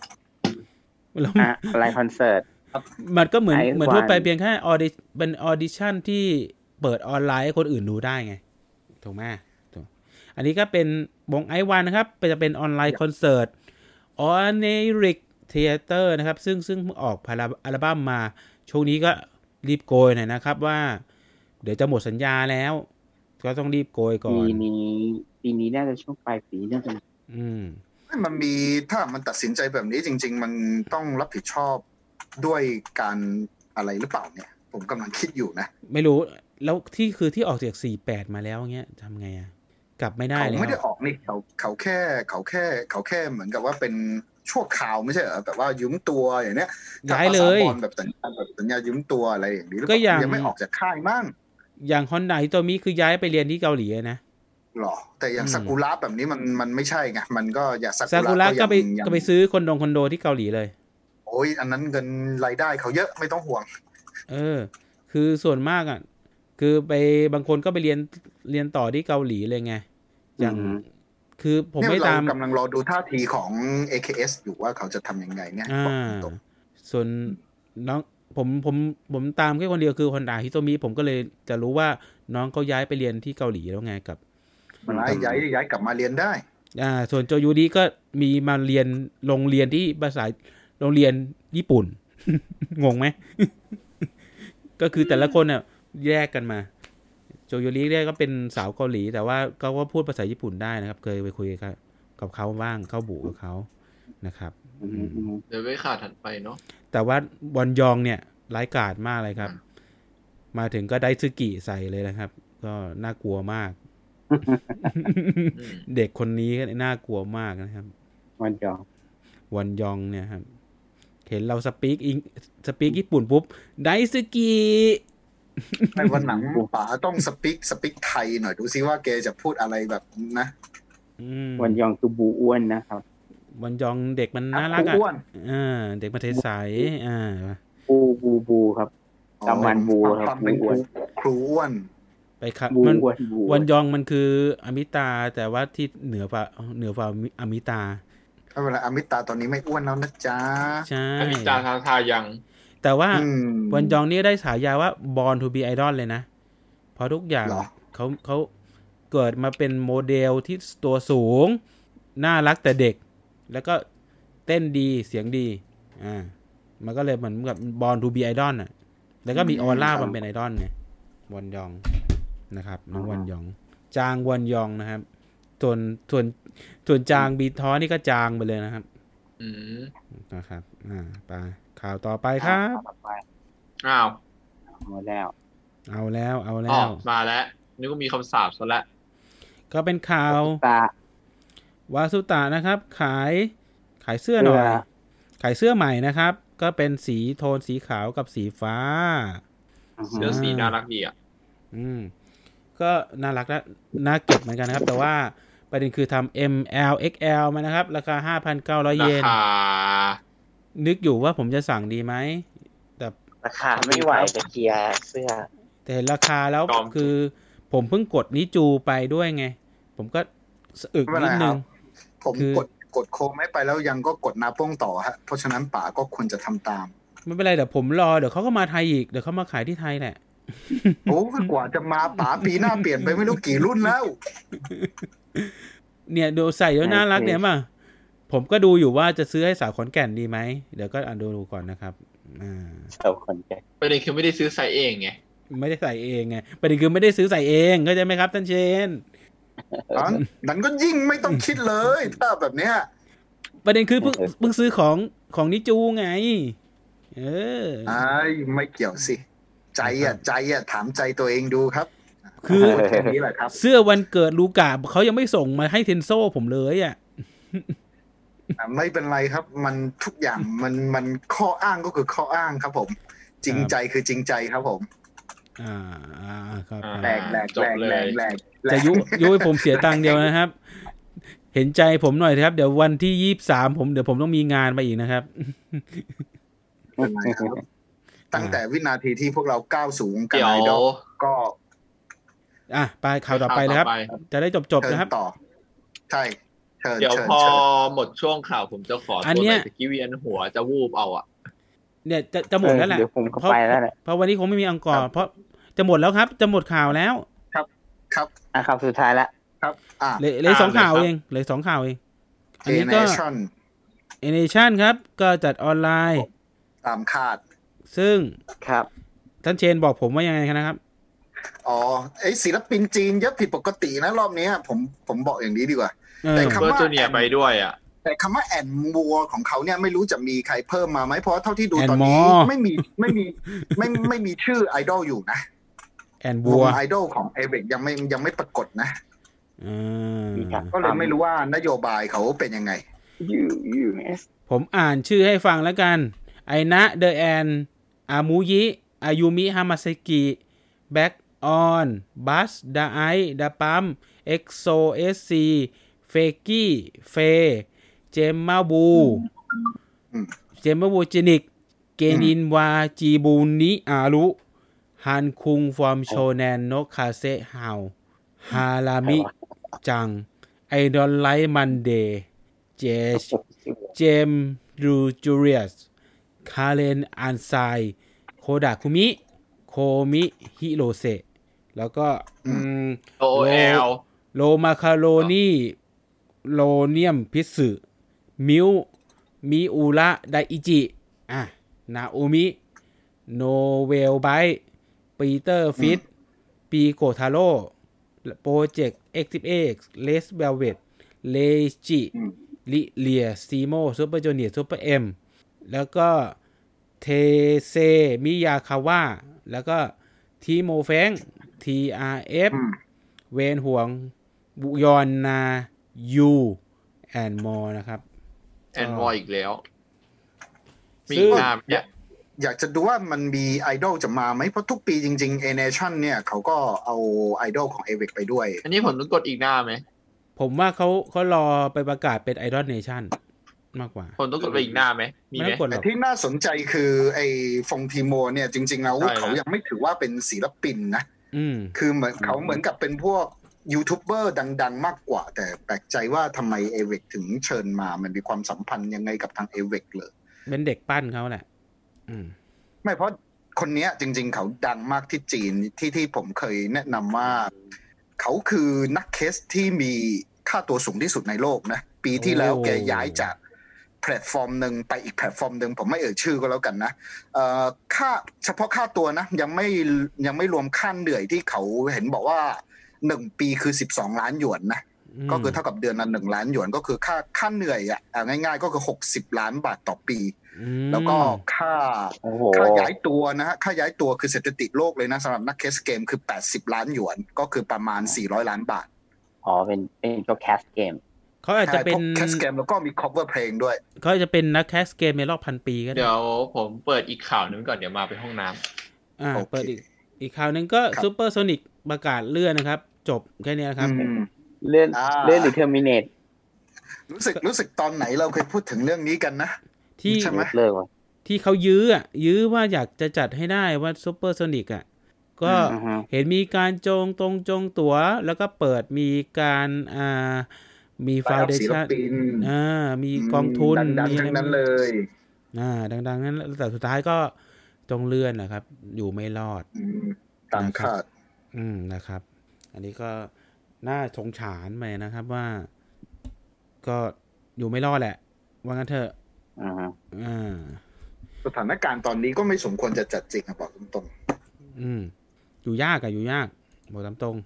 อะไรคอนเสิร์ตมันก็เหมือนทั่วไปเพียงแค่เป็นออดิชั่นที่เปิดออนไลน์ให้คนอื่นดูได้ไงถูกไหมอันนี้ก็เป็นวงไอวันนะครับจะเป็นออนไลน์คอนเสิร์ตOneric Theater นะครับซึ่งออกอัลบั้มมาช่วงนี้ก็รีบโกยหน่อยนะครับว่าเดี๋ยวจะหมดสัญญาแล้วก็ต้องรีบโกยก่อนปีนี้น่าจะช่วงปลายปีน่าจะมันมีถ้ามันตัดสินใจแบบนี้จริงๆมันต้องรับผิดชอบด้วยการอะไรหรือเปล่าเนี่ยผมกำลังคิดอยู่นะไม่รู้แล้วที่ออกจาก48มาแล้วเงี้ยทำไงอ่ะกลับไม่ได้แล้วเขาไม่ได้ออกนี่เขาแค่เหมือนกับว่าเป็นชั่วคราวไม่ใช่เหรอแบบว่ายืมตัวอย่างเนี้ยย้ายเลยแบบสัญญายืมตัวอะไรอย่างนี้ก็ยังไม่ออกจากค่ายมั่งอย่าง Honda Hitomi คือย้ายไปเรียนที่เกาหลีนะหรอแต่อย่างซากุระแบบนี้มันไม่ใช่ไงมันก็อย่าซากุระก็ไปซื้อคอนโดที่เกาหลีเลยโอ้ยอันนั้นเงินรายได้เขาเยอะไม่ต้องห่วงคือส่วนมากอ่ะคือไปบางคนก็ไปเรียนต่อที่เกาหลีเลยไงอย่างคือผมไม่ตามกำลังรอดูท่าทีของ AKS อยู่ว่าเขาจะทำยังไงเนี่ยส่วนน้องผมตามแค่คนเดียวคือ Honda Hitomi ผมก็เลยจะรู้ว่าน้องเขาย้ายไปเรียนที่เกาหลีแล้วไงกับมันย้ายกลับมาเรียนได้ส่วนโจยูดีก็มีมาเรียนโรงเรียนที่ภาษาโรงเรียนญี่ปุ่น งงไหม ก็คือแต่ละคนเนี่ยแยกกันมาโจยูริเนี่ยก็เป็นสาวเกาหลีแต่ว่าเขาก็พูดภาษาญี่ปุ่นได้นะครับเคยไปคุยกับเขาบ้างเข้าบู่กับเขานะครับเดี๋ยวไม่ขาดถัดไปเนาะแต่ว่าบอนยองเนี่ยร้ายกาจมากเลยครับมาถึงก็ได้ซึกิใส่เลยนะครับก็น่ากลัวมาก เด็กคนนี้ก็น่ากลัวมากนะครับวันยองเนี่ยครับเห็นเราสปีกญี่ปุ่นปุ๊บไดซึกิในวันหนังป๋าต้องสปีกไทยหน่อยดูซิว่าแกจะพูดอะไรแบบนะวันยองคือบูอ้วนนะครับวันยองเด็กมันน่ารักเด็กมาเทใสบูครับกำมันบูครับบูอ้วนครูอ้วนไปครับวันยองมันคืออมิตาแต่ว่าที่เหนือฝ่าอมิตาเวลาอมิตาตอนนี้ไม่อ้วนแล้วนะจ๊ะใช่อมิตาทายังแต่ว่าวันยองนี่ได้ฉายาว่า Born to be Idol เลยนะเพราะทุกอย่างเขาเกิดมาเป็นโมเดลที่ตัวสูงน่ารักแต่เด็กแล้วก็เต้นดีเสียงดีมันก็เลยเหมือนกับ Born to be Idol น่ะแล้วก็มีออร่ามันเป็นไอดอลไงวันยองนะครับน้องวันยองจางวันยองนะครับส่วนจางบีท้อนี่ก็จางไปเลยนะครับนะครับไปข่าวต่อไปครับเอาแล้วมาแล้วนึกว่ามีคำสาปซะแล้วก็เป็นข่าววาสุตะนะครับขายเสื้อหน่อยขายเสื้อใหม่นะครับก็เป็นสีโทนสีขาวกับสีฟ้าเสื้อสีน่ารักดีก็น่ารักและน่าเก็บเหมือนกันนะครับแต่ว่าประเด็นคือทำ ML XL มานะครับราคา 5,900 เยนนึกอยู่ว่าผมจะสั่งดีไหมแต่ราคาไม่ไหวจะเคลียร์เสื้อแต่ราคาแล้วคือผมเพิ่งกดนิจูไปด้วยไงผมก็สะอึกนิดนึงผมกดโคไม่ไปแล้วยังก็กดนาโป้งต่อฮะเพราะฉะนั้นป๋าก็ควรจะทำตามไม่เป็นไรเดี๋ยวผมรอเดี๋ยวเขาก็มาไทยอีกเดี๋ยวเขามาขายที่ไทยแหละโอ้กว่าจะมาป๋าปีหน้าเปลี่ยนไปไม่รู้กี่รุ่นแล้วเนี่ยดูใส่แล้วน่ารักเนี่ยมาผมก็ดูอยู่ว่าจะซื้อให้สาวขอนแก่นดีไหมเดี๋ยวก็ดูก่อนนะครับสาวขอนแก่นประเด็นคือไม่ได้ซื้อใส่เองไงไม่ได้ใส่เองไงประเด็นคือไม่ได้ซื้อใส่เองเข้าใจไหมครับท่านเชนนั้นก็ยิ่งไม่ต้องคิดเลยถ้าแบบเนี้ยประเด็นคือเพิ่งซื้อของนิจูไงไม่เกี่ยวสิใจถามใจตัวเองดูครับคือเสื้อวันเกิดลูกาเขายังไม่ส่งมาให้เทนโซ่ผมเลยไม่เป็นไรครับมันทุกอย่างมันข้ออ้างก็คือข้ออ้างครับผมจริงใจคือจริงใจครับผมครับแรงจะยุให้ผมเสียตังค์เดียวนะครับเห็นใจผมหน่อยครับเดี๋ยววันที่23เดี๋ยวผมต้องมีงานมาอีกนะครับตั้งแต่วินาทีที่พวกเราก้าวสู่วงการไอดอลก็ไปข่าวต่อไปเลยครับจะได้จบนะครับต่อใช่เดี๋ยวพอหมดช่วงข่าวผมจะขอตัวไปตะกี้เวียนหัวจะวูบเอาเนี่ยจะหมดแล้วแหละเพราะวันนี้คงไม่มีอังกอร์เพราะจะหมดแล้วครับจะหมดข่าวแล้วครับข่าวสุดท้ายแล้วครับเลย2ข่าวเองเลย2ข่าวเองอันนี้ก็Nation ครับก็จัดออนไลน์ตามคาดซึ่งครับท่านเชนบอกผมว่ายังไงนะครับศิลปินจีนเยอะผิดปกตินะรอบนี้ผมบอกอย่างนี้ดีกว่าแต่คำว่าจูเนียร์ไปด้วยแต่คำว่าแอนมัวของเขาเนี่ยไม่รู้จะมีใครเพิ่มมาไหมเพราะเท่าที่ดูตอนนี้ไม่มีชื่อไอดอลอยู่นะแอนบัวไอดอลของเอเวกยังไม่ปรากฏนะก็เลยไม่รู้ว่านโยบายเขาเป็นยังไงผมอ่านชื่อให้ฟังแล้วกันไอนะเดอะแอนอามูยิอายุมิฮามาเซกิแบ็กออนบัสดาไอดาปัมเอ็กโซเอสซีเฟกี้เฟเจมมาบูจินิกเกนินวาจีบูนิอารุฮันคุงฟอร์มโชแนนโนคาเซฮาวฮารามิจังไอดอลไลท์มันเดย์เจมรูจูเรียสคาเรนอันไซโคดาคุมิโคมิฮิโรเซแล้วก็โลมาคาโรนีโลเนียมพิสึมิอุระไดอิจินาโอมิโนเวลไบปีเตอร์ฟิตปีโกทาโร่โปรเจกต์ X10X เลสเวลเวตเลจิลิเลียซีโมซูเปอร์จูเนียร์ซูเปอร์เอ็มแล้วก็เทเซมิยาคาวะแล้วก็ทีโมแฟง TRF เวนห่วงบุยอนนายูแอนมอร์นะครับแอนมอร์อีกแล้วมีนามเนี่ยอยากจะดูว่ามันมีไอดอลจะมาไหมเพราะทุกปีจริงๆ A-Nation เนี่ยเขาก็เอาไอดอลของ AVEC ไปด้วยอันนี้ผมต้องกดอีกหน้าไหมผมว่าเขารอไปประกาศเป็น Idol Nation มากกว่าผมต้องกดไปอีกหน้าไหมมีไหมแต่ที่น่าสนใจคือไอ้ฟงทีโมเนี่ยจริงๆแล้วเขายังไม่ถือว่าเป็นศิลปินนะคือเหมือนเขาเหมือนกับเป็นพวกยูทูบเบอร์ดังๆมากกว่าแต่แปลกใจว่าทำไม AVEC ถึงเชิญมามันมีความสัมพันธ์ยังไงกับทาง AVEC เลยเป็นเด็กปั้นเขาแหละไม่เพราะคนนี้จริงๆเขาดังมากที่จีนที่ผมเคยแนะนำว่าเขาคือนักเคสที่มีค่าตัวสูงที่สุดในโลกนะปีที่แล้วแกย้ายจากแพลตฟอร์มหนึ่งไปอีกแพลตฟอร์มหนึ่งผมไม่เอ่ยชื่อก็แล้วกันนะค่าเฉพาะค่าตัวนะยังไม่รวมค่าเหนื่อยที่เขาเห็นบอกว่า1ปีคือ12ล้านหยวนนะก็คือเท่ากับเดือนละ1ล้านหยวนก็คือค่าเหนื่อยง่ายๆก็คือ60ล้านบาทต่อปีแล้วก็ค่าย้ายตัวนะฮะค่าย้ายตัวคือสถิติโลกเลยนะสำหรับนักแคสเกมคือ80ล้านหยวนก็คือประมาณ400ล้านบาทเป็นตัวแคสเกมเขาอาจจะเป็นแคสเกมแล้วก็มี cover เพลงด้วยเขาจะเป็นนักแคสเกมในรอบ1,000 ปีก็ได้เดี๋ยวผมเปิดอีกข่าวนึงก่อนเดี๋ยวมาไปห้องน้ำเปิดอีกข่าวนึงก็ซูเปอร์โซนิกประกาศเลื่อนนะครับจบแค่นี้ครับเลื่อนหรือเทอร์มิเนตรู้สึกตอนไหนเราเคยพูดถึงเรื่องนี้กันนะที่ใช่ไหมที่เขายื้อว่าอยากจะจัดให้ได้ว่าซูเปอร์โซนิกก็เห็นมีการจองตั๋วแล้วก็เปิดมีการมีฟาวเดชั่นมีกองทุนมีทั้งนั้นเลยดังๆนั้นแต่สุดท้ายก็ต้องเลื่อนนะครับอยู่ไม่รอดตามคาดนะครับอันนี้ก็น่าสงสารไปนะครับว่าก็อยู่ไม่รอดแหละว่างั้นเถอะสถานการณ์ตอนนี้ก็ไม่สมควรจะจัดจริงบอกตรงๆอยู่ยากบอกตามตรง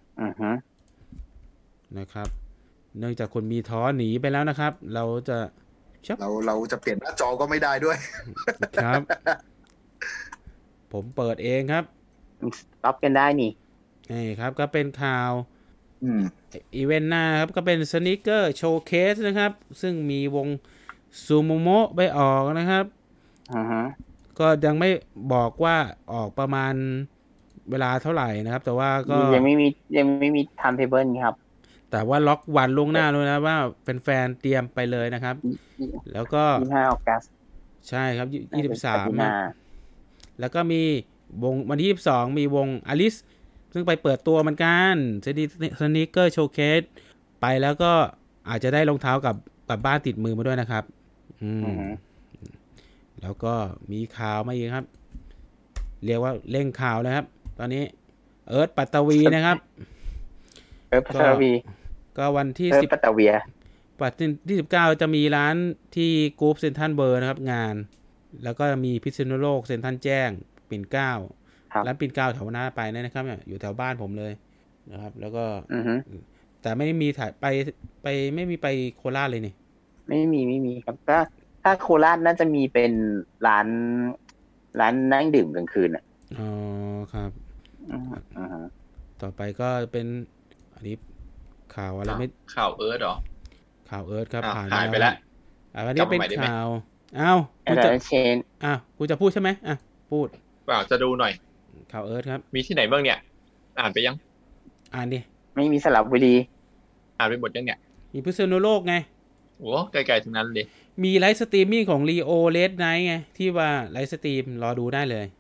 นะครับเนื่องจากคนมีท้อหนีไปแล้วนะครับเราจะเปลี่ยนหน้าจอก็ไม่ได้ด้วยครับผมเปิดเองครับสต็อปกันได้นี่ครับก็เป็นข่าวอีเวนต์หน้าครับก็เป็นสนิเกอร์โชว์เคสนะครับซึ่งมีวงซูโมโมะไปออกนะครับก็ยังไม่บอกว่าออกประมาณเวลาเท่าไหร่นะครับแต่ว่าก็ยังไม่มีไทม์เทเบิลครับแต่ว่าล็อกวันล่วงหน้าเลยนะว่าเป็นแฟนเตรียมไปเลยนะครับแล้วก็ 25 ออกัสใช่ครับ23นะแล้วก็มีวงวันที่22มีวงอลิสซึ่งไปเปิดตัวเหมือนกันสนิเกอร์โชว์เคสไปแล้วก็อาจจะได้รองเท้ากับบ้านติดมือมาด้วยนะครับแล้วก็มีข่าวมาอีกครับเรียกว่าเร่งข่าวเลยครับตอนนี้เอิร์ธปัตตวีนะครับปัตตวีก็วันที่ 10ปัตตวีที่19จะมีร้านที่กรุ๊ปเซ็นทรัลเบอร์นะครับงานแล้วก็มีพิษณุโลกเซ็นทรัลแจ้งปิ่นเกล้าร้านปิ่นเกล้าแถวหน้าไปนะครับอยู่แถวบ้านผมเลยนะครับแล้วก็แต่ไม่มีถ่ายไปไม่มีไปโคราชเลยนี่ไม่มีครับถ้าโคราชน่าจะมีเป็นร้านนั่งดื่มกลางคืนอ๋อครับต่อไปก็เป็นอันนี้ข่าวอะไรไม่ข่าวเอิร์ธหรอข่าวเอิร์ธครับผ่านหายไปแล้วอันนี้เป็นข่าวกูจะพูดใช่ไหมพูดเปล่าจะดูหน่อยข่าวเอิร์ธครับมีที่ไหนบ้างเนี่ยอ่านไปยังอ่านดิไม่มีสระบุรีอ่านไปหมดยังเนี่ยมีพิษณุโลกไงโอ้ไกลๆทั้งนั้นเลยมีไลฟ์สตรีมมิ่งของลีโอเลดไนท์ไงที่ว่าไลฟ์สตรีมรอดูได้เลย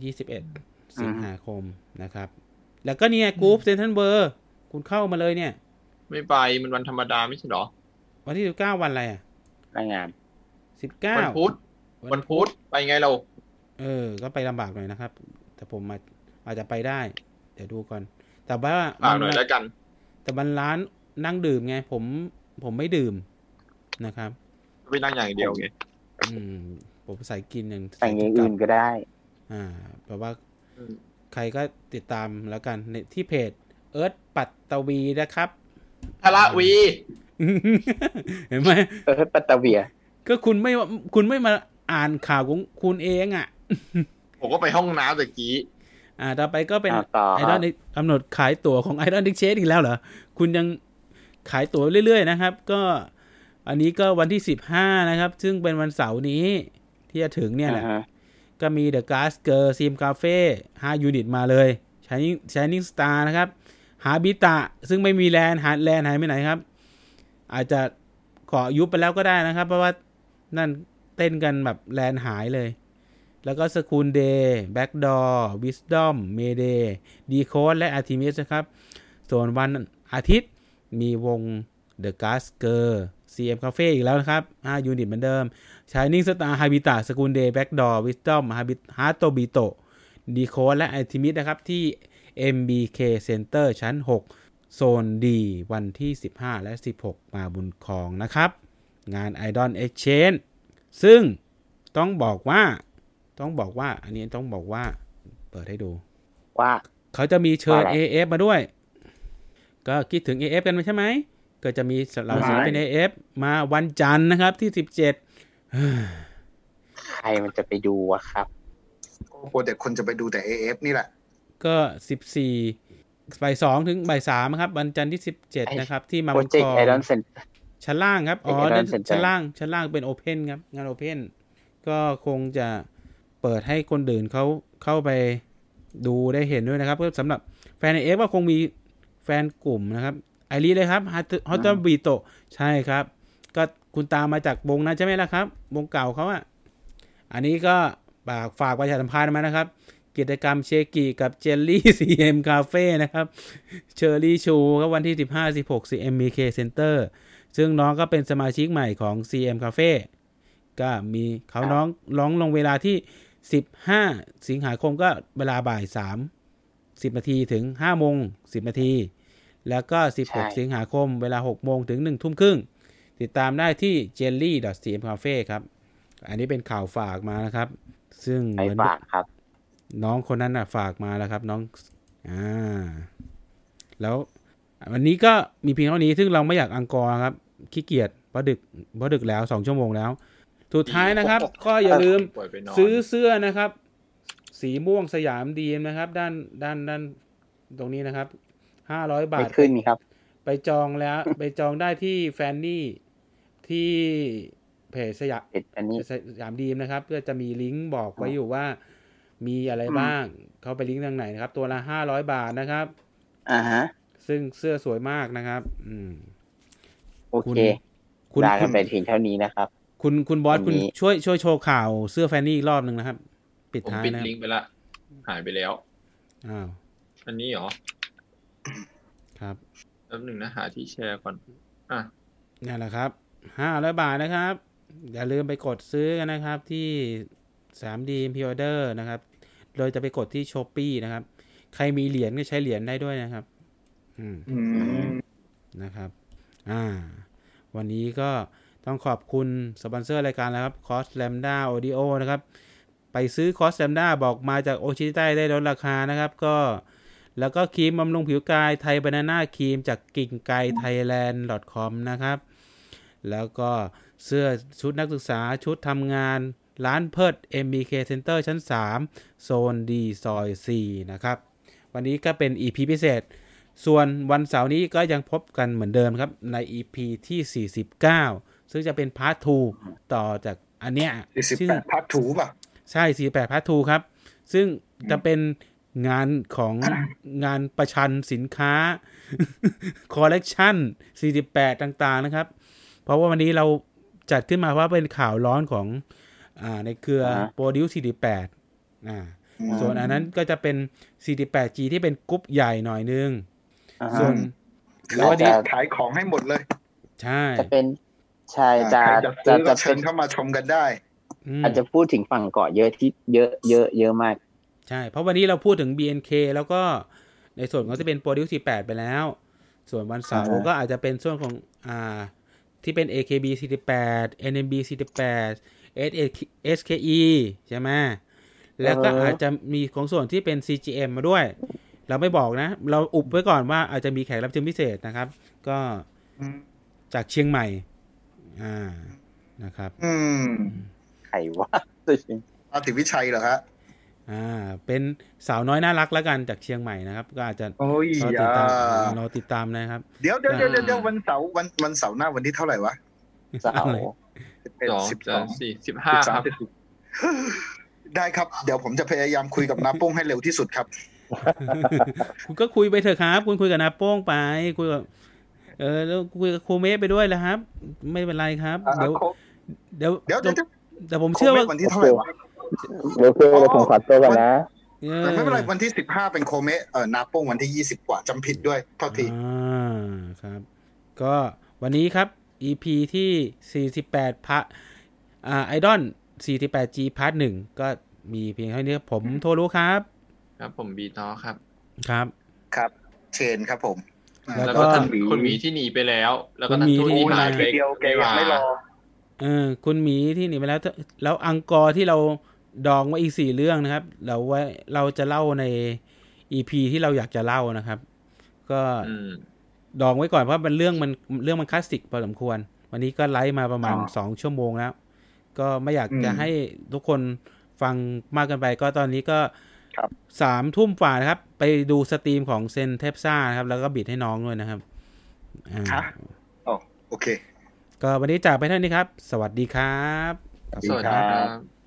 21 สิงหาคมนะครับแล้วก็เนี่ยกรุ๊ปเซ็นทรัลเบอร์คุณเข้ามาเลยเนี่ยไม่ไปมันวันธรรมดาไม่ใช่หรอวันที่19วันอะไรรายงาน 19 วันพุธไปไงเราก็ไปลำบากหน่อยนะครับแต่ผมอาจจะไปได้เดี๋ยวดูก่อนแต่ว่าหน่อยแล้วกันแต่มันร้านนั่งดื่มไงผมไม่ดื่มนะครับไม่นั่งอย่างเดียวไงผมใส่กินอย่างอื่นก็ได้แปลว่าใครก็ติดตามแล้วกันในที่เพจเอิร์ธปัตตวีนะครับทละวีเห็นไหมเอิร์ธปัตตวีก็คุณไม่มาอ่านข่าวของคุณเองผมก็ไปห้องน้ำตะกี้ต่อไปก็เป็นไอดอลกำหนดขายตั๋วของไอดอลดิเชสอีกแล้วเหรอคุณยังขายตั๋วเรื่อยๆนะครับก็อันนี้ก็วันที่15นะครับซึ่งเป็นวันเสาร์นี้ที่จะถึงเนี่ยแหละก็มี The Gas Girl Sim Cafe 5 ยูนิตมาเลย Shining Star นะครับหาบิตะซึ่งไม่มีแลนหายไปไหนครับอาจจะเกาะยุบไปแล้วก็ได้นะครับเพราะว่านั่นเต้นกันแบบแลนหายเลยแล้วก็ School Day Backdoor Wisdom Mayday Decode และ Artemis นะครับส่วนวันอาทิตย์มีวง The Gas Girl CM Cafe อีกแล้วนะครับ5 ยูนิตเหมือนเดิม Shining Star Habita School Day Backdoor Wisdom Hatobito Decode และ Artemis นะครับที่ MBK Center ชั้น6โซน D วันที่15และ16มาบุญครองนะครับงาน Idol Exchange ซึ่งต้องบอกว่าอันนี้ต้องบอกว่าเปิดให้ดูว่าเขาจะมีเชิญ AF มาด้วยก็คิดถึง AF กันใช่ไหมก็จะมีเหล่าศิลปิน AF มาวันจันทร์นะครับที่ 17ใครมันจะไปดูวะครับโปรเจกต์คนจะไปดูแต่ AF นี่แหละก็14 บ่าย 2 ถึงบ่าย 3ครับวันจันทร์ที่17นะครับที่มาบุญครองชั้นล่างครับชั้นล่างเป็นโอเพ่นครับงานโอเพ่นก็คงจะเปิดให้คนอื่นเขาเข้าไปดูได้เห็นด้วยนะครับก็สำหรับแฟน AF ก็คงมีแฟนกลุ่มนะครับไอรีเลยครับฮอตบีโตใช่ครับก็คุณตามมาจากวงนั้นใช่ไหมล่ะครับวงเก่าเขาอันนี้ก็ฝากประชาสัมพันธ์มานะครับกิจกรรมเชกิกับเจลลี่ CM Cafe นะครับเชอร์รี่ชูครับวันที่15-16 CMBK Center ซึ่งน้องก็เป็นสมาชิกใหม่ของ CM Cafe ก็มีเขาน้องร้องลงเวลาที่15สิงหาคมก็เวลาบ่าย3:10 นาทีถึง5โมง10นาทีแล้วก็16สิงหาคมเวลา6โมงถึง1ทุ่มครึ่งติดตามได้ที่ jelly.cmcafe ครับอันนี้เป็นข่าวฝากมานะครับซึ่งฝากครับน้องคนนั้นน่ะฝากมาแล้วครับน้องแล้ววันนี้ก็มีเพียงเท่านี้ซึ่งเราไม่อยากอังกอร์ครับขี้เกียจเพราะดึกแล้ว2ชั่วโมงแล้วสุดท้ายนะครับก็อย่าลืมซื้อเสื้อนะครับสีม่วงสยามดีมนะครับด้านตรงนี้นะครับ500 บาทขึ้นครับไปจองแล้วไปจองได้ที่แฟนนี่ที่เพจสยามดีมนะครับก็จะมีลิงก์บอกไว้อยู่ว่ามีอะไรบ้างเขาไปลิงก์ทางไหนนะครับตัวละ500 บาทนะครับซึ่งเสื้อสวยมากนะครับโอเคคุณได้กันไปถึงเท่านี้นะครับคุณบอสคุณช่วยโชว์ข่าวเสื้อแฟนนี่อีกรอบนึงนะครับปิดท้ายนะผมปิดลิงก์ไปละหายไปแล้วอันนี้เหรอครับแป๊บนึงนะหาที่แชร์ก่อนนี่แหละครับ500 บาทนะครับอย่าลืมไปกดซื้อกันนะครับที่3D Pre-order นะครับโดยจะไปกดที่ Shopee นะครับใครมีเหรียญก็ใช้เหรียญได้ด้วยนะครับนะครับวันนี้ก็ต้องขอบคุณสปอนเซอร์รายการแล้วครับ Cos Lambda Audio นะครับไปซื้อ Cos Lambda บอกมาจากโอชิใต้ได้ลดราคานะครับก็แล้วก็ครีมบำรุงผิวกายไทยบานาน่าครีมจากกิ่งไกร thailand.com นะครับแล้วก็เสื้อชุดนักศึกษาชุดทำงานร้านเพิด MBK Center ชั้น3โซนดีซอย4นะครับวันนี้ก็เป็น EP พิเศษส่วนวันเสาร์นี้ก็ยังพบกันเหมือนเดิมครับใน EP ที่49ซึ่งจะเป็นพาร์ท2ต่อจากอันเนี้ย 48พาร์ท2ป่ะใช่48พาร์ท2ครับซึ่งจะเป็นงานของงานประชันสินค้าคอลเลกชัน48ต่างๆนะครับเพราะว่าวันนี้เราจัดขึ้นมาเพราะเป็นข่าวร้อนของในเครือ Produce 48ส่วนอันนั้นก็จะเป็น 48G ที่เป็นกรุ๊ปใหญ่หน่อยนึงส่วนแล้ววันนี้ขายของให้หมดเลยใช่จะเป็นใช่จะเชิญเข้ามาชมกันได้อาจจะพูดถึงฝั่งเกาะเยอะที่เยอะมากใช่เพราะวันนี้เราพูดถึง BNK แล้วก็ในส่วนของที่เป็น Produce 48ไปแล้วส่วนวันเสาร์ก็อาจจะเป็นส่วนของที่เป็น AKB 48 NMB 48 SKE ใช่ไหมแล้วก็อาจจะมีของส่วนที่เป็น CGM มาด้วยเราไม่บอกนะเราอุบไว้ก่อนว่าอาจจะมีแขกรับเชิญพิเศษนะครับก็จากเชียงใหม่นะครับใครวะอาติวิชัยเหรอฮะเป็นสาวน้อยน่ารักแล้วกันจากเชียงใหม่นะครับก็อาจจะรอติดตามนะครับเดี๋ยววันเสาร์หน้าวันที่เท่าไหร่วะเสาร์ 15ครับได้ครับเดี๋ยวผมจะพยายามคุยกับน้าโป้งให้เร็วที่สุดครับคุณก็คุยไปเถอะครับคุณคุยกับน้าโป้งไปคุยกับแล้วคุยกับครูเมฆไปด้วยแล้วครับไม่เป็นไรครับเดี๋ยวแต่ผมเชื่อว่าวันที่เท่าไหร่วะโอเคเดี๋ยวผมขอตัวก่อนนะไม่เป็นไรวันที่15เป็นโคเมะนาโป้งวันที่20กว่าจำผิดด้วยเท่าทีครับก็วันนี้ครับ EP ที่48พระไอดอล 48G พาร์ท 1ก็มีเพียงเท่านี้ผมโทรู้ครับครับผมบีท้อครับครับเชนครับผมแล้วก็ท่านคุณหมีที่หนีไปแล้วแล้วก็ท่านทูตที่หายไปเดียวแกยังไม่รอคุณหมีที่หนีไปแล้วอังกอร์ที่เราดองไว้อีก4เรื่องนะครับเราจะเล่าใน EP ที่เราอยากจะเล่านะครับก็ดองไว้ก่อนเพราะมันเรื่องมันคลาสสิกพอสมควรวันนี้ก็ไลฟ์มาประมาณ2ชั่วโมงแล้วก็ไม่อยากจะให้ทุกคนฟังมากเกินไปก็ตอนนี้ก็3 ทุ่มฝ่านะครับไปดูสตรีมของเซนเทปซ่านะครับแล้วก็บิดให้น้องด้วยนะครับโอเคก็วันนี้จากไปเท่านี้ครับสวัสดีครับสวัสดีครับ